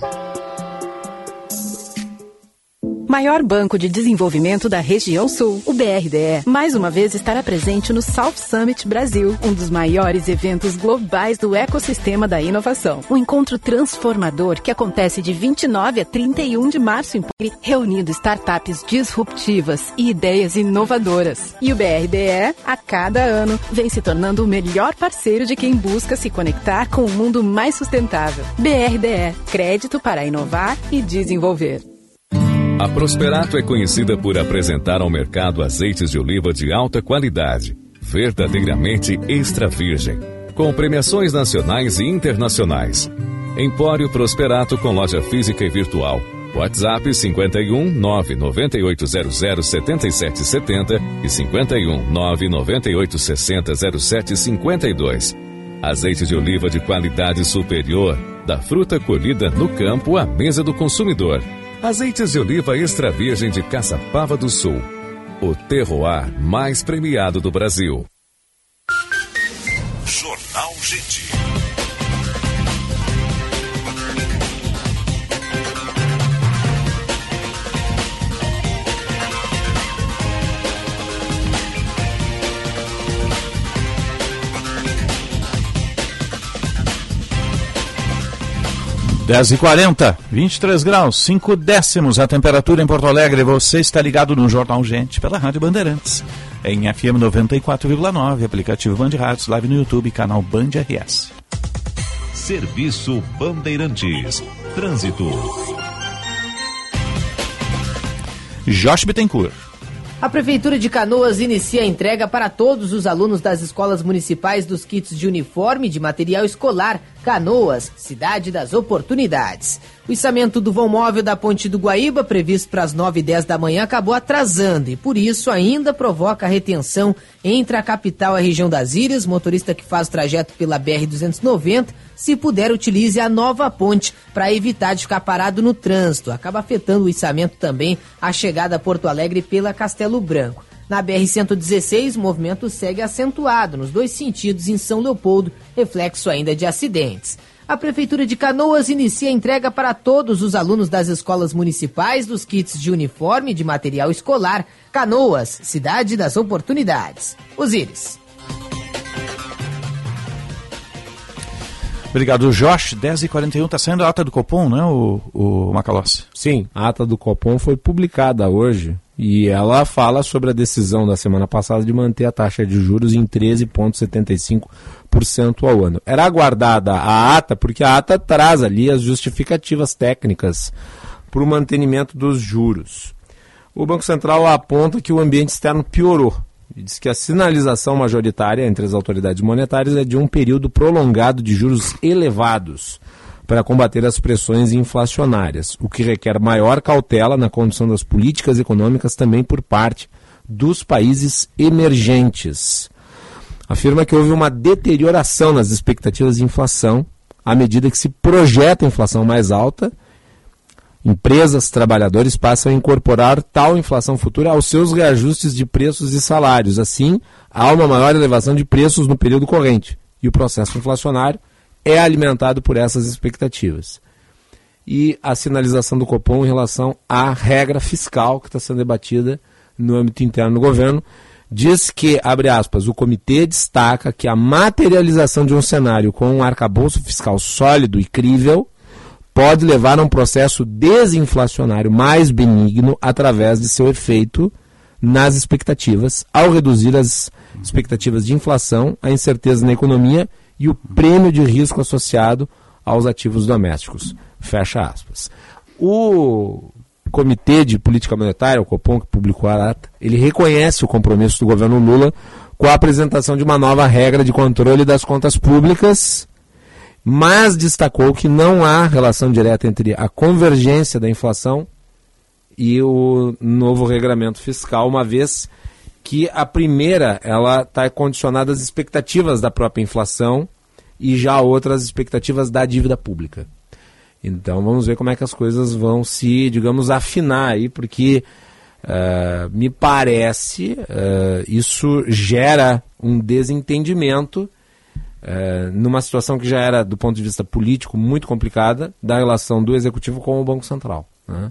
Maior banco de desenvolvimento da região sul, o BRDE, mais uma vez estará presente no South Summit Brasil, um dos maiores eventos globais do ecossistema da inovação. Um encontro transformador que acontece de 29 a 31 de março em Paris, reunindo startups disruptivas e ideias inovadoras. E o BRDE, a cada ano, vem se tornando o melhor parceiro de quem busca se conectar com um mundo mais sustentável. BRDE, crédito para inovar e desenvolver. A Prosperato é conhecida por apresentar ao mercado azeites de oliva de alta qualidade, verdadeiramente extra virgem, com premiações nacionais e internacionais. Empório Prosperato com loja física e virtual. WhatsApp 51 99800 7770 e 51 99860 0752. Azeite de oliva de qualidade superior, da fruta colhida no campo à mesa do consumidor. Azeites de oliva extra virgem de Caçapava do Sul. O terroir mais premiado do Brasil. Jornal Gente. Dez e 40, 23 graus, 5 décimos a temperatura em Porto Alegre. Você está ligado no Jornal Gente pela Rádio Bandeirantes. Em FM 94,9, aplicativo Band Rádios, live no YouTube, canal Band RS. Serviço Bandeirantes. Trânsito. Josh Bittencourt. A Prefeitura de Canoas inicia a entrega para todos os alunos das escolas municipais dos kits de uniforme e de material escolar. Canoas, cidade das oportunidades. O içamento do vão móvel da Ponte do Guaíba, previsto para as 9h10 da manhã, acabou atrasando e, por isso, ainda provoca retenção entre a capital e a região das Ilhas. Motorista que faz o trajeto pela BR-290, se puder, utilize a nova ponte para evitar de ficar parado no trânsito. Acaba afetando o içamento também a chegada a Porto Alegre pela Castelo Branco. Na BR-116, o movimento segue acentuado nos dois sentidos em São Leopoldo, reflexo ainda de acidentes. A Prefeitura de Canoas inicia a entrega para todos os alunos das escolas municipais dos kits de uniforme e de material escolar. Canoas, cidade das oportunidades. Osíris. Obrigado, Josh. 10h41, está saindo a ata do Copom, né, o Macalossi? Sim, a ata do Copom foi publicada hoje e ela fala sobre a decisão da semana passada de manter a taxa de juros em 13,75% ao ano. Era aguardada a ata, porque a ata traz ali as justificativas técnicas para o mantenimento dos juros. O Banco Central aponta que o ambiente externo piorou. Diz que a sinalização majoritária entre as autoridades monetárias é de um período prolongado de juros elevados para combater as pressões inflacionárias, o que requer maior cautela na condução das políticas econômicas também por parte dos países emergentes. Afirma que houve uma deterioração nas expectativas de inflação à medida que se projeta a inflação mais alta. Empresas, trabalhadores passam a incorporar tal inflação futura aos seus reajustes de preços e salários. Assim, há uma maior elevação de preços no período corrente e o processo inflacionário é alimentado por essas expectativas. E a sinalização do Copom em relação à regra fiscal que está sendo debatida no âmbito interno do governo diz que, abre aspas, o comitê destaca que a materialização de um cenário com um arcabouço fiscal sólido e crível pode levar a um processo desinflacionário mais benigno através de seu efeito nas expectativas, ao reduzir as expectativas de inflação, a incerteza na economia e o prêmio de risco associado aos ativos domésticos. Fecha aspas. O Comitê de Política Monetária, o Copom, que publicou a ata, ele reconhece o compromisso do governo Lula com a apresentação de uma nova regra de controle das contas públicas, mas destacou que não há relação direta entre a convergência da inflação e o novo regramento fiscal, uma vez que a primeira ela está condicionada às expectativas da própria inflação e já outras expectativas da dívida pública. Então vamos ver como é que as coisas vão se, digamos, afinar aí, porque me parece isso gera um desentendimento numa situação que já era, do ponto de vista político, muito complicada, da relação do Executivo com o Banco Central. Né?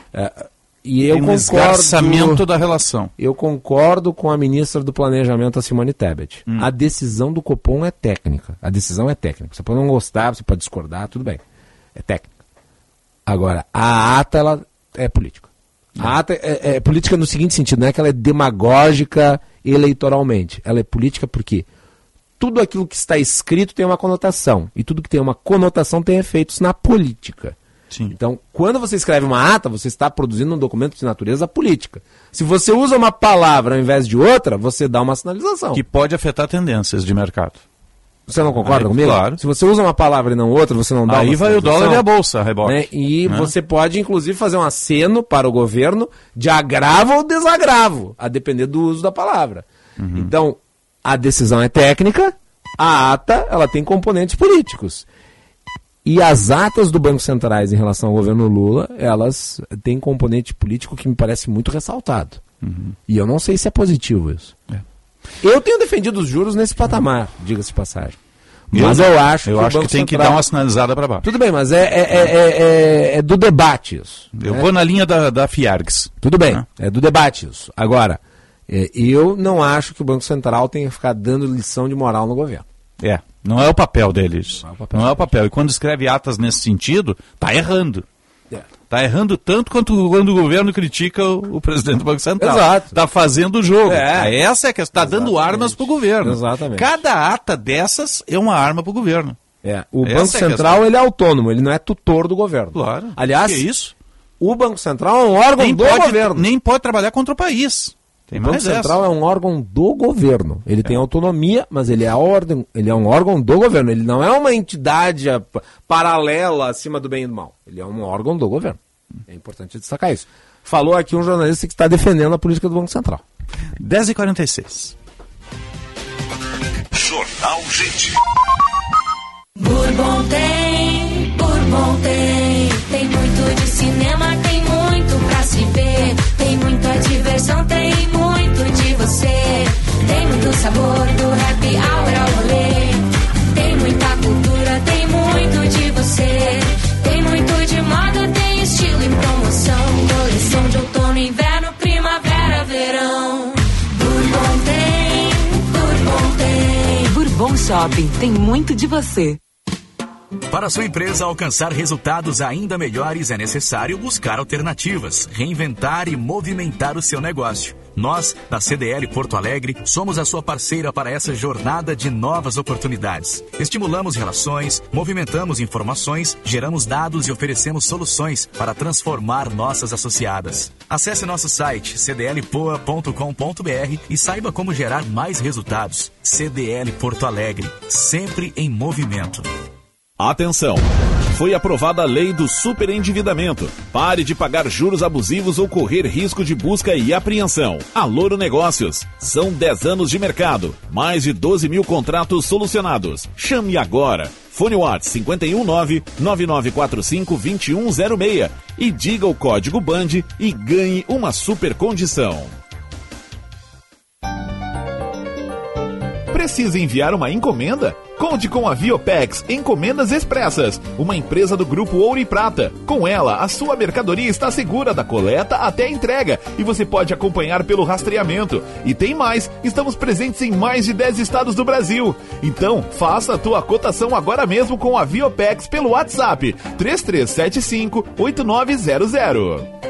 E eu concordo, esgarçamento da relação. Eu concordo com a ministra do Planejamento, a Simone Tebet. A decisão do Copom é técnica. A decisão é técnica. Você pode não gostar, você pode discordar, tudo bem. É técnica. Agora, a ata ela é política. A ata é política no seguinte sentido, não é que ela é demagógica eleitoralmente. Ela é política porque tudo aquilo que está escrito tem uma conotação. E tudo que tem uma conotação tem efeitos na política. Sim. Então, quando você escreve uma ata, você está produzindo um documento de natureza política. Se você usa uma palavra ao invés de outra, você dá uma sinalização. Que pode afetar tendências de mercado. Você não concorda comigo? Claro. Se você usa uma palavra e não outra, você não dá aí uma vai o dólar e a bolsa, a rebote. Né? E você pode, inclusive, fazer um aceno para o governo de agravo ou desagravo, a depender do uso da palavra. Então, a decisão é técnica, a ata ela tem componentes políticos. E as atas do Banco Centrais em relação ao governo Lula, elas têm componente político que me parece muito ressaltado. E eu não sei se é positivo isso. Eu tenho defendido os juros nesse patamar, diga-se de passagem. Mas eu acho que tem que dar uma sinalizada para baixo. Tudo bem, mas é do debate isso. Eu vou na linha da Fiargs. Tudo bem, é do debate isso. Agora, eu não acho que o Banco Central tenha que ficar dando lição de moral no governo. Não é o papel deles. Não é o papel. E quando escreve atas nesse sentido, está errando. Está errando tanto quanto quando o governo critica o presidente do Banco Central. Exato. Está fazendo o jogo. Essa é a questão. Está dando armas para o governo. Exatamente. Cada ata dessas é uma arma para o governo. O Banco Central ele é autônomo, ele não é tutor do governo. Claro. Aliás, que é isso? O Banco Central é um órgão do governo. Nem pode trabalhar contra o país. Tem o Banco Central é um órgão do governo. Ele tem autonomia, mas ele é um órgão do governo. Ele não é uma entidade paralela acima do bem e do mal. Ele é um órgão do governo. É importante destacar isso. Falou aqui um jornalista que está defendendo a política do Banco Central. 10h46. Jornal Gente. Bourbon tem muito de cinema, tem muito pra se ver, tem muita diversão, tem muito de você, tem muito sabor do happy hour ao rolê, tem muita cultura, tem muito de você, tem muito de moda, tem estilo em promoção, coleção de outono, inverno, primavera, verão. Bourbon tem. Bourbon Shopping tem muito de você. Para sua empresa alcançar resultados ainda melhores, é necessário buscar alternativas, reinventar e movimentar o seu negócio. Nós, da CDL Porto Alegre, somos a sua parceira para essa jornada de novas oportunidades. Estimulamos relações, movimentamos informações, geramos dados e oferecemos soluções para transformar nossas associadas. Acesse nosso site cdlpoa.com.br e saiba como gerar mais resultados. CDL Porto Alegre, sempre em movimento. Atenção! Foi aprovada a lei do superendividamento. Pare de pagar juros abusivos ou correr risco de busca e apreensão. Aloro Negócios. São 10 anos de mercado. Mais de 12 mil contratos solucionados. Chame agora. Fone WhatsApp 519-9945-2106 e diga o código BAND e ganhe uma super condição. Precisa enviar uma encomenda? Conte com a Viopex Encomendas Expressas, uma empresa do Grupo Ouro e Prata. Com ela, a sua mercadoria está segura da coleta até a entrega e você pode acompanhar pelo rastreamento. E tem mais, estamos presentes em mais de 10 estados do Brasil. Então, faça a tua cotação agora mesmo com a Viopex pelo WhatsApp 3375-8900.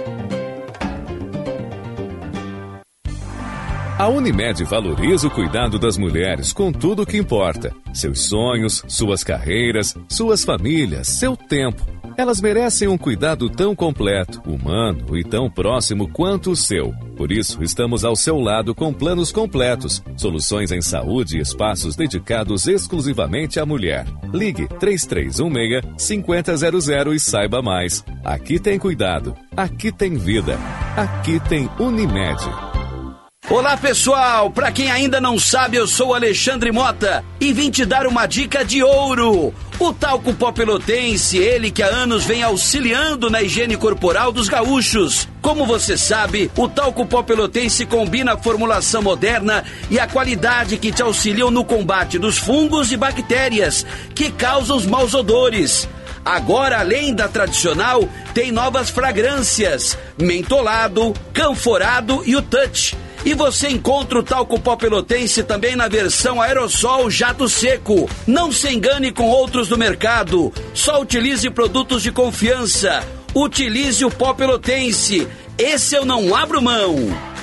A Unimed valoriza o cuidado das mulheres com tudo o que importa. Seus sonhos, suas carreiras, suas famílias, seu tempo. Elas merecem um cuidado tão completo, humano e tão próximo quanto o seu. Por isso, estamos ao seu lado com planos completos, soluções em saúde e espaços dedicados exclusivamente à mulher. Ligue 3316-5000 e saiba mais. Aqui tem cuidado, aqui tem vida, aqui tem Unimed. Olá pessoal, pra quem ainda não sabe, eu sou o Alexandre Mota e vim te dar uma dica de ouro. O talco pó pelotense, ele que há anos vem auxiliando na higiene corporal dos gaúchos. Como você sabe, o talco pó pelotense combina a formulação moderna e a qualidade que te auxiliam no combate dos fungos e bactérias que causam os maus odores. Agora, além da tradicional, tem novas fragrâncias, mentolado, canforado e o touch. E você encontra o talco pó pelotense também na versão aerossol jato seco. Não se engane com outros do mercado. Só utilize produtos de confiança. Utilize o pó pelotense. Esse eu não abro mão.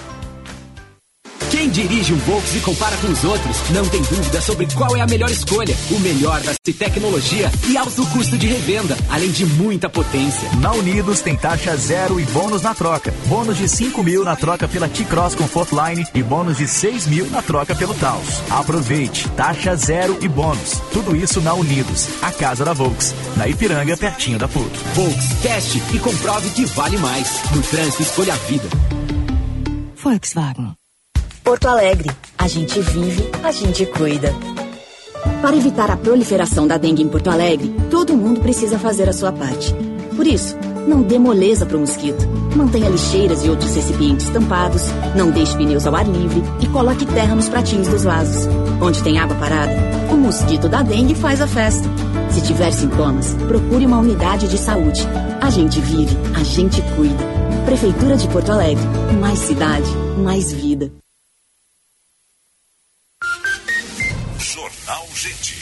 Quem dirige um Volks e compara com os outros, não tem dúvida sobre qual é a melhor escolha. O melhor da tecnologia e alto custo de revenda, além de muita potência. Na Unidos tem taxa zero e bônus na troca. Bônus de 5 mil na troca pela T-Cross Comfortline e bônus de 6 mil na troca pelo Taos. Aproveite, taxa zero e bônus. Tudo isso na Unidos, a casa da Volks, na Ipiranga, pertinho da PUC. Volks, teste e comprove que vale mais. No trânsito, escolha a vida. Volkswagen. Porto Alegre. A gente vive, a gente cuida. Para evitar a proliferação da dengue em Porto Alegre, todo mundo precisa fazer a sua parte. Por isso, não dê moleza para o mosquito. Mantenha lixeiras e outros recipientes tampados, não deixe pneus ao ar livre e coloque terra nos pratinhos dos vasos. Onde tem água parada, o mosquito da dengue faz a festa. Se tiver sintomas, procure uma unidade de saúde. A gente vive, a gente cuida. Prefeitura de Porto Alegre. Mais cidade, mais vida. Jornal Gente.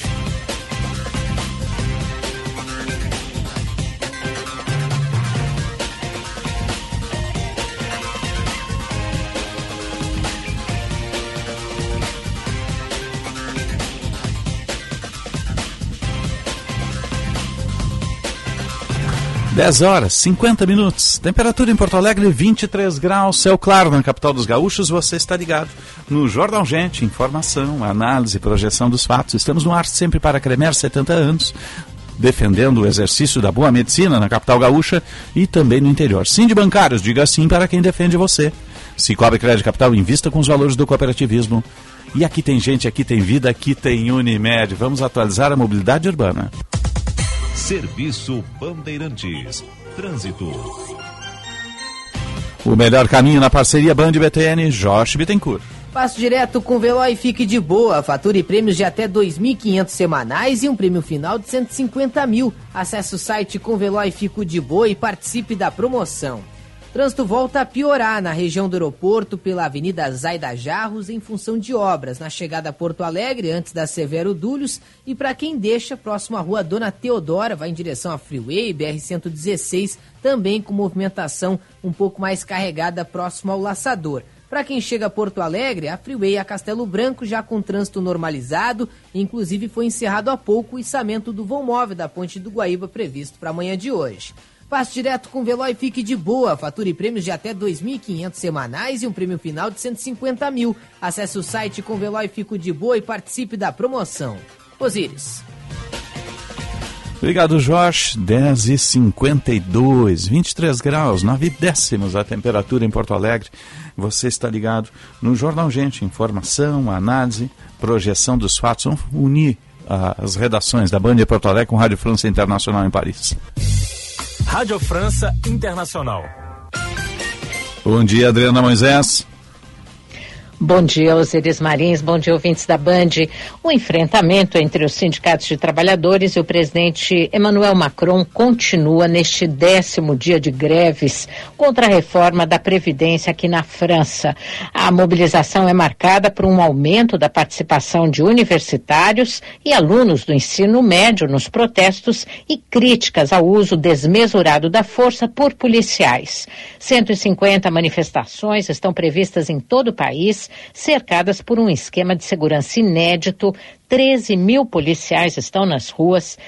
10 horas, 50 minutos. Temperatura em Porto Alegre, 23 graus. Céu claro na capital dos gaúchos. Você está ligado no Jornal Gente. Informação, análise, projeção dos fatos. Estamos no ar sempre para Cremer, 70 anos. Defendendo o exercício da boa medicina na capital gaúcha e também no interior. Sim de bancários, diga sim para quem defende você. Cicobi Crédito Capital, invista com os valores do cooperativismo. E aqui tem gente, aqui tem vida, aqui tem Unimed. Vamos atualizar a mobilidade urbana. Serviço Bandeirantes. Trânsito. O melhor caminho na parceria Band e BTN, Jorge Bittencourt. Passo direto com o Veloy, fique de boa. Fature prêmios de até 2.500 semanais e um prêmio final de 150 mil. Acesse o site com Veloy, fico de boa e participe da promoção. Trânsito volta a piorar na região do aeroporto pela Avenida Zaida Jarros em função de obras na chegada a Porto Alegre antes da Severo Dúlios e para quem deixa próximo à rua Dona Teodora vai em direção à Freeway BR-116 também com movimentação um pouco mais carregada próximo ao Laçador. Para quem chega a Porto Alegre, a Freeway a Castelo Branco já com trânsito normalizado, inclusive foi encerrado há pouco o içamento do vão móvel da Ponte do Guaíba previsto para amanhã de hoje. Passe direto com o Veloy, fique de boa. Fature prêmios de até 2.500 semanais e um prêmio final de 150 mil. Acesse o site com Veloy, fico de boa e participe da promoção. Osíris. Obrigado, Jorge. 10h52, 23 graus, 9 décimos a temperatura em Porto Alegre. Você está ligado no Jornal Gente. Informação, análise, projeção dos fatos. Vamos unir as redações da Band de Porto Alegre com Rádio França Internacional em Paris. Rádio França Internacional. Bom dia, Adriana Moisés. Bom dia, Osíris Marins, bom dia, ouvintes da Band. O enfrentamento entre os sindicatos de trabalhadores e o presidente Emmanuel Macron continua neste 10º dia de greves contra a reforma da Previdência aqui na França. A mobilização é marcada por um aumento da participação de universitários e alunos do ensino médio nos protestos e críticas ao uso desmesurado da força por policiais. 150 manifestações estão previstas em todo o país, cercadas por um esquema de segurança inédito. 13 mil policiais estão nas ruas,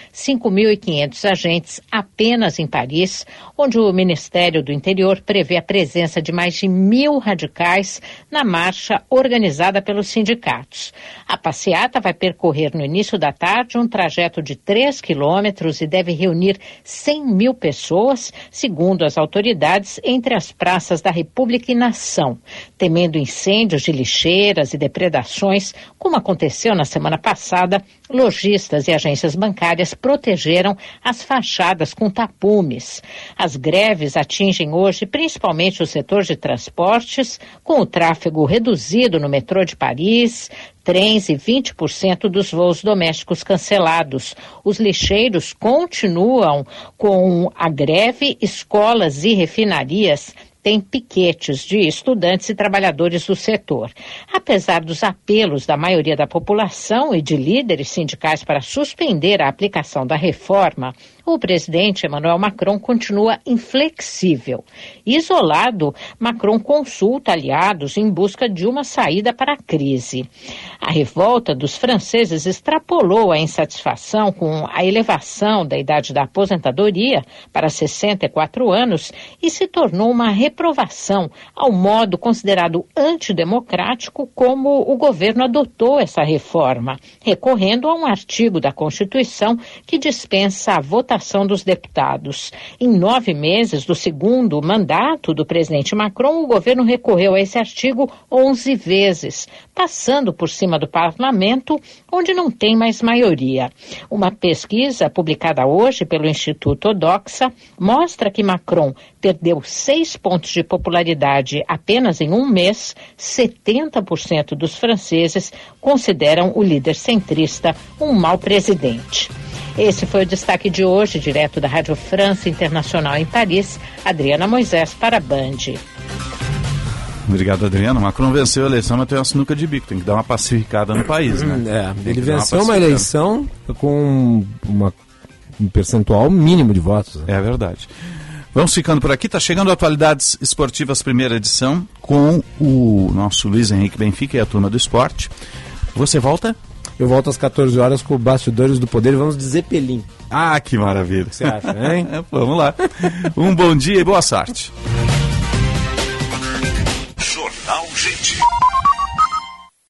5.500 agentes apenas em Paris, onde o Ministério do Interior prevê a presença de mais de 1.000 radicais na marcha organizada pelos sindicatos. A passeata vai percorrer no início da tarde um trajeto de 3 quilômetros e deve reunir 100 mil pessoas, segundo as autoridades, entre as praças da República e Nação, temendo incêndios de lixeiras e depredações, como aconteceu na semana passada. Lojistas e agências bancárias protegeram as fachadas com tapumes. As greves atingem hoje principalmente o setor de transportes, com o tráfego reduzido no metrô de Paris, trens e 20% dos voos domésticos cancelados. Os lixeiros continuam com a greve, escolas e refinarias tem piquetes de estudantes e trabalhadores do setor. Apesar dos apelos da maioria da população e de líderes sindicais para suspender a aplicação da reforma, o presidente Emmanuel Macron continua inflexível. Isolado, Macron consulta aliados em busca de uma saída para a crise. A revolta dos franceses extrapolou a insatisfação com a elevação da idade da aposentadoria para 64 anos e se tornou uma reprovação ao modo considerado antidemocrático como o governo adotou essa reforma, recorrendo a um artigo da Constituição que dispensa a votação dos deputados. Em 9 meses do segundo mandato do presidente Macron, o governo recorreu a esse artigo 11 vezes, passando por cima do parlamento, onde não tem mais maioria. Uma pesquisa publicada hoje pelo Instituto Odoxa mostra que Macron perdeu 6 pontos de popularidade apenas em um mês. 70% dos franceses consideram o líder centrista um mau presidente. Esse foi o destaque de hoje, direto da Rádio França Internacional em Paris. Adriana Moisés para a Band. Obrigado, Adriana. Macron venceu a eleição, mas tem uma sinuca de bico, tem que dar uma pacificada no país, né? Ele venceu uma eleição com um percentual mínimo de votos. Né? É verdade. Vamos ficando por aqui, está chegando Atualidades Esportivas, primeira edição, com o nosso Luiz Henrique Benfica e a turma do esporte. Você volta Eu volto às 14 horas com o Bastidores do Poder e vamos de Zeppelin. Ah, que maravilha. O que você acha, hein? Vamos lá. Um bom dia e boa sorte.